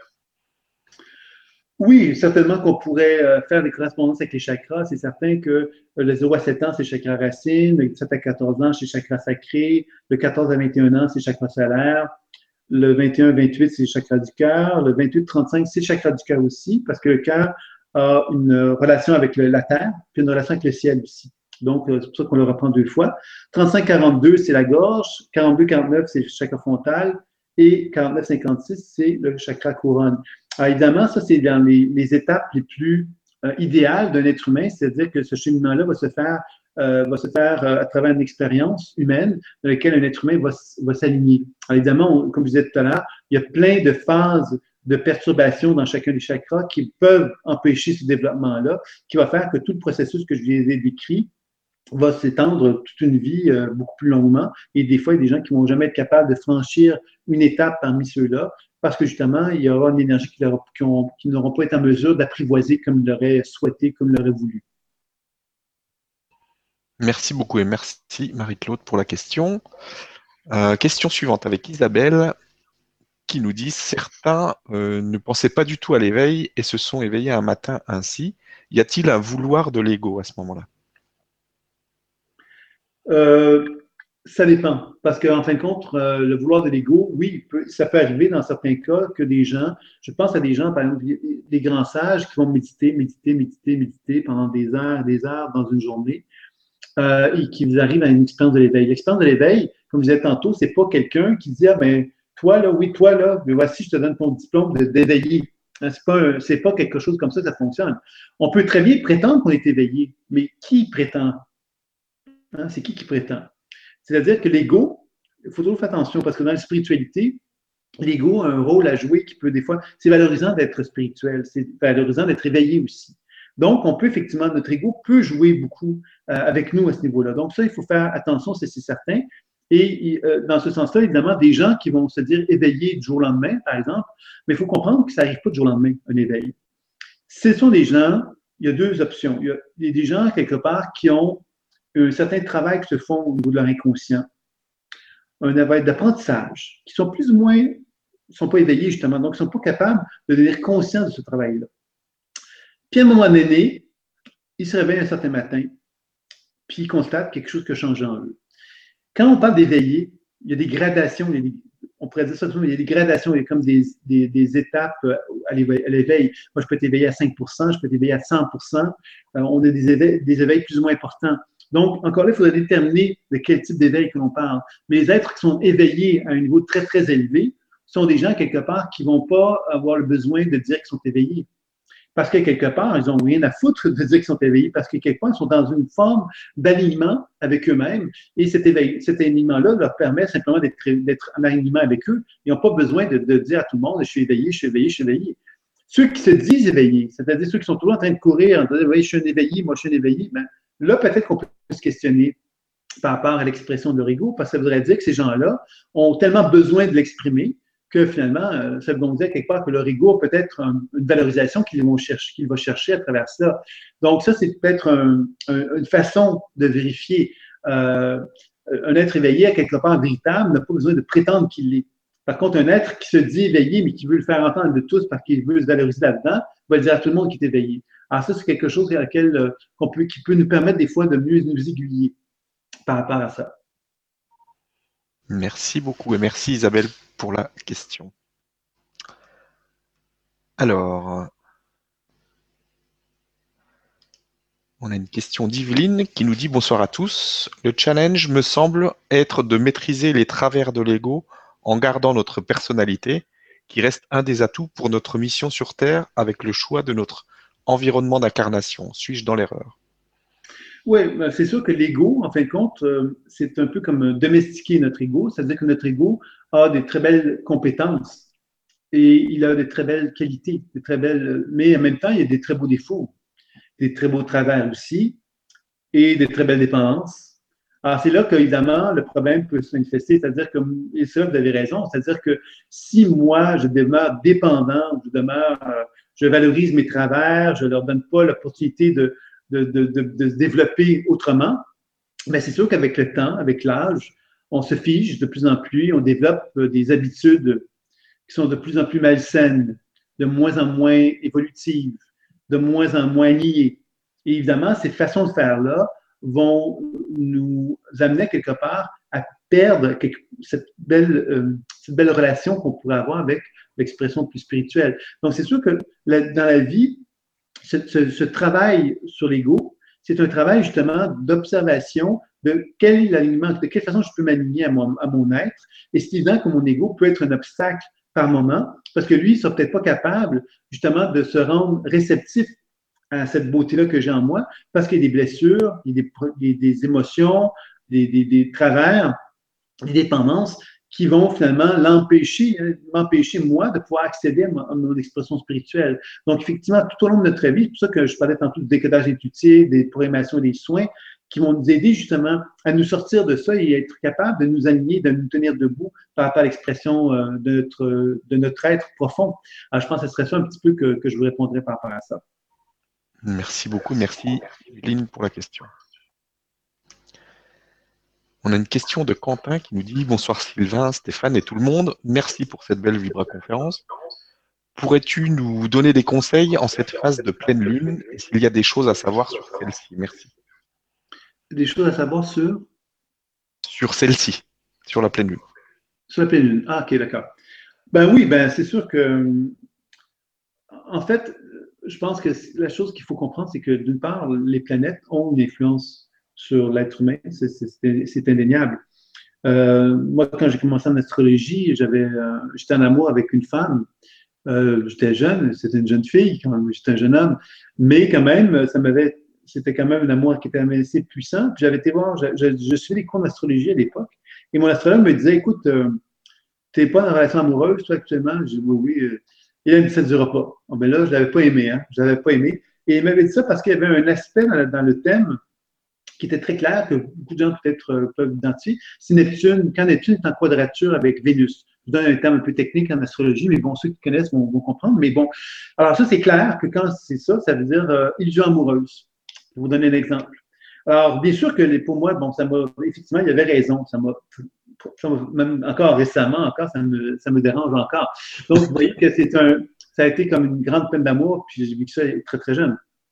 [SPEAKER 2] Oui, certainement qu'on pourrait faire des correspondances avec les chakras. C'est certain que le 0 à 7 ans, c'est chakra racine. Le 7 à 14 ans, c'est chakra sacré. Le 14 à 21 ans, c'est chakra solaire. Le 21 à 28, c'est chakra du cœur. Le 28 à 35, c'est chakra du cœur aussi, parce que le cœur a une relation avec la terre, puis une relation avec le ciel aussi. Donc, c'est pour ça qu'on le reprend 2 fois. 35-42, c'est la gorge. 42-49, c'est le chakra frontal. Et 49-56, c'est le chakra couronne. Alors, évidemment, ça, c'est dans les étapes les plus idéales d'un être humain, c'est-à-dire que ce cheminement-là va se faire à travers une expérience humaine dans laquelle un être humain va s'aligner. Alors, évidemment, comme je disais tout à l'heure, il y a plein de phases de perturbations dans chacun des chakras qui peuvent empêcher ce développement-là, qui va faire que tout le processus que je vous ai décrit va s'étendre toute une vie beaucoup plus longuement. Et des fois, il y a des gens qui ne vont jamais être capables de franchir une étape parmi ceux-là parce que justement, il y aura une énergie qui n'auront pas été en mesure d'apprivoiser comme ils l'auraient souhaité, comme ils l'auraient voulu.
[SPEAKER 1] Merci beaucoup et merci Marie-Claude pour la question. Question suivante avec Isabelle qui nous dit « Certains ne pensaient pas du tout à l'éveil et se sont éveillés un matin ainsi. Y a-t-il un vouloir de l'ego à ce moment-là »
[SPEAKER 2] Ça dépend. Parce qu'en fin de compte, le vouloir de l'ego, oui, ça peut arriver dans certains cas que des gens, je pense à des gens, par exemple, des grands sages qui vont méditer pendant des heures dans une journée et qui arrivent à une expérience de l'éveil. L'expérience de l'éveil, comme je disais tantôt, c'est pas quelqu'un qui dit « Ah ben, toi là, mais voici, je te donne ton diplôme d'éveillé. » C'est pas quelque chose comme ça fonctionne. On peut très bien prétendre qu'on est éveillé, mais qui prétend? Hein, c'est qui prétend? C'est-à-dire que l'ego, il faut toujours faire attention parce que dans la spiritualité, l'ego a un rôle à jouer qui peut des fois, c'est valorisant d'être spirituel, c'est valorisant d'être éveillé aussi. Donc, on peut effectivement, notre ego peut jouer beaucoup avec nous à ce niveau-là. Donc, ça, il faut faire attention, c'est certain. Et dans ce sens-là, évidemment, des gens qui vont se dire éveillés du jour au lendemain, par exemple, mais il faut comprendre que ça n'arrive pas du jour au lendemain, un éveil. Ce sont des gens, il y a 2 options. Il y a des gens, quelque part, qui ont un certain travail qui se font au niveau de leur inconscient, un travail d'apprentissage, qui sont plus ou moins, ne sont pas éveillés justement, donc ils ne sont pas capables de devenir conscients de ce travail-là. Puis à un moment donné, ils se réveillent un certain matin, puis ils constatent quelque chose qui a changé en eux. Quand on parle d'éveiller, il y a des gradations, il y a on pourrait dire ça, il y a des gradations, il y a comme des étapes à l'éveil. Moi, je peux être éveillé à 5%, je peux être éveillé à 100%. On a des éveils plus ou moins importants. Donc, encore là, il faudrait déterminer de quel type d'éveil que l'on parle. Mais les êtres qui sont éveillés à un niveau très, très élevé sont des gens, quelque part, qui ne vont pas avoir le besoin de dire qu'ils sont éveillés. Parce que quelque part, ils n'ont rien à foutre de dire qu'ils sont éveillés, parce que quelque part, ils sont dans une forme d'alignement avec eux-mêmes, et cet alignement-là leur permet simplement d'être en alignement avec eux. Ils n'ont pas besoin de dire à tout le monde, je suis éveillé, je suis éveillé, je suis éveillé. Ceux qui se disent éveillés, c'est-à-dire ceux qui sont toujours en train de courir, en disant, oui, je suis un éveillé, moi je suis un éveillé, ben, là, peut-être qu'on peut se questionner par rapport à l'expression de leur ego, parce que ça voudrait dire que ces gens-là ont tellement besoin de l'exprimer que finalement, ça veut dire quelque part que leur ego a peut-être une valorisation qu'il va chercher à travers ça. Donc ça, c'est peut-être une façon de vérifier. Un être éveillé, à quelque part véritable, n'a pas besoin de prétendre qu'il l'est. Par contre, un être qui se dit éveillé, mais qui veut le faire entendre de tous parce qu'il veut se valoriser là-dedans, va dire à tout le monde qu'il est éveillé. Alors ça, c'est quelque chose qui peut nous permettre des fois de mieux nous aiguiller par rapport à ça.
[SPEAKER 1] Merci beaucoup et merci Isabelle pour la question. Alors, on a une question d'Yveline qui nous dit « Bonsoir à tous. Le challenge me semble être de maîtriser les travers de l'ego en gardant notre personnalité, qui reste un des atouts pour notre mission sur Terre avec le choix de notre environnement d'incarnation. Suis-je dans l'erreur ?»
[SPEAKER 2] Oui, c'est sûr que l'ego, en fin de compte, c'est un peu comme domestiquer notre ego, c'est-à-dire que notre ego a des très belles compétences et il a des très belles qualités, mais en même temps, il y a des très beaux défauts, des très beaux travers aussi et des très belles dépendances. Alors, c'est là qu'évidemment, le problème peut se manifester, c'est-à-dire que, et ça, vous avez raison, c'est-à-dire que si moi, je demeure dépendant, je valorise mes travers, je ne leur donne pas l'opportunité de se développer autrement, mais c'est sûr qu'avec le temps, avec l'âge, on se fige de plus en plus, on développe des habitudes qui sont de plus en plus malsaines, de moins en moins évolutives, de moins en moins liées. Et évidemment, ces façons de faire-là vont nous amener quelque part à perdre cette belle relation qu'on pourrait avoir avec l'expression plus spirituelle. Donc, c'est sûr que dans la vie, ce travail sur l'ego, c'est un travail justement d'observation de quel est l'alignement, de quelle façon je peux m'aligner à mon être. Et c'est évident que mon ego peut être un obstacle par moment, parce que lui, il ne sera peut-être pas capable justement de se rendre réceptif à cette beauté-là que j'ai en moi, parce qu'il y a des blessures, il y a des émotions, des travers, des dépendances qui vont finalement m'empêcher, moi, de pouvoir accéder à mon expression spirituelle. Donc, effectivement, tout au long de notre vie, c'est pour ça que je parlais tantôt du décodage intuitif, des programmations et des soins, qui vont nous aider justement à nous sortir de ça et être capable de nous aligner, de nous tenir debout par rapport à l'expression de notre être profond. Alors, je pense que ce serait ça un petit peu que je vous répondrais par rapport à ça.
[SPEAKER 1] Merci beaucoup, merci Lynn pour la question. On a une question de Quentin qui nous dit « Bonsoir Sylvain, Stéphane et tout le monde. Merci pour cette belle vibra-conférence. Pourrais-tu nous donner des conseils en cette phase de pleine lune et s'il y a des choses à savoir sur celle-ci? Merci. »
[SPEAKER 2] Des choses à savoir sur?
[SPEAKER 1] Sur celle-ci, sur la pleine lune.
[SPEAKER 2] Sur la pleine lune. Ah, ok, d'accord. Ben oui, c'est sûr que, en fait, je pense que la chose qu'il faut comprendre, c'est que d'une part, les planètes ont une influence sur l'être humain, c'est indéniable. Moi, quand j'ai commencé en astrologie, j'étais en amour avec une femme. J'étais jeune, c'était une jeune fille, quand même, j'étais un jeune homme, mais quand même, c'était quand même un amour qui était assez puissant. Puis j'avais été voir, je suivais des cours d'astrologie à l'époque, et mon astrologue me disait, écoute, tu n'es pas en relation amoureuse, toi, actuellement? J'ai dit, oui, oui. Et là, il me dit, ça ne durera pas. Bon, ben là, je ne l'avais pas aimé, hein. Je ne l'avais pas aimé. Et il m'avait dit ça parce qu'il y avait un aspect dans le thème qui était très clair, que beaucoup de gens peut-être peuvent identifier. C'est Neptune, quand Neptune est en quadrature avec Vénus. Je vous donne un terme un peu technique en astrologie, mais bon, ceux qui connaissent vont comprendre. Mais bon, alors ça, c'est clair que quand c'est ça, ça veut dire illusion amoureuse. Je vais vous donner un exemple. Alors, bien sûr que pour moi, bon, effectivement, il y avait raison. Même encore récemment, ça me dérange encore. Donc, vous voyez que ça a été comme une grande peine d'amour, puis j'ai vécu ça très, très jeune.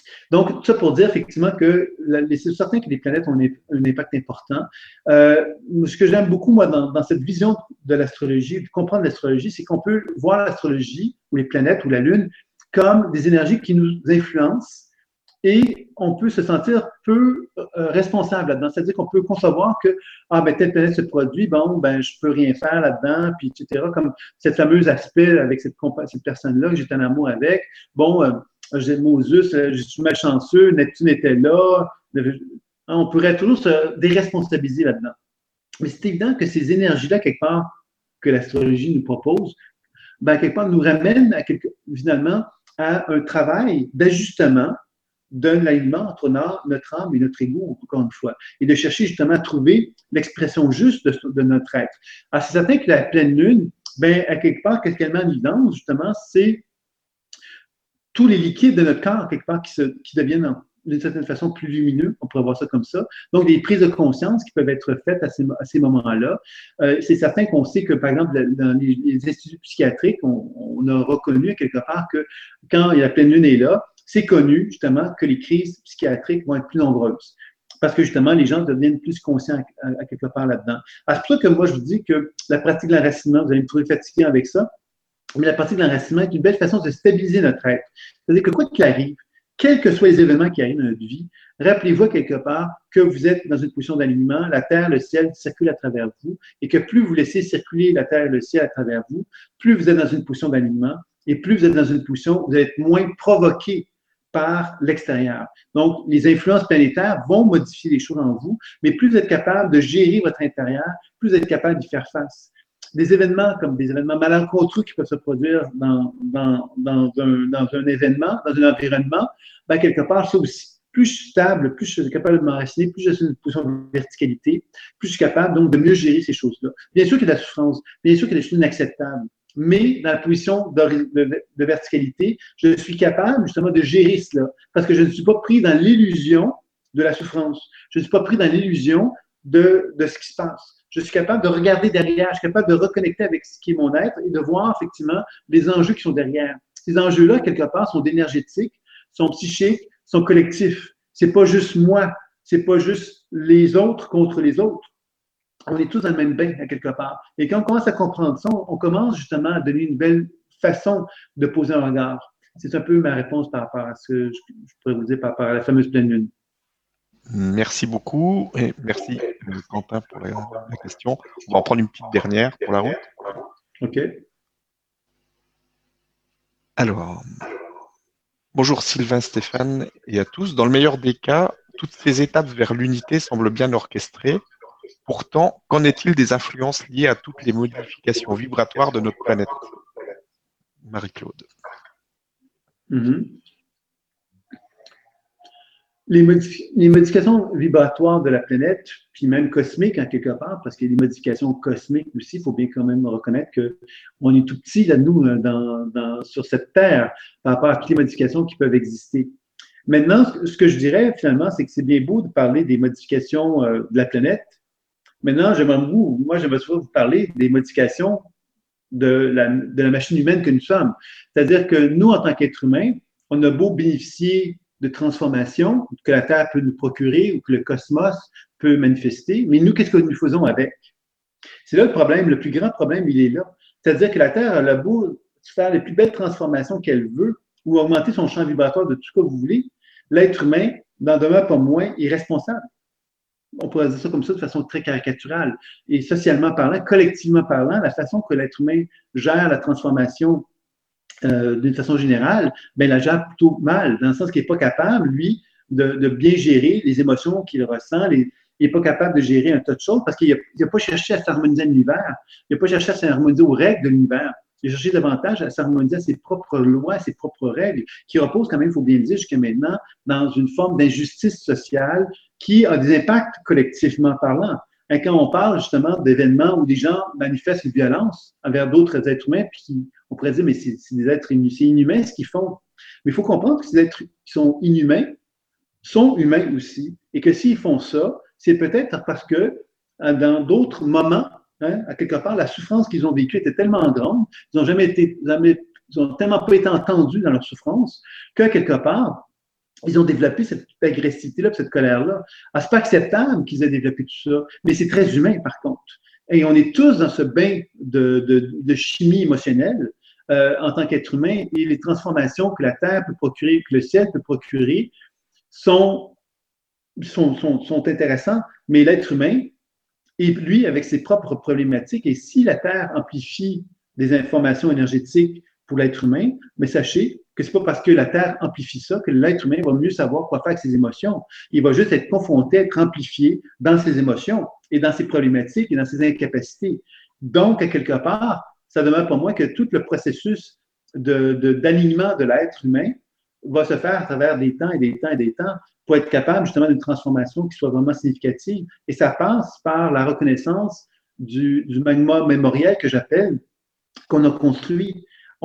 [SPEAKER 2] Donc, tout ça pour dire effectivement que c'est certain que les planètes ont un impact important. Ce que j'aime beaucoup, moi, dans cette vision de l'astrologie, de comprendre l'astrologie, c'est qu'on peut voir l'astrologie, ou les planètes, ou la Lune, comme des énergies qui nous influencent et on peut se sentir peu responsable là-dedans. C'est-à-dire qu'on peut concevoir que telle planète se produit, je peux rien faire là-dedans, puis etc. Comme cette fameuse aspect avec cette personne-là que j'étais en amour avec. J'ai Moses, je suis malchanceux, Neptune était là. On pourrait toujours se déresponsabiliser là-dedans. Mais c'est évident que ces énergies-là, quelque part, que l'astrologie nous propose, quelque part, nous ramènent finalement à un travail d'ajustement d'un alignement entre notre âme et notre ego, encore une fois, et de chercher justement à trouver l'expression juste de notre être. Alors, c'est certain que la pleine lune, à quelque part, qu'est-ce qu'elle met en évidence, justement, c'est tous les liquides de notre corps, quelque part, qui deviennent d'une certaine façon plus lumineux, on pourrait voir ça comme ça. Donc, des prises de conscience qui peuvent être faites à ces moments-là. C'est certain qu'on sait que, par exemple, dans les instituts psychiatriques, on a reconnu quelque part que quand la pleine lune est là, c'est connu, justement, que les crises psychiatriques vont être plus nombreuses. Parce que, justement, les gens deviennent plus conscients à quelque part là-dedans. Alors, c'est pour ça que moi, je vous dis que la pratique de l'enracinement, vous allez me trouver fatigué avec ça, mais la pratique de l'enracinement est une belle façon de stabiliser notre être. C'est-à-dire que quoi qu'il arrive, quels que soient les événements qui arrivent dans notre vie, rappelez-vous quelque part que vous êtes dans une position d'alignement, la terre, le ciel circulent à travers vous, et que plus vous laissez circuler la terre et le ciel à travers vous, plus vous êtes dans une position d'alignement, et plus vous êtes dans une position où vous êtes moins provoqué par l'extérieur. Donc, les influences planétaires vont modifier les choses en vous, mais plus vous êtes capable de gérer votre intérieur, plus vous êtes capable d'y faire face. Des événements comme des événements malencontreux qui peuvent se produire dans un événement, dans un environnement, quelque part, ça aussi, plus je suis stable, plus je suis capable de m'enraciner, plus je suis dans une position de verticalité, plus je suis capable donc de mieux gérer ces choses-là. Bien sûr qu'il y a de la souffrance, bien sûr qu'il y a des choses inacceptables, mais dans la position de verticalité, je suis capable justement de gérer cela parce que je ne suis pas pris dans l'illusion de la souffrance. Je ne suis pas pris dans l'illusion de ce qui se passe. Je suis capable de regarder derrière, je suis capable de reconnecter avec ce qui est mon être et de voir effectivement les enjeux qui sont derrière. Ces enjeux-là, quelque part, sont énergétiques, sont psychiques, sont collectifs. C'est pas juste moi, c'est pas juste les autres contre les autres. On est tous dans le même bain, à quelque part. Et quand on commence à comprendre ça, on commence justement à donner une belle façon de poser un regard. C'est un peu ma réponse par rapport à ce que je pourrais vous dire par rapport à la fameuse pleine lune.
[SPEAKER 1] Merci beaucoup et merci Quentin pour la question. On va en prendre une petite dernière pour la route.
[SPEAKER 2] OK.
[SPEAKER 1] Alors, bonjour Sylvain, Stéphane et à tous. Dans le meilleur des cas, toutes ces étapes vers l'unité semblent bien orchestrées. Pourtant, qu'en est-il des influences liées à toutes les modifications vibratoires de notre planète? Marie-Claude.
[SPEAKER 2] Les modifications vibratoires de la planète, puis même cosmiques en quelque part, parce qu'il y a des modifications cosmiques aussi, il faut bien quand même reconnaître qu'on est tout petit là, nous, sur cette Terre, par rapport à toutes les modifications qui peuvent exister. Maintenant, ce que je dirais finalement, c'est que c'est bien beau de parler des modifications de la planète. Maintenant, moi, j'aimerais souvent vous parler des modifications de la machine humaine que nous sommes. C'est-à-dire que nous, en tant qu'êtres humains, on a beau bénéficier de transformations que la Terre peut nous procurer ou que le cosmos peut manifester, mais nous, qu'est-ce que nous faisons avec? C'est là le problème, le plus grand problème, il est là. C'est-à-dire que la Terre a beau faire les plus belles transformations qu'elle veut ou augmenter son champ vibratoire de tout ce que vous voulez, l'être humain n'en demeure pas moins irresponsable. On pourrait dire ça comme ça de façon très caricaturale. Et socialement parlant, collectivement parlant, la façon que l'être humain gère la transformation d'une façon générale, la gère plutôt mal, dans le sens qu'il n'est pas capable, lui, de bien gérer les émotions qu'il ressent. Il n'est pas capable de gérer un tas de choses parce qu'il n'a pas cherché à s'harmoniser à l'univers. Il n'a pas cherché à s'harmoniser aux règles de l'univers. Il a cherché davantage à s'harmoniser à ses propres lois, à ses propres règles, qui reposent quand même, il faut bien le dire, jusqu'à maintenant, dans une forme d'injustice sociale qui a des impacts collectivement parlant. Et quand on parle justement d'événements où des gens manifestent une violence envers d'autres êtres humains, puis on pourrait dire, mais c'est des êtres inhumains ce qu'ils font. Mais il faut comprendre que ces êtres qui sont inhumains sont humains aussi, et que s'ils font ça, c'est peut-être parce que dans d'autres moments, à quelque part, la souffrance qu'ils ont vécue était tellement grande, ils n'ont tellement pas été entendus dans leur souffrance, qu'à quelque part, ils ont développé cette agressivité-là, cette colère-là. Alors, c'est pas acceptable qu'ils aient développé tout ça, mais c'est très humain, par contre. Et on est tous dans ce bain de chimie émotionnelle en tant qu'être humain, et les transformations que la Terre peut procurer, que le ciel peut procurer, sont intéressants, mais l'être humain, et lui, avec ses propres problématiques, et si la Terre amplifie des informations énergétiques pour l'être humain, mais sachez que c'est pas parce que la Terre amplifie ça que l'être humain va mieux savoir quoi faire avec ses émotions. Il va juste être confronté, être amplifié dans ses émotions et dans ses problématiques et dans ses incapacités. Donc, à quelque part, ça demeure pour moi que tout le processus d'alignement de l'être humain va se faire à travers des temps et des temps et des temps pour être capable justement d'une transformation qui soit vraiment significative. Et ça passe par la reconnaissance du magma mémoriel que j'appelle, qu'on a construit.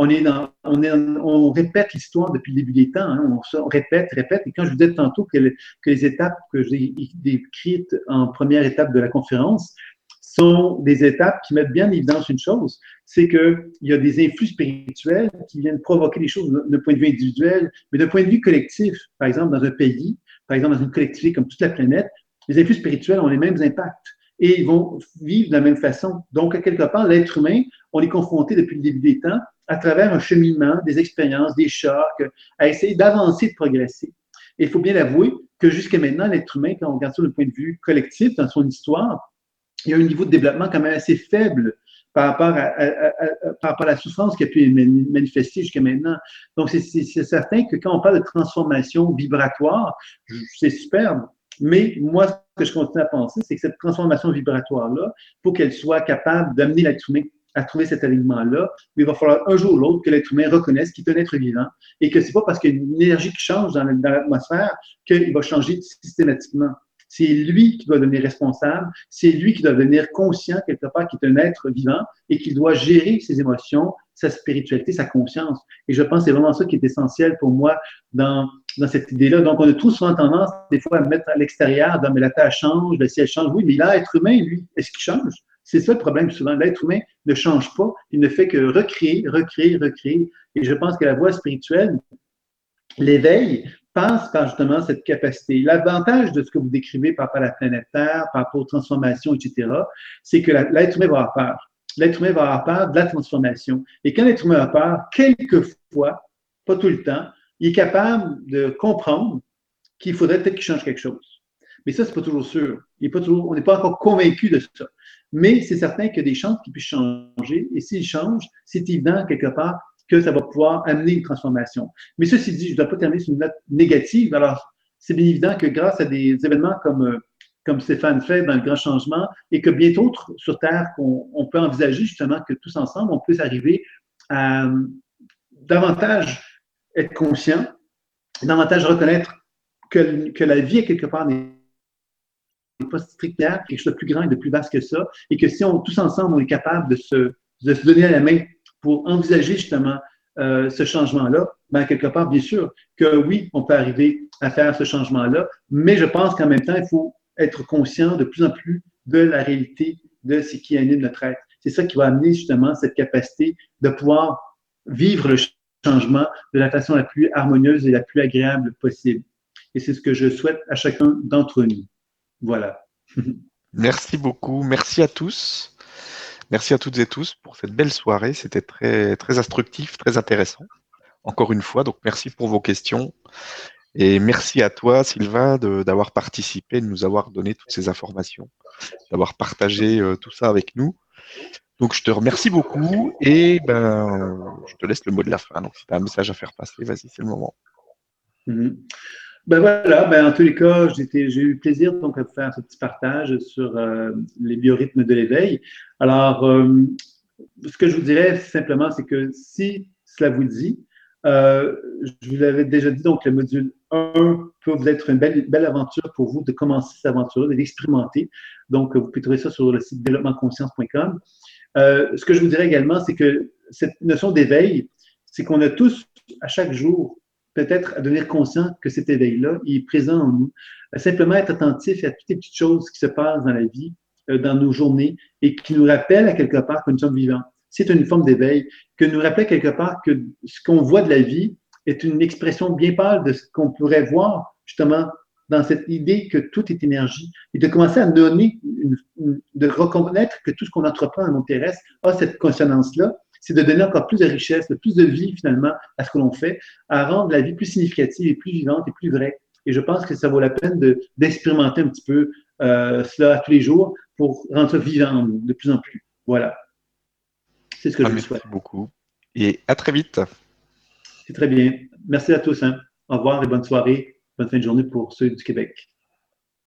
[SPEAKER 2] On répète l'histoire depuis le début des temps. Hein. On répète. Et quand je vous disais tantôt que les étapes que j'ai décrites en première étape de la conférence sont des étapes qui mettent bien en évidence une chose, c'est qu'il y a des influx spirituels qui viennent provoquer des choses d'un point de vue individuel, mais d'un point de vue collectif. Par exemple, dans un pays, par exemple, dans une collectivité comme toute la planète, les influx spirituels ont les mêmes impacts et ils vont vivre de la même façon. Donc, à quelque part, l'être humain, on est confronté depuis le début des temps à travers un cheminement, des expériences, des chocs, à essayer d'avancer, de progresser. Et il faut bien l'avouer que jusqu'à maintenant, l'être humain, quand on regarde ça d'un point de vue collectif, dans son histoire, il y a un niveau de développement quand même assez faible par rapport à la souffrance qui a pu manifester jusqu'à maintenant. Donc, c'est certain que quand on parle de transformation vibratoire, c'est superbe, mais moi, ce que je continue à penser, c'est que cette transformation vibratoire-là, pour qu'elle soit capable d'amener l'être humain à trouver cet alignement-là, il va falloir un jour ou l'autre que l'être humain reconnaisse qu'il est un être vivant et que c'est pas parce qu'il y a une énergie qui change dans l'atmosphère qu'il va changer systématiquement. C'est lui qui doit devenir responsable, c'est lui qui doit devenir conscient quelque part qu'il est un être vivant et qu'il doit gérer ses émotions, sa spiritualité, sa conscience. Et je pense que c'est vraiment ça qui est essentiel pour moi dans cette idée-là. Donc, on a tous souvent tendance, des fois, à mettre à l'extérieur, mais la Terre change, le ciel change. Oui, mais l'être humain, lui, est-ce qu'il change? C'est ça le problème souvent. L'être humain ne change pas, il ne fait que recréer. Et je pense que la voie spirituelle, l'éveil, passe par justement cette capacité. L'avantage de ce que vous décrivez par rapport à la planète Terre, par rapport aux transformations, etc., c'est que l'être humain va avoir peur. L'être humain va avoir peur de la transformation. Et quand l'être humain a peur, quelquefois, pas tout le temps, il est capable de comprendre qu'il faudrait peut-être qu'il change quelque chose. Mais ça, c'est pas toujours sûr. On n'est pas encore convaincu de ça. Mais c'est certain qu'il y a des chances qu'il puisse changer. Et s'il change, c'est évident quelque part que ça va pouvoir amener une transformation. Mais ceci dit, je ne dois pas terminer sur une note négative. Alors, c'est bien évident que grâce à des événements comme Stéphane fait dans le Grand Changement et que bien d'autres sur Terre, on peut envisager justement que tous ensemble, on puisse arriver à davantage être conscient, davantage reconnaître que la vie, à quelque part, n'est pas strictement quelque chose de plus grand et de plus vaste que ça, et que si tous ensemble, on est capable de se donner la main pour envisager justement ce changement-là, ben, quelque part, bien sûr, que oui, on peut arriver à faire ce changement-là, mais je pense qu'en même temps, il faut être conscient de plus en plus de la réalité de ce qui anime notre être. C'est ça qui va amener justement cette capacité de pouvoir vivre le changement de la façon la plus harmonieuse et la plus agréable possible. Et c'est ce que je souhaite à chacun d'entre nous. Voilà.
[SPEAKER 1] Merci beaucoup. Merci à tous. Merci à toutes et tous pour cette belle soirée. C'était très, très instructif, très intéressant. Encore une fois, donc merci pour vos questions. Et merci à toi, Sylvain, d'avoir participé, de nous avoir donné toutes ces informations, d'avoir partagé tout ça avec nous. Donc, je te remercie beaucoup et je te laisse le mot de la fin. Donc, si tu as un message à faire passer, vas-y, c'est le moment.
[SPEAKER 2] Ben voilà, en tous les cas, j'ai eu plaisir donc à faire ce petit partage sur les biorhythmes de l'éveil. Alors, ce que je vous dirais simplement, c'est que si cela vous dit, je vous l'avais déjà dit, donc le module 1 peut vous être une belle aventure pour vous de commencer cette aventure-là, de l'expérimenter. Donc, vous pouvez trouver ça sur le site développementconscience.com. Ce que je vous dirais également, c'est que cette notion d'éveil, c'est qu'on a tous, à chaque jour, peut-être à devenir conscient que cet éveil-là, il est présent en nous. Simplement être attentif à toutes les petites choses qui se passent dans la vie, dans nos journées, et qui nous rappellent à quelque part que nous sommes vivants. C'est une forme d'éveil, que nous rappelle quelque part que ce qu'on voit de la vie est une expression bien pâle de ce qu'on pourrait voir justement dans cette idée que tout est énergie et de commencer à donner, de reconnaître que tout ce qu'on entreprend dans le monde terrestre a cette conscience-là, c'est de donner encore plus de richesse, de plus de vie finalement à ce que l'on fait, à rendre la vie plus significative et plus vivante et plus vraie. Et je pense que ça vaut la peine d'expérimenter un petit peu cela tous les jours pour rendre ça vivant de plus en plus. Voilà, c'est ce que je vous
[SPEAKER 1] Merci
[SPEAKER 2] souhaite.
[SPEAKER 1] beaucoup. Et à très vite.
[SPEAKER 2] C'est très bien. Merci à tous. Hein. Au revoir et bonne soirée, bonne fin de journée pour ceux du Québec.